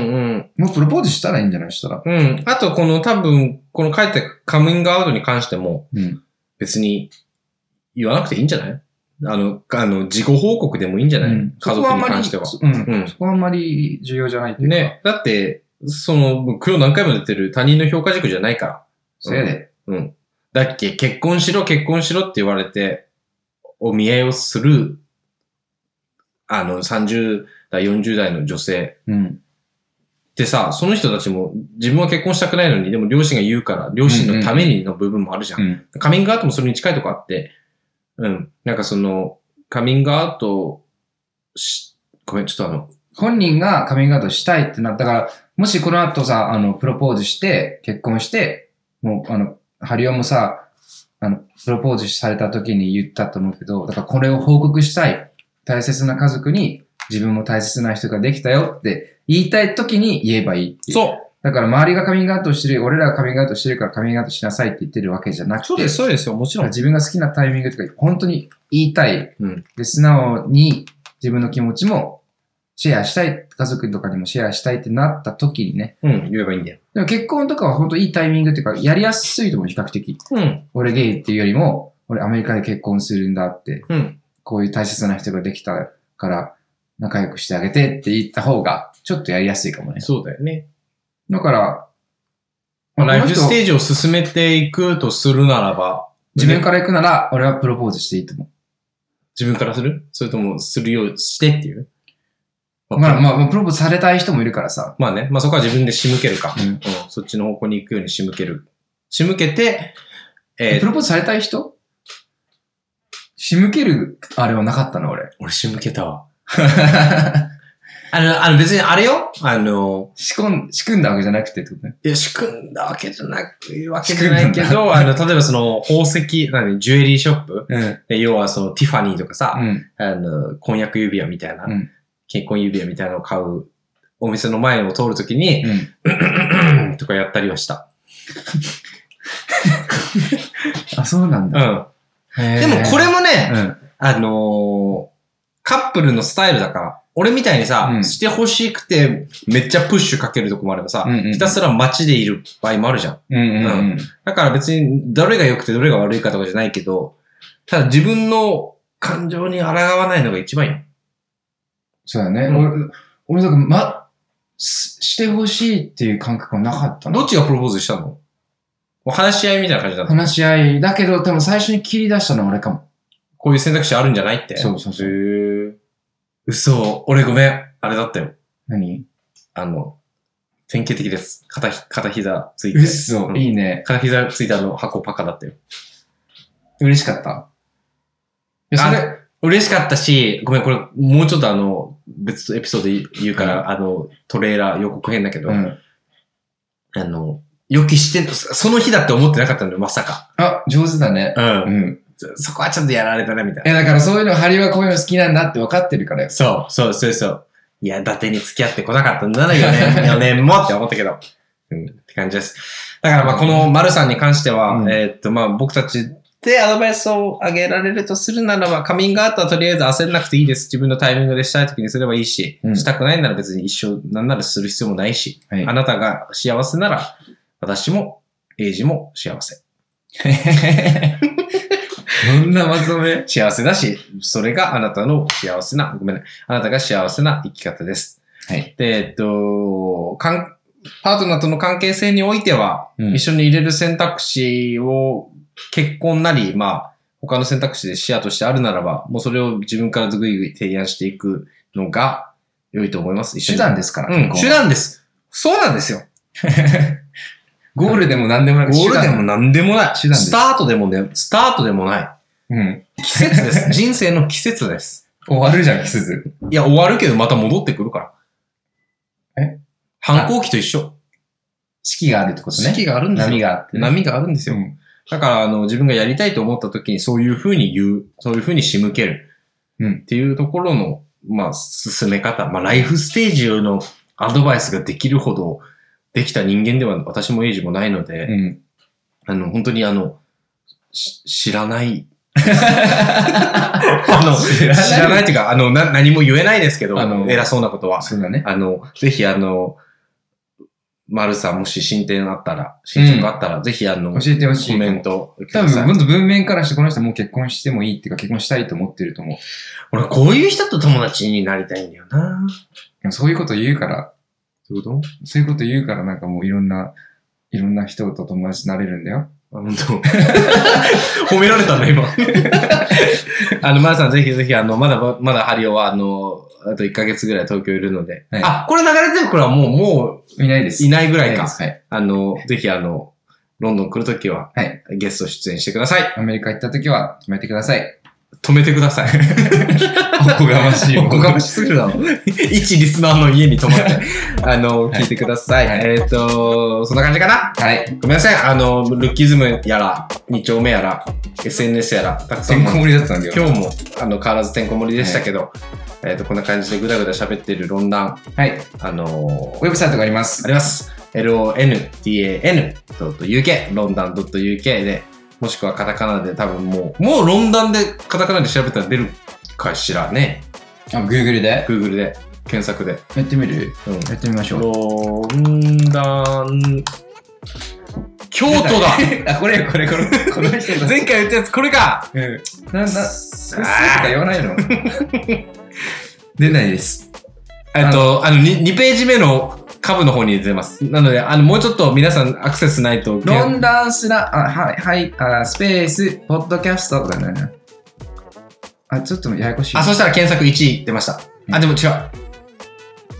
もうプロポーズしたらいいんじゃないしたら。 うん。あとこの多分、この書いてカミングアウトに関しても、 うん、 別に言わなくていいんじゃないあの、あの、自己報告でもいいんじゃない、うん、家族に関しては。 うん。うん、そこはあんまり重要じゃないっていうか。 ね。だって、その、今日何回も出てる他人の評価軸じゃないから。 そやで。 うん。うん。だっけ、結婚しろ、結婚しろって言われて、お見合いをする、あの、さんじゅう代、よんじゅう代の女性。 うん。 でさ、その人たちも自分は結婚したくないのに、でも両親が言うから、両親のためにの部分もあるじゃん。 うんうんうん、 カミングアウトもそれに近いとこあって、うん。なんかその、カミングアウトし、ごめん、ちょっとあの。 本人がカミングアウトしたいってなったから、もしこの後さ、あの、プロポーズして、結婚して、もう、あの、ハリオもさ、あの、プロポーズされた時に言ったと思うけど、だからこれを報告したい。大切な家族に自分も大切な人ができたよって言いたい時に言えばいいっていう。 そう。 だから周りがカミングアウトしてる、俺らがカミングアウトしてるからカミングアウトしなさいって言ってるわけじゃなくて。 そうです、そうですよ、もちろん。 自分が好きなタイミングとか本当に言いたい。 うん、 で、素直に自分の気持ちもシェアしたい。家族とかにもシェアしたいってなった時にね。 うん、言えばいいんだよ。 でも結婚とかは本当いいタイミングっていうか、やりやすいと思う、比較的。 うん。 俺ゲイっていうよりも、俺アメリカで結婚するんだって。 うん。 こういう大切な人ができたから仲良くしてあげてって言った方が、ちょっとやりやすいかもね。 そうだよね。 だから、 ライフステージを進めていくとするならば。 自分から行くなら、俺はプロポーズしていいと思う。 自分からするそれともするようしてっていうまあまあ、まあ、プロポーズされたい人もいるからさ。 まあね、まあそこは自分で仕向けるか。 うんうん、そっちの方向に行くように仕向ける。仕向けて、えー、 プロポーズされたい人仕向ける、あれはなかったの、俺。 俺仕向けたわ。あの、あの別にあれよあの、 仕込ん、仕組んだわけじゃなくてってことね。 いや、仕組んだわけじゃなく、わけじゃないけど、あの、例えばその、宝石、何、ジュエリーショップ、 うん。 で要はその、ティファニーとかさ、 うん。 あの、婚約指輪みたいな、 うん。 結婚指輪みたいなのを買う、お店の前を通るときに、 うん。 とかやったりはした。 あ、そうなんだ。 うん。 へーでもこれもね、 うん。 あのーカップルのスタイルだから、俺みたいにさ、 うんしてほしくて、めっちゃプッシュかけるとこもあればさ、 うんうんひたすら街でいる場合もあるじゃん。 うんうんうん。 だから別に、どれが良くてどれが悪いかとかじゃないけど、ただ自分の感情に抗わないのが一番よ。 そうだね。 うん俺、俺、だから、ま、ししてほしいっていう感覚はなかったの。 どっちがプロポーズしたのもう話し合いみたいな感じだった。 話し合い。だけど、多分最初に切り出したのは俺かも。 こういう選択肢あるんじゃないって。 そうそうそうへー嘘。俺ごめん。あれだったよ。 何あの、典型的です。片ひ、片膝ついて。 嘘、 うんいいね。 片膝ついたの箱パカだったよ。 嬉しかったいや、それ、 嬉しかったし、ごめん、これ、もうちょっとあの、別エピソードで言うから、 うんあの、トレーラー予告編だけど、 うん。 あの、予期して、そその日だって思ってなかったんだよ、まさか。 あ、上手だね。 うん。 うん。 そこはちょっとやられたな、みたいな。 え、だからそういうの、ハリはこういうの好きなんだって分かってるからよ。 そう、そう、そうそう。いや、伊達に付き合ってこなかったんだな、よねん、よねんもって思ったけど。うん、って感じです。だからまあ、この丸さんに関しては、 うんえーっと、まあ、僕たちでアドバイスをあげられるとするならば、カミングアウトはとりあえず焦らなくていいです。自分のタイミングでしたい時にすればいいし、 うんしたくないなら別に一生なんならする必要もないし、 はいあなたが幸せなら、私も、エイジも幸せ。 どんなまとめ幸せだし、それがあなたの幸せな、ごめんね、あなたが幸せな生き方です。 はい。 で、えっと、かんパートナーとの関係性においては、 うん一緒に入れる選択肢を結婚なり、まあ、他の選択肢で視野としてあるならば、もうそれを自分からぐいぐい提案していくのが良いと思います。一緒手に段ですから。 うん、 結婚手段です。そうなんですよ。 ゴールでも何でもなくゴールでも何でもない。 手段ですスタートでもね、スタートでもない。 うん。 季節です。人生の季節です。 終わるじゃん、季節。 いや、終わるけどまた戻ってくるから。 え反抗期と一緒。 四季があるってことね。 四季があるんですよ。 波があってね。 波があるんですよ。 うんだから、あの、自分がやりたいと思った時にそういう風に言う、そういう風に仕向ける。 うんっていうところの、まあ、進め方。まあ、ライフステージのアドバイスができるほどできた人間では私もエイジもないので、 うん。 あの、本当にあの、し知らない。あの、知らない。知らないっていうか、あの、な、何も言えないですけど、 あの偉そうなことは。 そうだね。 あの、ぜひあの、丸さんもし進展あったら、進捗あったら、ぜひあの、 教えてほしいコメントく多ださい分、ほんと文面からしてこの人もう結婚してもいいっていうか結婚したいと思ってると思う。 俺、こういう人と友達になりたいんだよな。 でもそういうこと言うから、 どういうこそういうこと言うからなんかもういろんな、いろんな人と友達になれるんだよ。 とあ、本当褒められたんだ、今。あの、丸さん、ぜひぜひ、あの、まだ、まだハリオは、あの、あといっかげつぐらい東京いるので。 はいあ、これ流れてる頃はもう、もいないです。 う、いないぐらいか。 はい。 あの、ぜひ、あの、ロンドン来るときは、 はい。 ゲスト出演してください。 アメリカ行った時は止めてください。 止めてください。 おこがましい。 おこがましすぎるだろ。一リスナーの家に泊まって、あの、聞いてください。 はいえっ、と、そんな感じかな。 はい。 ごめんなさい。あの、ルッキズムやら、二丁目やら、エスエヌエス やら、たくさんてんこ盛りだったんだよ。 今日も、あの、変わらずてんこ盛りでしたけど、えっ、と、こんな感じでぐだぐだ喋ってる論壇、 はい。 あのウェブサイトがありますあ。ります。エルオーエヌディーエーエヌドットユーケー、ロンダン .uk で、もしくはカタカナで多分もう、もうロンダンでカタカナで調べたら出るかしらね。 あ、Google で Google で検索で。 やってみるうん。 やってみましょう。 ロンダン、京都だあ、これこれこれ。この人だ。 前回言ったやつこれかうん。な、な、嘘とか言わないの出ないです。 えっと、あの、に, にページ目の株の方に出ます。なので、あの、もうちょっと皆さんアクセスないと。 ロンダンスラ、あ、はい、はい、あ、スペース、ポッドキャストだね。あ、ちょっとややこしい。 あ、そしたら検索いちい出ました。あ、でも違う。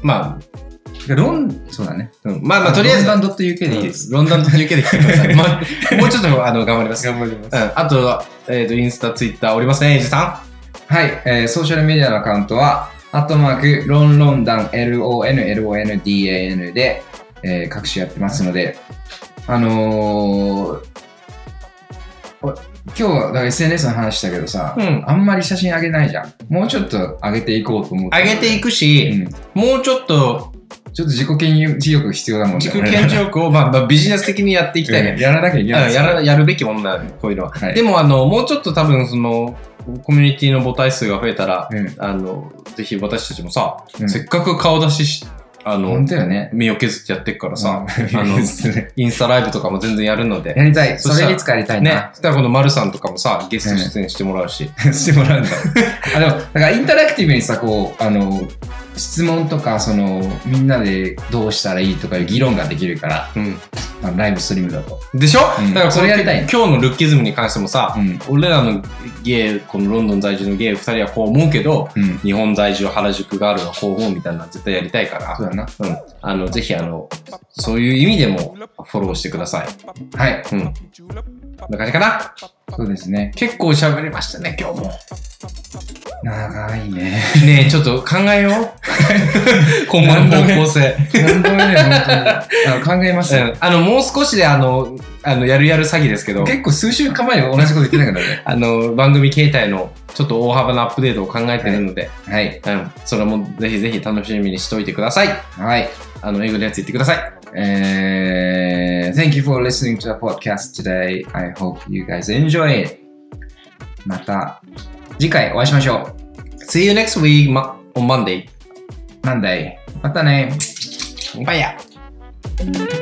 まあ、 ロン、そうだね。 うん、まあまあ、とりあえず、 ロンダン .uk でいいです。 ロンダン .uk で来てください。まあ、もうちょっと、あの、頑張ります。 頑張ります。 うん。あと、えっ、ー、と、インスタ、ツイッターおりますね、エイジさん。はい、えー、ソーシャルメディアのアカウントは、アットマーク、ロンロンダン、ロンロンダン で、えー、各種やってますので、あのー、今日だから エスエヌエス の話したけどさ、うん、あんまり写真上げないじゃん。もうちょっと上げていこうと思って。 上げていくし、うん、もうちょっと、 ちょっと自己顕示欲必要だもんね。 自己顕示欲を、まあ、まあ、ビジネス的にやっていきたいね。 やらなきゃいけない。 やら、やるべきものなの、こういうのは。はい、でも、あの、もうちょっと多分、その、コミュニティの母体数が増えたら、うん、あの、ぜひ私たちもさ、うん、せっかく顔出しし、あの、 本当よね。 身を削ってやってっからさ、うん、あの、インスタライブとかも全然やるので。 やりたい。それいつかやりたいな。 ね。そしたらこの丸さんとかもさ、ゲスト出演してもらうし。 うん、してもらうんだ。あ、でも、だからインタラクティブにさ、こう、あの、質問とか、その、みんなでどうしたらいいとかいう議論ができるから、うん、あのライブストリームだと。 でしょ、 うん、だからそれやりたい、ね。 今日のルッキズムに関してもさ、うん、俺らのゲイ、このロンドン在住のゲイふたりはこう思うけど、うん、日本在住原宿があるの方法みたいなの絶対やりたいから、 そうだな。 うん。あの、ぜひあの、そういう意味でもフォローしてください。 はい。 うん。こんな感じかな。 そうですね。 結構喋りましたね、今日も。 長いね。 ねえ、ちょっと考えよう。今後の方向性。 何度目ね、本当に。あの考えますよ、 うん。あの、もう少しで、あの、あの、やるやる詐欺ですけど。 結構数週間前に同じこと言ってたからね。 あの、番組形態のちょっと大幅なアップデートを考えてるので。 はい。 うん。それもぜひぜひ楽しみにしておいてください。 はい。 あの、英語のやつ言ってください。 えー、Thank you for listening to the podcast today. I hope you guys enjoy it. また次回お会いしましょう。 See you next week on Monday. Monday. またね。 バイヤー。